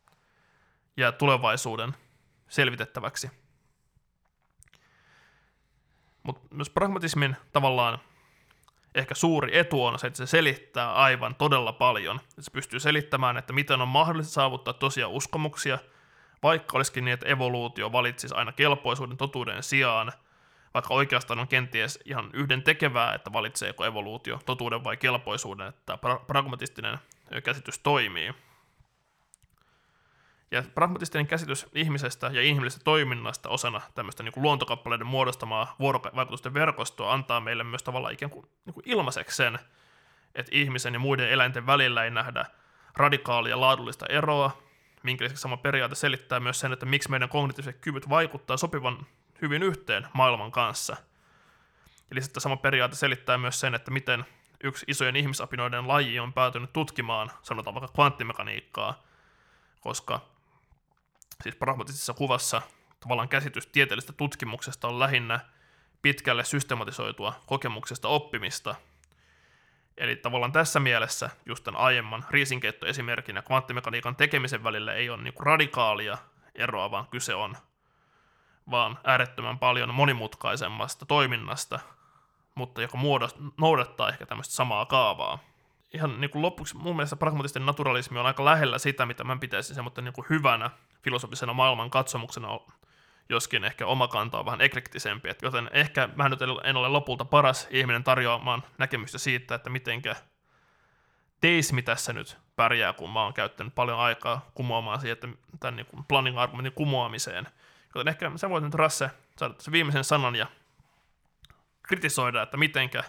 jää tulevaisuuden selvitettäväksi. Mutta myös pragmatismin tavallaan ehkä suuri etu on se, että se selittää aivan todella paljon. Se pystyy selittämään, että miten on mahdollista saavuttaa tosia uskomuksia, vaikka olisikin niin, että evoluutio valitsisi aina kelpoisuuden totuuden sijaan, vaikka oikeastaan on kenties ihan yhden tekevää, että valitseeko evoluutio totuuden vai kelpoisuuden, että pra- pragmatistinen käsitys toimii. Ja pragmatistinen käsitys ihmisestä ja inhimillisestä toiminnasta osana tämmöistä niin kuin luontokappaleiden muodostamaa vuorovaikutusten verkostoa antaa meille myös tavallaan ikään kuin, niin kuin ilmaiseksi sen, että ihmisen ja muiden eläinten välillä ei nähdä radikaalia laadullista eroa, minkä lisäksi sama periaate selittää myös sen, että miksi meidän kognitiiviset kyvyt vaikuttaa sopivan hyvin yhteen maailman kanssa. Eli sitten sama periaate selittää myös sen, että miten yksi isojen ihmisapinoiden laji on päätynyt tutkimaan, sanotaan vaikka kvanttimekaniikkaa, koska siis pragmatistisessa kuvassa tavallaan käsitys tieteellisestä tutkimuksesta on lähinnä pitkälle systematisoitua kokemuksesta oppimista. Eli tavallaan tässä mielessä just tämän aiemman riisinkeittoesimerkin ja kvanttimekaniikan tekemisen välillä ei ole niinku radikaalia eroa, vaan kyse on vaan äärettömän paljon monimutkaisemmasta toiminnasta, mutta joka muodost, noudattaa ehkä tämmöistä samaa kaavaa. Ihan niin kuin lopuksi mun mielestä pragmatisten naturalismi on aika lähellä sitä, mitä mä pitäisin semmoinen niin kuin hyvänä filosofisena maailman katsomuksena, joskin ehkä oma kanta on vähän eklektisempi, et joten ehkä mä nyt en ole lopulta paras ihminen tarjoamaan näkemystä siitä, että mitenkä teismi tässä nyt pärjää, kun mä oon käyttänyt paljon aikaa kumoamaan siihen, että tämän niin kuin planning-argumentin kumoamiseen. Joten ehkä sä voit nyt, Rasse, saada sen viimeisen sanan ja kritisoida, että mitenkä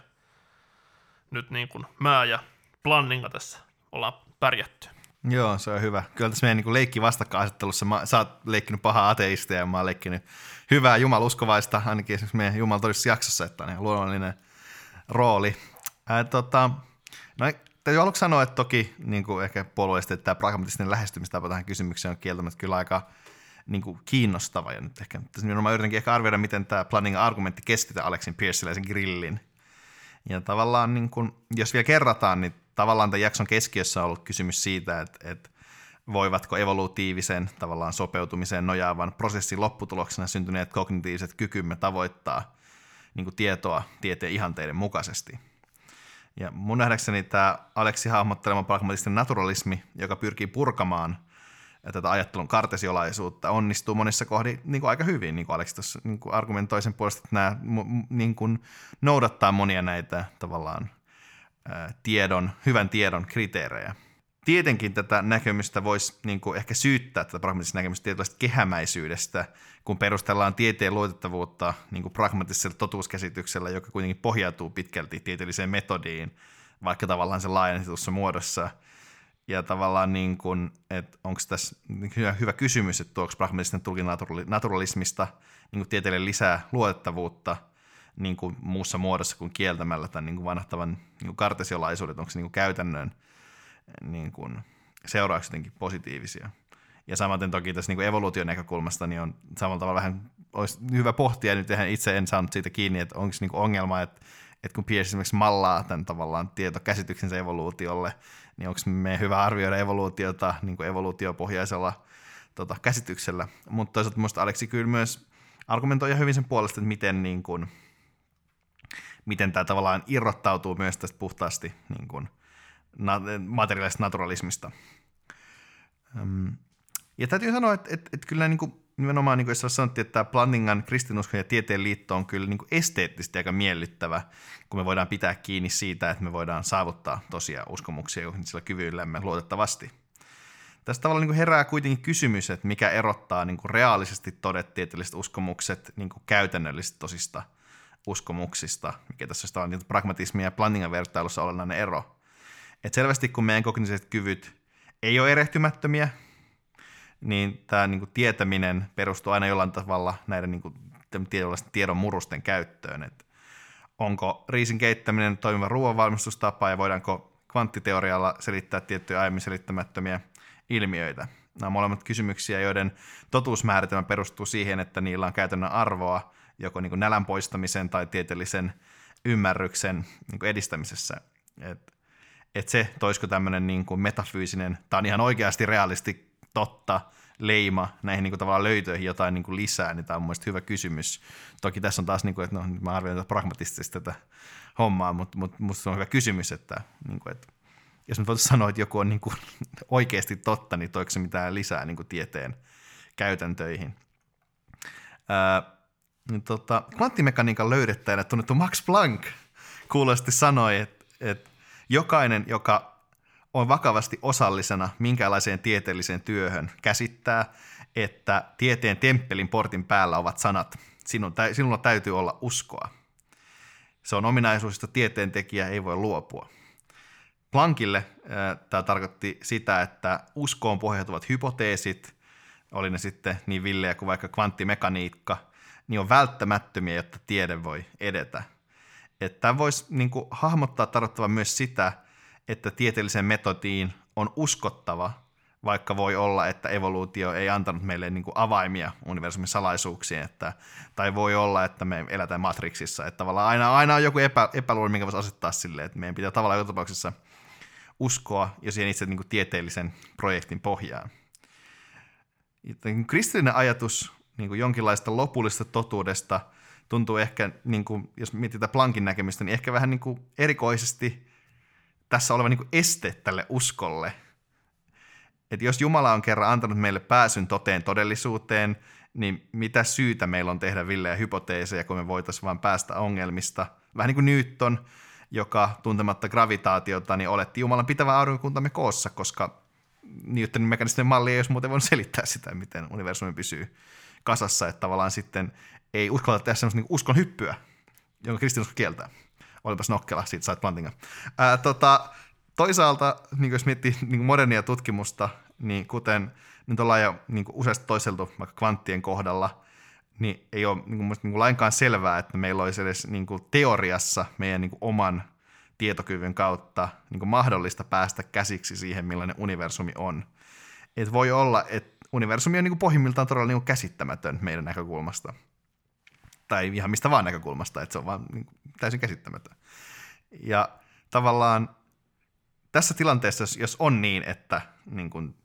nyt niin kuin mä ja Planninga tässä ollaan pärjätty. Joo, se on hyvä. Kyllä tässä meidän niin leikki vastakkainasettelussa, mä, sä oot leikkinyt pahaa ateistia ja mä oon leikkinyt hyvää jumaluskovaista, ainakin esimerkiksi meidän jumalatodistusjaksossa, että on ihan luonnollinen rooli. Ää, tota, no, täytyy aluksi sanoa, että toki niin kuin ehkä puolueellisesti, että tämä pragmatistinen lähestymistapa tähän kysymykseen on kieltämättä kyllä aika niin kuin kiinnostava. Ja nyt ehkä, tässä mä yritänkin ehkä arvioida, miten tämä Planningan argumentti kesti Aleksin Pearcilla sen grillin. Ja tavallaan, niin kuin, jos vielä kerrataan, niin tavallaan tämän jakson keskiössä on ollut kysymys siitä, että, että voivatko evolutiivisen tavallaan sopeutumiseen nojaavan prosessin lopputuloksena syntyneet kognitiiviset kykymme tavoittaa niin kuin tietoa tieteen ihanteiden mukaisesti. Ja mun nähdäkseni tämä Aleksi hahmottelema pragmatistinen naturalismi, joka pyrkii purkamaan tätä ajattelun kartesiolaisuutta, onnistuu monissa kohdin niin kuin aika hyvin, niin kuin Aleksi tuossa niin kuin argumentoi sen puolesta, että nämä niin kuin noudattaa monia näitä tavallaan ää, tiedon, hyvän tiedon kriteerejä. Tietenkin tätä näkemystä voisi niin kuin ehkä syyttää, tätä pragmatista näkemystä tietynlaista kehämäisyydestä, kun perustellaan tieteen luotettavuutta niin kuin pragmaattisella totuuskäsityksellä, joka kuitenkin pohjautuu pitkälti tieteelliseen metodiin, vaikka tavallaan se laajennetussa muodossa. Ja tavallaan, niin kuin, että onko tässä hyvä, hyvä kysymys, että tuoksi pragmatisten tulkin naturalismista niin kuin tieteelle lisää luotettavuutta niin kuin muussa muodossa kuin kieltämällä tämän niin kuin vanhahtavan niin kuin kartesiolaisuuden, onko se niin kuin käytännön niin kuin seuraukset jotenkin positiivisia. Ja samaten toki tässä niin kuin evoluution näkökulmasta niin on samalla tavalla vähän, olisi hyvä pohtia, nyt itse en saanut siitä kiinni, että onko niin kuin ongelma, että, että kun Peirce esimerkiksi mallaa tämän tavallaan tietokäsityksensä evoluutiolle, niin onko meidän hyvä arvioida evoluutiota niin kuin evoluutiopohjaisella tota, käsityksellä. Mutta toisaalta minusta Aleksi kyllä myös argumentoi hyvin sen puolesta, että miten, niin kuin, miten tämä tavallaan irrottautuu myös tästä puhtaasti niin kuin, materiaalisesta naturalismista. Ja täytyy sanoa, että, että, että kyllä niin kuin, nimenomaan, niin kuin jos sanottiin, että tämä Plantingan kristinuskon ja tieteen liitto on kyllä niin kuin esteettisesti aika miellyttävä, kun me voidaan pitää kiinni siitä, että me voidaan saavuttaa tosiaan uskomuksia sillä kyvyillämme luotettavasti. Tästä tavalla niin kuin herää kuitenkin kysymys, että mikä erottaa niin kuin reaalisesti todetieteelliset uskomukset niin kuin käytännöllisistä tosista uskomuksista, mikä tässä on niin pragmatismin ja Plantingan vertailussa olennainen ero. Että selvästi kun meidän kognitiiviset kyvyt ei ole erehtymättömiä, niin tämä niin kuin tietäminen perustuu aina jollain tavalla näiden niin kuin tiedon murusten käyttöön. Et onko riisin keittäminen toimiva ruoanvalmistustapa ja voidaanko kvanttiteorialla selittää tiettyjä aiemmin selittämättömiä ilmiöitä? Nämä on molemmat kysymyksiä, joiden totuusmääritelmä perustuu siihen, että niillä on käytännön arvoa joko niin kuin nälän poistamisen tai tieteellisen ymmärryksen niin kuin edistämisessä. Et, et se toisko tämmöinen niin kuin metafyysinen, tämä on ihan oikeasti realisti totta, leima näihin niin kuin tavallaan löytöihin jotain niin kuin lisää, niin tämä on mun mielestä hyvä kysymys. Toki tässä on taas, niin kuin, että no, mä arvioin tätä pragmatistisesti tätä hommaa, mutta, mutta musta se on hyvä kysymys, että, niin kuin, että jos me voitaisiin sanoa, että joku on niin kuin oikeasti totta, niin toiko se mitään lisää niin kuin tieteen käytäntöihin. Ää, niin tota, kvanttimekaniikan löydettäjänä tunnettu Max Planck kuulosti sanoi, että, että jokainen, joka on vakavasti osallisena minkälaiseen tieteelliseen työhön, käsittää, että tieteen temppelin portin päällä ovat sanat, sinun, sinulla täytyy olla uskoa. Se on ominaisuus, josta tieteentekijä ei voi luopua. Planckille äh, tämä tarkoitti sitä, että uskoon pohjautuvat hypoteesit, oli ne sitten niin villejä kuin vaikka kvanttimekaniikka, niin on välttämättömiä, jotta tiede voi edetä. Tämä voisi niin kuin hahmottaa tarkoittavan myös sitä, että tieteellisen metodiin on uskottava, vaikka voi olla, että evoluutio ei antanut meille niin kuin avaimia universumin salaisuuksiin, että, tai voi olla, että me elätään Matrixissa, että tavallaan aina, aina on joku epä, epäluulo, minkä voisi asettaa silleen, että meidän pitää tavallaan joka tapauksessa uskoa jo siihen itse niin kuin tieteellisen projektin pohjaan. Kristillinen ajatus niin kuin jonkinlaista lopullisesta totuudesta tuntuu ehkä, niin kuin, jos mietitään Planckin näkemistä, niin ehkä vähän niin kuin erikoisesti tässä oleva niin kuin este tälle uskolle. Että jos Jumala on kerran antanut meille pääsyn toteen todellisuuteen, niin mitä syytä meillä on tehdä villejä hypoteeseja, kun me voitaisiin vain päästä ongelmista. Vähän niin kuin Newton, joka tuntematta gravitaatiota, niin oletti Jumalan pitävän aurinkokuntamme koossa, koska Newtonin mekanistinen malli ei olisi muuten voinut selittää sitä, miten universumi pysyy kasassa, että tavallaan sitten ei uskalla tehdä semmoista niin uskon hyppyä, jonka kristinusko kieltää. Olipas nokkela, siitä sait plantinga. Ää, tota, toisaalta, niin jos miettii niin modernia tutkimusta, niin kuten nyt ollaan jo niin useasti toiseltu vaikka kvanttien kohdalla, niin ei ole niin kuin, niin kuin lainkaan selvää, että meillä olisi edes niin kuin teoriassa meidän niin kuin oman tietokyvyn kautta niin kuin mahdollista päästä käsiksi siihen, millainen universumi on. Et voi olla, että universumi on niin kuin pohjimmiltaan todella niin kuin käsittämätön meidän näkökulmasta. Tai ihan mistä vaan näkökulmasta, että se on vaan niin kuin täysin käsittämätön. Ja tavallaan tässä tilanteessa, jos on niin, että niin kuin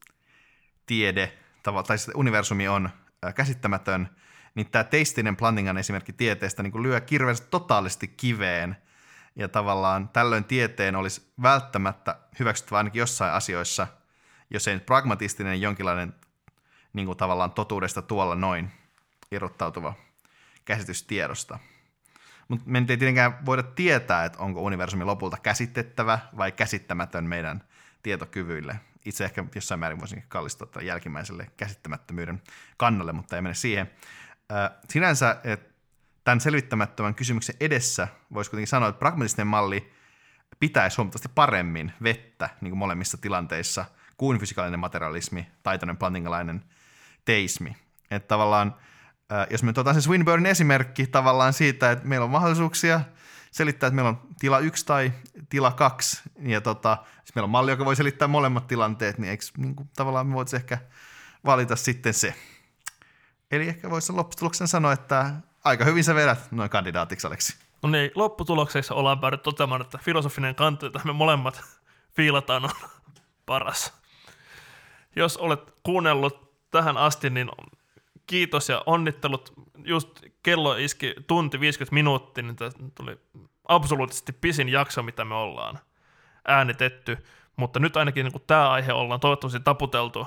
tiede tai universumi on käsittämätön, niin tämä teistinen Plantingan esimerkki tieteestä niin kuin lyö kirveesti totaalisesti kiveen, ja tavallaan tällöin tieteen olisi välttämättä hyväksyttävä ainakin jossain asioissa, jos ei nyt pragmatistinen jonkinlainen niin kuin tavallaan totuudesta tuolla noin irrottautuva käsitys tiedosta. Mutta me ei tietenkään voida tietää, että onko universumi lopulta käsitettävä vai käsittämätön meidän tietokyvyille. Itse ehkä jossain määrin voisin kallistua tämän jälkimmäiselle käsittämättömyyden kannalle, mutta ei mene siihen. Äh, sinänsä, että tämän selvittämättömän kysymyksen edessä voisi kuitenkin sanoa, että pragmatistinen malli pitäisi huomattavasti paremmin vettä niin kuin molemmissa tilanteissa kuin fysikaalinen materialismi tai tämmöinen plantingalainen teismi. Että tavallaan, äh, jos me otetaan se Swinburnin esimerkki tavallaan siitä, että meillä on mahdollisuuksia selittää, että meillä on tila yksi tai tila kaksi, ja tota, jos meillä on malli, joka voi selittää molemmat tilanteet, niin eikö niin kuin, tavallaan me voitaisiin ehkä valita sitten se. Eli ehkä voisi lopputuloksena sanoa, että aika hyvin sä vedät noin kandidaatiksi, Aleksi. No niin, lopputulokseissa ollaan päädyt toteamaan, että filosofinen kantti, jota me molemmat fiilataan, on paras. Jos olet kuunnellut tähän asti, niin kiitos ja onnittelut. Just kello iski tunti viisikymmentä minuuttia, niin tuli absoluuttisesti pisin jakso, mitä me ollaan äänitetty. Mutta nyt ainakin niin tämä aihe ollaan toivottavasti taputeltu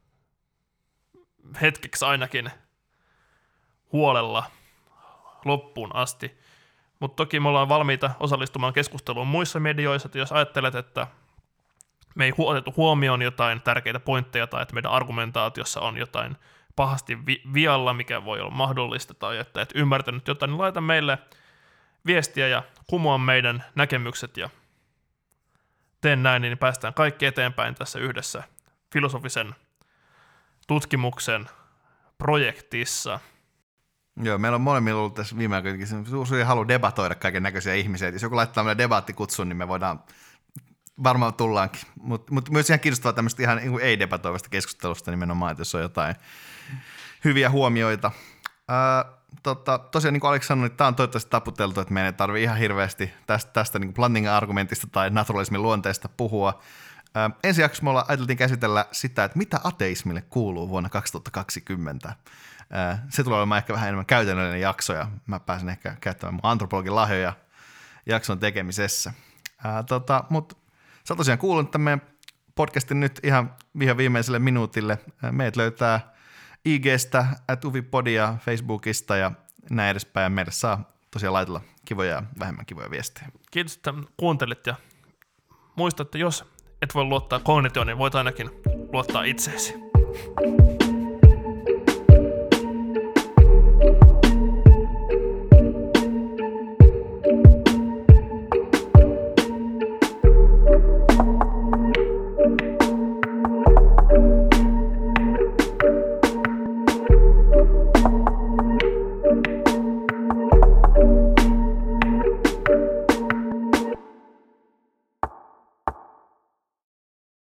hetkeksi ainakin huolella loppuun asti. Mutta toki me ollaan valmiita osallistumaan keskusteluun muissa medioissa, että jos ajattelet, että me ei otettu huomioon jotain tärkeitä pointteja tai että meidän argumentaatiossa on jotain pahasti vi- vialla, mikä voi olla mahdollista, tai että et ymmärtänyt jotain, niin laita meille viestiä ja kumoa meidän näkemykset ja teen näin, niin päästään kaikki eteenpäin tässä yhdessä filosofisen tutkimuksen projektissa. Joo, meillä on molemmilla ollut tässä viime aikoina suuri halu debatoida kaiken näköisiä ihmisiä. Jos joku laittaa meille debattikutsun, niin me voidaan, varmaan tullaankin. Mutta mut myös ihan kiinnostavaa tämmöistä ihan niin ei-debatoivasta keskustelusta nimenomaan, että jos on jotain hyviä huomioita. Ää, tota, tosiaan niin kuin Aleksi sanoi, niin tämä on toivottavasti taputeltu, että meidän ei tarvitse ihan hirveästi tästä, tästä niin Plantingan argumentista tai naturalismin luonteesta puhua. Ää, ensi jaksossa me ollaan, ajateltiin käsitellä sitä, että mitä ateismille kuuluu vuonna kaksituhattakaksikymmentä. Se tulee olemaan ehkä vähän enemmän käytännöllinen jakso, ja mä pääsen ehkä käyttämään mun antropologin lahjoja jakson tekemisessä. Ää, tota, Mutta sä oot tosiaan kuullut tämän meidän podcastin nyt ihan vihan viimeiselle minuutille. Meidät löytää I G:stä, at uvipodia, Facebookista ja näin edespäin. Ja meille saa tosiaan laitella kivoja ja vähemmän kivoja viestejä. Kiitos, että kuuntelit, ja muista, että jos et voi luottaa kognitioon, niin voit ainakin luottaa itseesi.